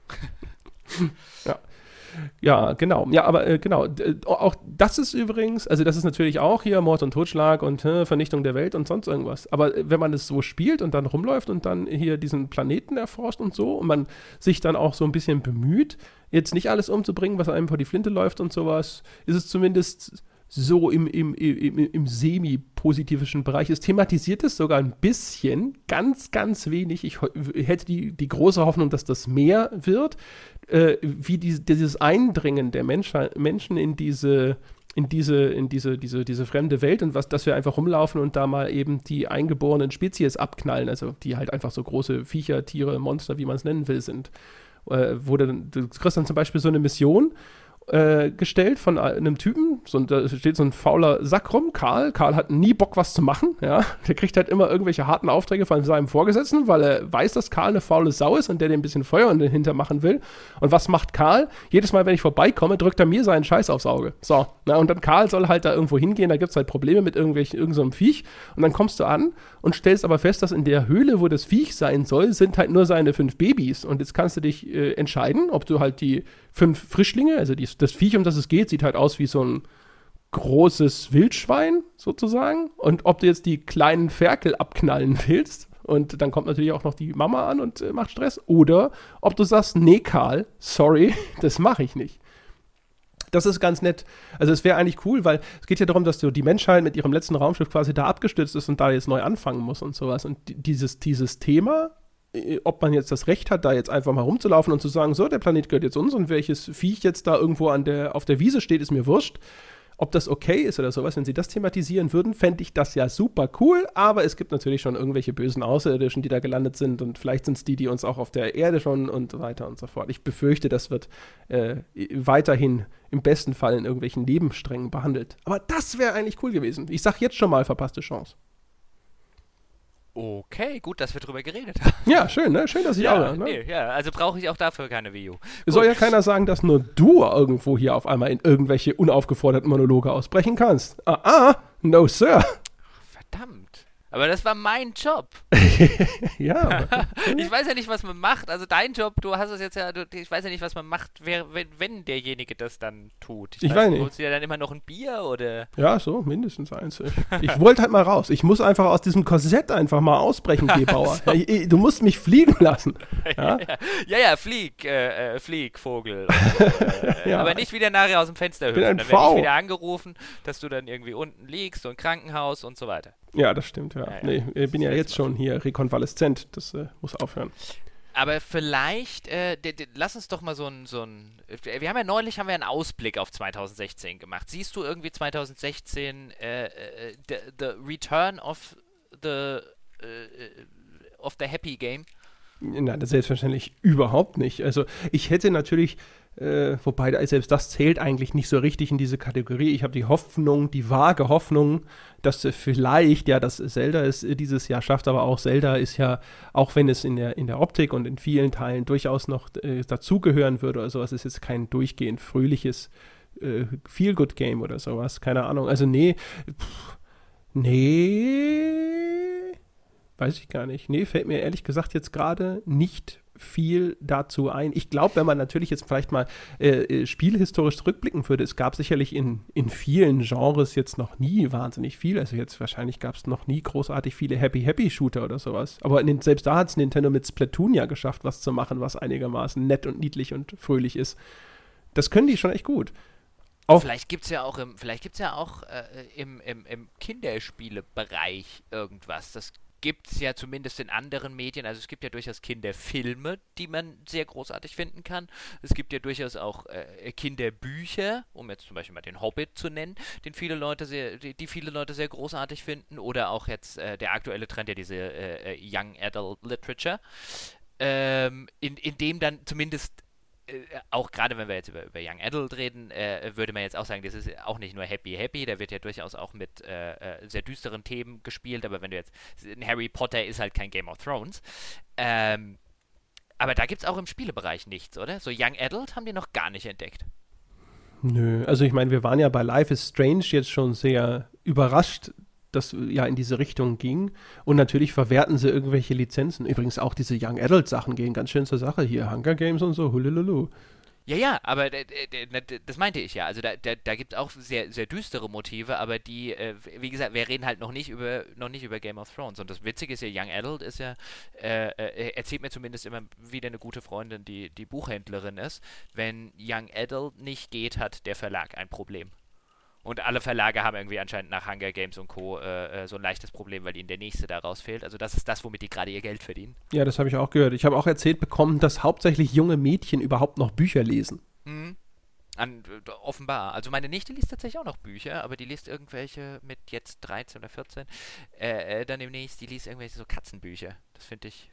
Ja. Ja, genau. Ja, aber genau. Auch das ist übrigens, also das ist natürlich auch hier Mord und Totschlag und Vernichtung der Welt und sonst irgendwas. Aber wenn man es so spielt und dann rumläuft und dann hier diesen Planeten erforscht und so und man sich dann auch so ein bisschen bemüht, jetzt nicht alles umzubringen, was einem vor die Flinte läuft und sowas, ist es zumindest so im semi-positivischen Bereich. Es thematisiert es sogar ein bisschen, ganz, ganz wenig. Ich hätte die große Hoffnung, dass das mehr wird, wie dieses Eindringen der Menschen in diese fremde Welt und dass wir einfach rumlaufen und da mal eben die eingeborenen Spezies abknallen, also die halt einfach so große Viecher, Tiere, Monster, wie man es nennen will, sind. Wo du kriegst dann zum Beispiel so eine Mission gestellt von einem Typen, da steht so ein fauler Sack rum, Karl hat nie Bock, was zu machen, ja, der kriegt halt immer irgendwelche harten Aufträge von seinem Vorgesetzten, weil er weiß, dass Karl eine faule Sau ist und der dem ein bisschen Feuer dahinter machen will. Und was macht Karl? Jedes Mal, wenn ich vorbeikomme, drückt er mir seinen Scheiß aufs Auge. So, und dann Karl soll halt da irgendwo hingehen, da gibt es halt Probleme mit irgendeinem so Viech und dann kommst du an und stellst aber fest, dass in der Höhle, wo das Viech sein soll, sind halt nur seine 5 Babys und jetzt kannst du dich entscheiden, ob du halt die 5 Frischlinge, also das Viech, um das es geht, sieht halt aus wie so ein großes Wildschwein sozusagen. Und ob du jetzt die kleinen Ferkel abknallen willst, und dann kommt natürlich auch noch die Mama an und macht Stress, oder ob du sagst, nee, Karl, sorry, das mache ich nicht. Das ist ganz nett. Also es wäre eigentlich cool, weil es geht ja darum, dass die Menschheit mit ihrem letzten Raumschiff quasi da abgestürzt ist und da jetzt neu anfangen muss und sowas. Und dieses Thema, ob man jetzt das Recht hat, da jetzt einfach mal rumzulaufen und zu sagen, so, der Planet gehört jetzt uns und welches Viech jetzt da irgendwo auf der Wiese steht, ist mir wurscht. Ob das okay ist oder sowas, wenn sie das thematisieren würden, fände ich das ja super cool, aber es gibt natürlich schon irgendwelche bösen Außerirdischen, die da gelandet sind und vielleicht sind es die uns auch auf der Erde schon und so weiter und so fort. Ich befürchte, das wird weiterhin im besten Fall in irgendwelchen Nebensträngen behandelt. Aber das wäre eigentlich cool gewesen. Ich sag jetzt schon mal, verpasste Chance. Okay, gut, dass wir drüber geredet haben. Ja, schön, ne? Schön, dass ich auch. Ne? Nee, ja, also brauche ich auch dafür keine Wii U. Soll ja keiner sagen, dass nur du irgendwo hier auf einmal in irgendwelche unaufgeforderten Monologe ausbrechen kannst. No, sir. Verdammt. Aber das war mein Job. Ja. Ich weiß ja nicht, was man macht. Also dein Job, du hast es jetzt ja, ich weiß ja nicht, was man macht, wenn derjenige das dann tut. Ich weiß nicht. Holst du dir dann immer noch ein Bier oder? Ja, so, mindestens eins. Ich wollte halt mal raus. Ich muss einfach aus diesem Korsett einfach mal ausbrechen, Gebauer. So. Du musst mich fliegen lassen. Ja, flieg, Vogel. Ja. Aber nicht wieder nachher aus dem Fenster hüpfen. Dann werde ich wieder angerufen, dass du dann irgendwie unten liegst, so im Krankenhaus und so weiter. Ja, das stimmt, ja. Nee, ich bin ja jetzt schon hier rekonvaleszent. Das muss aufhören. Aber vielleicht, lass uns doch mal so ein wir haben ja neulich einen Ausblick auf 2016 gemacht. Siehst du irgendwie 2016 the Return of the Happy Game? Nein, das selbstverständlich überhaupt nicht. Also ich hätte natürlich, wobei selbst das zählt eigentlich nicht so richtig in diese Kategorie. Ich habe die vage Hoffnung, dass vielleicht ja das Zelda es dieses Jahr schafft, aber auch Zelda ist ja, auch wenn es in der Optik und in vielen Teilen durchaus noch dazugehören würde oder sowas, ist jetzt kein durchgehend fröhliches Feel-Good-Game oder sowas. Keine Ahnung. Also nee, weiß ich gar nicht. Nee, fällt mir ehrlich gesagt jetzt gerade nicht viel dazu ein. Ich glaube, wenn man natürlich jetzt vielleicht mal spielhistorisch zurückblicken würde, es gab sicherlich in vielen Genres jetzt noch nie wahnsinnig viel. Also jetzt wahrscheinlich gab es noch nie großartig viele Happy-Shooter oder sowas. Aber selbst da hat es Nintendo mit Splatoon ja geschafft, was zu machen, was einigermaßen nett und niedlich und fröhlich ist. Das können die schon echt gut. Vielleicht gibt es ja auch im Kinderspielebereich irgendwas. Das gibt es ja zumindest in anderen Medien. Also es gibt ja durchaus Kinderfilme, die man sehr großartig finden kann. Es gibt ja durchaus auch Kinderbücher, um jetzt zum Beispiel mal den Hobbit zu nennen, die viele Leute sehr großartig finden. Oder auch jetzt der aktuelle Trend, ja diese Young Adult Literature, in dem dann zumindest auch gerade wenn wir jetzt über Young Adult reden, würde man jetzt auch sagen, das ist auch nicht nur Happy, da wird ja durchaus auch mit sehr düsteren Themen gespielt, aber wenn du jetzt, Harry Potter ist halt kein Game of Thrones, aber da gibt es auch im Spielebereich nichts, oder? So Young Adult haben die noch gar nicht entdeckt. Nö, also ich meine, wir waren ja bei Life is Strange jetzt schon sehr überrascht, das ja in diese Richtung ging. Und natürlich verwerten sie irgendwelche Lizenzen. Übrigens auch diese Young Adult Sachen gehen ganz schön zur Sache hier. Hunger Games und so, hulululu. Ja, aber das meinte ich ja. Also da gibt es auch sehr, sehr düstere Motive, aber die, wie gesagt, wir reden halt noch nicht über Game of Thrones. Und das Witzige ist ja, Young Adult ist ja, erzählt mir zumindest immer wieder eine gute Freundin, die Buchhändlerin ist. Wenn Young Adult nicht geht, hat der Verlag ein Problem. Und alle Verlage haben irgendwie anscheinend nach Hunger Games und Co. So ein leichtes Problem, weil ihnen der nächste daraus fehlt. Also das ist das, womit die gerade ihr Geld verdienen. Ja, das habe ich auch gehört. Ich habe auch erzählt bekommen, dass hauptsächlich junge Mädchen überhaupt noch Bücher lesen. Mhm. Offenbar. Also meine Nichte liest tatsächlich auch noch Bücher, aber die liest irgendwelche mit jetzt 13 oder 14. Dann demnächst, die liest irgendwelche so Katzenbücher. Das finde ich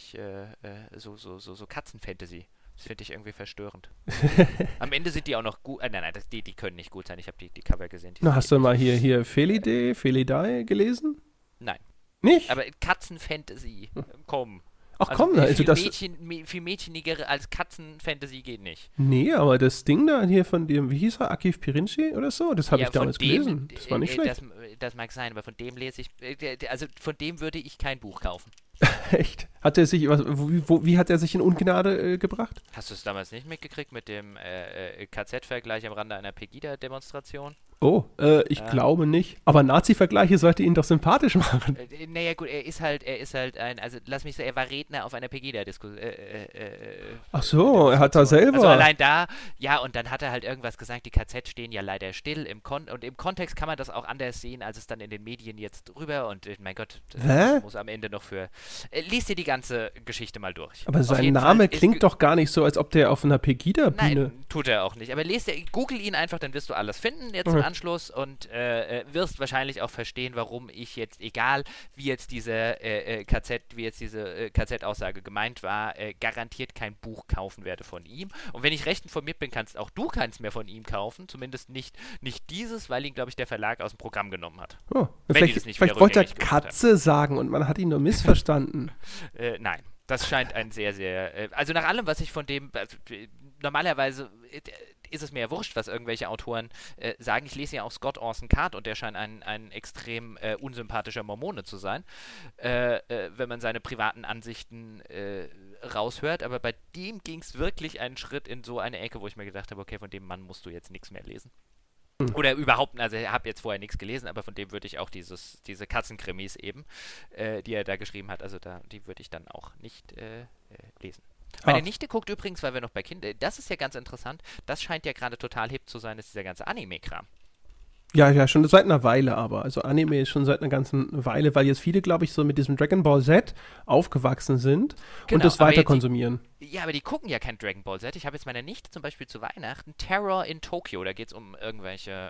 so Katzenfantasy. Das finde ich irgendwie verstörend. Am Ende sind die auch noch gut. Nein, die können nicht gut sein. Ich habe die Cover gesehen. Na, hast du mal hier Felidae gelesen? Nein. Nicht? Aber Katzenfantasy. Komm. Ach komm, also viel mädchenigere als Katzenfantasy geht nicht. Nee, aber das Ding da hier von dem, wie hieß er, Akif Pirinci oder so, das habe ich damals gelesen. Das war nicht schlecht. Das mag sein, aber von dem lese ich, also von dem würde ich kein Buch kaufen. Echt? Hat er sich, wie hat er sich in Ungnade gebracht? Hast du es damals nicht mitgekriegt mit dem KZ-Vergleich am Rande einer Pegida-Demonstration? Oh, ich glaube nicht. Aber Nazi-Vergleiche sollte ihn doch sympathisch machen. Naja gut, er ist halt ein, also lass mich sagen, er war Redner auf einer Pegida-Diskussion. Ach so, er hat da selber. Also allein da, ja, und dann hat er halt irgendwas gesagt, die KZ stehen ja leider still. Und im Kontext kann man das auch anders sehen, als es dann in den Medien jetzt rüber. Und mein Gott, das muss am Ende noch für... lies dir die ganze Geschichte mal durch. Aber sein Name klingt doch gar nicht so, als ob der auf einer Pegida-Bühne... Nein, tut er auch nicht. Aber google ihn einfach, dann wirst du alles finden jetzt im Anschluss und wirst wahrscheinlich auch verstehen, warum ich jetzt, egal wie jetzt diese KZ-Aussage gemeint war, garantiert kein Buch kaufen werde von ihm. Und wenn ich recht informiert bin, kannst auch du keins mehr von ihm kaufen. Zumindest nicht dieses, weil ihn, glaube ich, der Verlag aus dem Programm genommen hat. Oh, vielleicht wollte er Katze sagen und man hat ihn nur missverstanden. Nein. Das scheint ein sehr, sehr... also nach allem, was ich von dem... normalerweise ist es mir ja wurscht, was irgendwelche Autoren sagen. Ich lese ja auch Scott Orson Card und der scheint ein extrem unsympathischer Mormone zu sein, wenn man seine privaten Ansichten raushört. Aber bei dem ging es wirklich einen Schritt in so eine Ecke, wo ich mir gedacht habe, okay, von dem Mann musst du jetzt nichts mehr lesen. Oder überhaupt, also ich habe jetzt vorher nichts gelesen, aber von dem würde ich auch diese Katzenkrimis eben, die er da geschrieben hat, also die würde ich dann auch nicht lesen. Meine Nichte guckt übrigens, weil wir noch bei Kindern, das ist ja ganz interessant, das scheint ja gerade total hip zu sein, ist dieser ganze Anime-Kram. Ja, schon seit einer Weile aber. Also Anime ist schon seit einer ganzen Weile, weil jetzt viele, glaube ich, so mit diesem Dragon Ball Z aufgewachsen sind und das weiter konsumieren. Ja, aber die gucken ja kein Dragon Ball Z. Ich habe jetzt meiner Nichte zum Beispiel zu Weihnachten Terror in Tokyo. Da geht es um irgendwelche,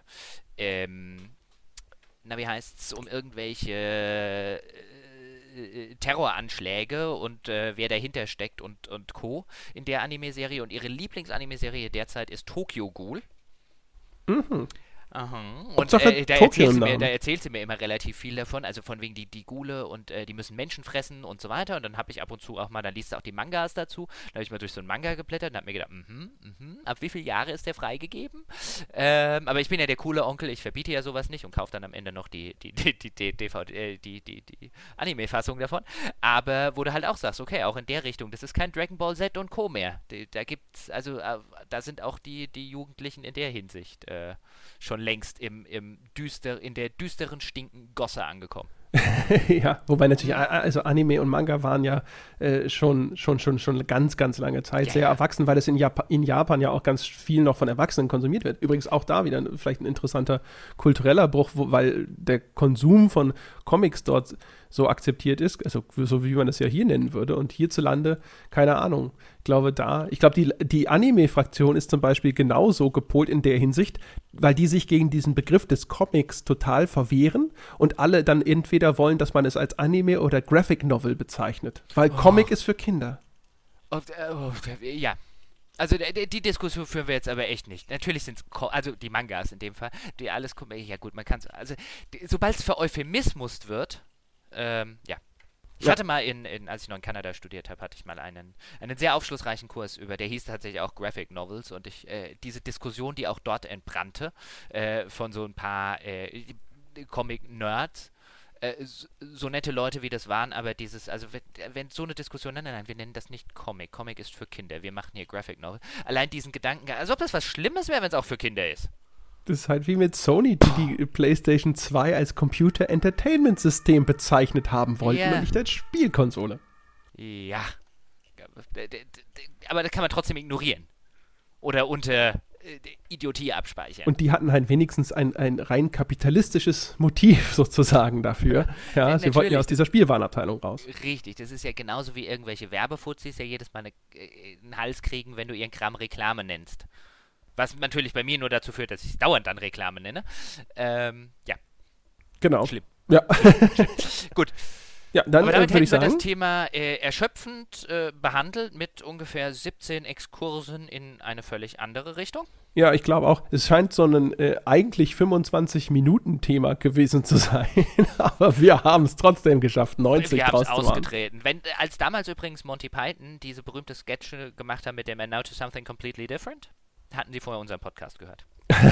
wie heißt's, um irgendwelche Terroranschläge und wer dahinter steckt und Co. in der Anime-Serie. Und ihre Lieblings-Anime-Serie derzeit ist Tokyo Ghoul. Mhm. Aha. Und da erzählt sie mir immer relativ viel davon, also von wegen die Ghule und die müssen Menschen fressen und so weiter. Und dann habe ich ab und zu auch mal, dann liest du auch die Mangas dazu. Dann habe ich mal durch so einen Manga geblättert und habe mir gedacht, ab wie viele Jahre ist der freigegeben? Aber ich bin ja der coole Onkel, ich verbiete ja sowas nicht und kaufe dann am Ende noch die Anime-Fassung davon. Aber wo du halt auch sagst, okay, auch in der Richtung, das ist kein Dragon Ball Z und Co. mehr. Da gibt's, also da sind auch die Jugendlichen in der Hinsicht schon längst in der düsteren, stinkenden Gosse angekommen. Ja, wobei natürlich, also Anime und Manga waren ja schon ganz, ganz lange Zeit sehr erwachsen, weil es in Japan ja auch ganz viel noch von Erwachsenen konsumiert wird. Übrigens auch da wieder vielleicht ein interessanter kultureller Bruch, weil der Konsum von Comics dort so akzeptiert ist, also so wie man das ja hier nennen würde. Und hierzulande, keine Ahnung, ich glaube, die Anime-Fraktion ist zum Beispiel genauso gepolt in der Hinsicht, weil die sich gegen diesen Begriff des Comics total verwehren und alle dann entweder wollen, dass man es als Anime oder Graphic Novel bezeichnet. Weil Comic ist für Kinder. Ja. Also die Diskussion führen wir jetzt aber echt nicht. Natürlich sind es, also die Mangas in dem Fall, die alles, ja gut, man kann es, also sobald es vereuphemismus wird, ja. Ich hatte mal als ich noch in Kanada studiert habe, hatte ich mal einen sehr aufschlussreichen Kurs der hieß tatsächlich auch Graphic Novels und diese Diskussion, die auch dort entbrannte, von so ein paar Comic-Nerds, so nette Leute wie das waren, aber wenn so eine Diskussion, nein, wir nennen das nicht Comic. Comic ist für Kinder, wir machen hier Graphic Novel. Allein diesen Gedanken, als ob das was Schlimmes wäre, wenn es auch für Kinder ist. Das ist halt wie mit Sony, die PlayStation 2 als Computer-Entertainment-System bezeichnet haben wollten und nicht als Spielkonsole. Ja. Aber das kann man trotzdem ignorieren. Oder unter Idiotie abspeichern. Und die hatten halt wenigstens ein rein kapitalistisches Motiv sozusagen dafür. Ja, sie wollten ja aus dieser Spielwarenabteilung raus. Richtig, das ist ja genauso wie irgendwelche Werbefuzis ja jedes Mal einen Hals kriegen, wenn du ihren Kram Reklame nennst. Was natürlich bei mir nur dazu führt, dass ich es dauernd dann Reklame nenne. Ja. Genau. Schlimm. Ja. Gut. Ja, dann aber damit würde ich hätten wir sagen, das Thema erschöpfend behandelt mit ungefähr 17 Exkursen in eine völlig andere Richtung. Ja, ich glaube auch, es scheint so ein eigentlich 25-Minuten-Thema gewesen zu sein, aber wir haben es trotzdem geschafft, 90 draus zu machen. Wir haben es ausgetreten. Als damals übrigens Monty Python diese berühmte Sketch gemacht haben mit dem And Now to Something Completely Different, hatten sie vorher unseren Podcast gehört.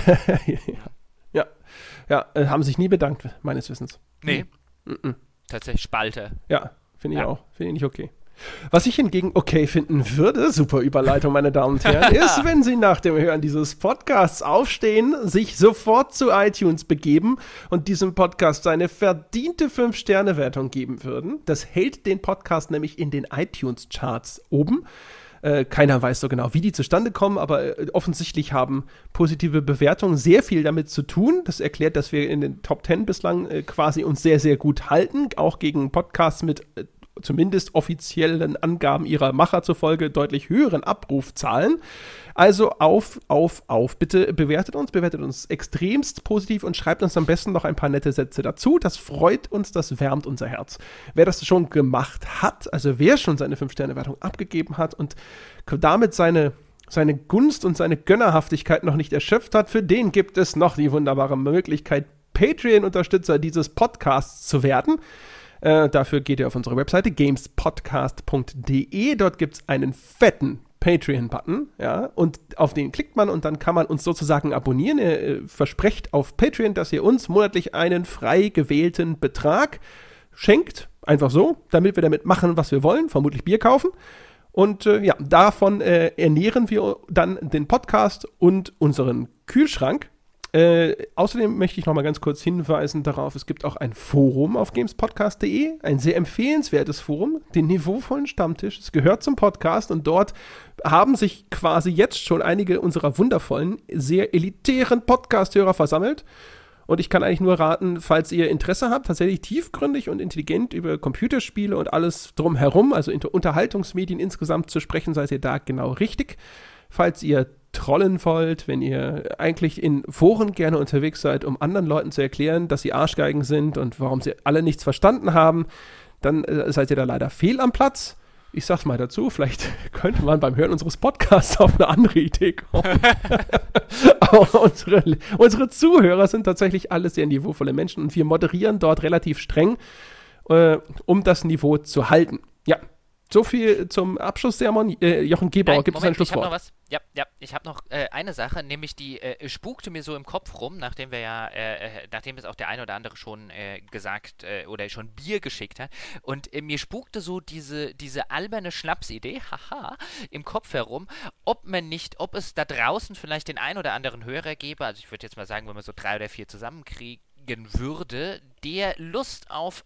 Ja, haben sich nie bedankt, meines Wissens. Nee. Tatsächlich Spalte. Ja, finde ich auch. Finde ich nicht okay. Was ich hingegen okay finden würde, super Überleitung, meine Damen und Herren, ist, wenn Sie nach dem Hören dieses Podcasts aufstehen, sich sofort zu iTunes begeben und diesem Podcast seine verdiente 5-Sterne-Wertung geben würden. Das hält den Podcast nämlich in den iTunes-Charts oben. Keiner weiß so genau, wie die zustande kommen, aber offensichtlich haben positive Bewertungen sehr viel damit zu tun. Das erklärt, dass wir in den Top 10 bislang quasi uns sehr, sehr gut halten, auch gegen Podcasts mit zumindest offiziellen Angaben ihrer Macher zufolge deutlich höheren Abrufzahlen. Also auf. Bitte bewertet uns extremst positiv und schreibt uns am besten noch ein paar nette Sätze dazu. Das freut uns, das wärmt unser Herz. Wer das schon gemacht hat, also wer schon seine 5-Sterne-Wertung abgegeben hat und damit seine Gunst und seine Gönnerhaftigkeit noch nicht erschöpft hat, für den gibt es noch die wunderbare Möglichkeit, Patreon-Unterstützer dieses Podcasts zu werden. Dafür geht ihr auf unsere Webseite gamespodcast.de. Dort gibt es einen fetten Patreon-Button, ja, und auf den klickt man und dann kann man uns sozusagen abonnieren. Ihr versprecht auf Patreon, dass ihr uns monatlich einen frei gewählten Betrag schenkt, einfach so, damit wir damit machen, was wir wollen, vermutlich Bier kaufen. Und ja, davon ernähren wir dann den Podcast und unseren Kühlschrank. Außerdem möchte ich noch mal ganz kurz hinweisen darauf, es gibt auch ein Forum auf gamespodcast.de, ein sehr empfehlenswertes Forum, den niveauvollen Stammtisch. Es gehört zum Podcast und dort haben sich quasi jetzt schon einige unserer wundervollen, sehr elitären Podcast-Hörer versammelt. Und ich kann eigentlich nur raten, falls ihr Interesse habt, tatsächlich tiefgründig und intelligent über Computerspiele und alles drumherum, also Unterhaltungsmedien insgesamt zu sprechen, seid ihr da genau richtig. Falls ihr trollen wollt, wenn ihr eigentlich in Foren gerne unterwegs seid, um anderen Leuten zu erklären, dass sie Arschgeigen sind und warum sie alle nichts verstanden haben, dann seid ihr da leider fehl am Platz. Ich sag's mal dazu, vielleicht könnte man beim Hören unseres Podcasts auf eine andere Idee kommen. Aber unsere Zuhörer sind tatsächlich alle sehr niveauvolle Menschen und wir moderieren dort relativ streng, um das Niveau zu halten. Ja. So viel zum Abschlusssermon. Jochen Gebauer, gibt es ein Schlusswort? Ich habe noch was. Ja, ich habe noch eine Sache, nämlich die spukte mir so im Kopf rum, nachdem es auch der eine oder andere schon gesagt oder schon Bier geschickt hat. Und mir spukte so diese alberne Schnapsidee, haha, im Kopf herum, ob es da draußen vielleicht den ein oder anderen Hörer gäbe, also ich würde jetzt mal sagen, wenn wir so 3 oder 4 zusammenkriegen würde, der Lust auf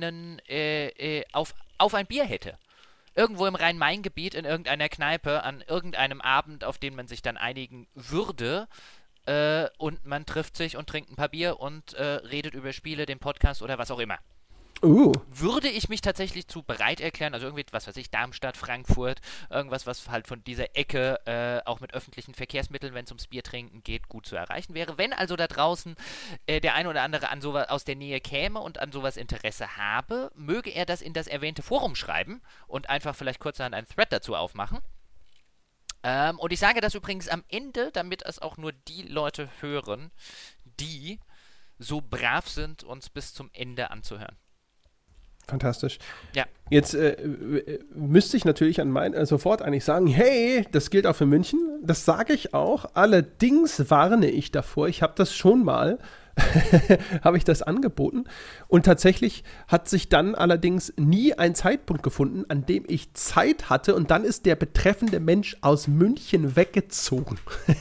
auf ein Bier hätte. Irgendwo im Rhein-Main-Gebiet in irgendeiner Kneipe an irgendeinem Abend, auf den man sich dann einigen würde und man trifft sich und trinkt ein paar Bier und redet über Spiele, den Podcast oder was auch immer. Würde ich mich tatsächlich zu bereit erklären, also irgendwie, was weiß ich, Darmstadt, Frankfurt, irgendwas, was halt von dieser Ecke auch mit öffentlichen Verkehrsmitteln, wenn es ums Biertrinken geht, gut zu erreichen wäre. Wenn also da draußen der ein oder andere an sowas aus der Nähe käme und an sowas Interesse habe, möge er das in das erwähnte Forum schreiben und einfach vielleicht kurzerhand einen Thread dazu aufmachen. Und ich sage das übrigens am Ende, damit es auch nur die Leute hören, die so brav sind, uns bis zum Ende anzuhören. Fantastisch. Ja. Jetzt müsste ich natürlich sofort eigentlich sagen, hey, das gilt auch für München. Das sage ich auch. Allerdings warne ich davor. Ich habe das schon mal, habe ich das angeboten. Und tatsächlich hat sich dann allerdings nie ein Zeitpunkt gefunden, an dem ich Zeit hatte. Und dann ist der betreffende Mensch aus München weggezogen.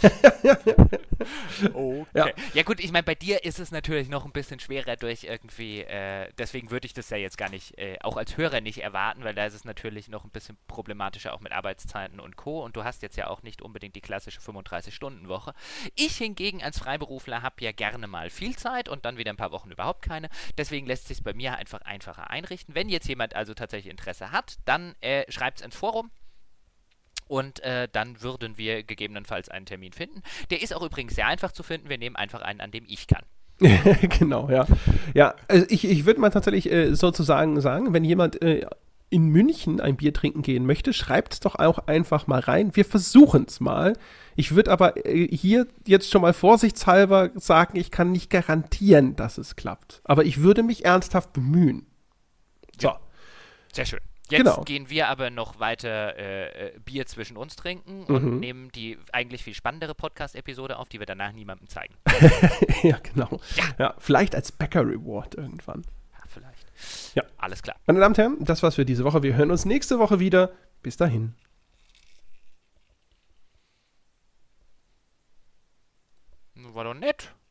Okay. Ja gut, ich meine, bei dir ist es natürlich noch ein bisschen schwerer durch irgendwie, deswegen würde ich das ja jetzt gar nicht, auch als Hörer nicht erwarten, weil da ist es natürlich noch ein bisschen problematischer, auch mit Arbeitszeiten und Co. Und du hast jetzt ja auch nicht unbedingt die klassische 35-Stunden-Woche. Ich hingegen als Freiberufler habe ja gerne mal viel Zeit und dann wieder ein paar Wochen überhaupt keine. Deswegen lässt sich es bei mir einfach einfacher einrichten. Wenn jetzt jemand also tatsächlich Interesse hat, dann schreibt es ins Forum. Und dann würden wir gegebenenfalls einen Termin finden. Der ist auch übrigens sehr einfach zu finden. Wir nehmen einfach einen, an dem ich kann. Genau, ja. Ja, also ich würde mal tatsächlich sozusagen sagen, wenn jemand in München ein Bier trinken gehen möchte, schreibt es doch auch einfach mal rein. Wir versuchen es mal. Ich würde aber hier jetzt schon mal vorsichtshalber sagen, ich kann nicht garantieren, dass es klappt. Aber ich würde mich ernsthaft bemühen. So. Ja. Sehr schön. Jetzt gehen wir aber noch weiter Bier zwischen uns trinken und nehmen die eigentlich viel spannendere Podcast-Episode auf, die wir danach niemandem zeigen. Ja, genau. Ja, vielleicht als Bäcker-Reward irgendwann. Ja, vielleicht. Ja. Alles klar. Meine Damen und Herren, das war's für diese Woche. Wir hören uns nächste Woche wieder. Bis dahin. War doch nett.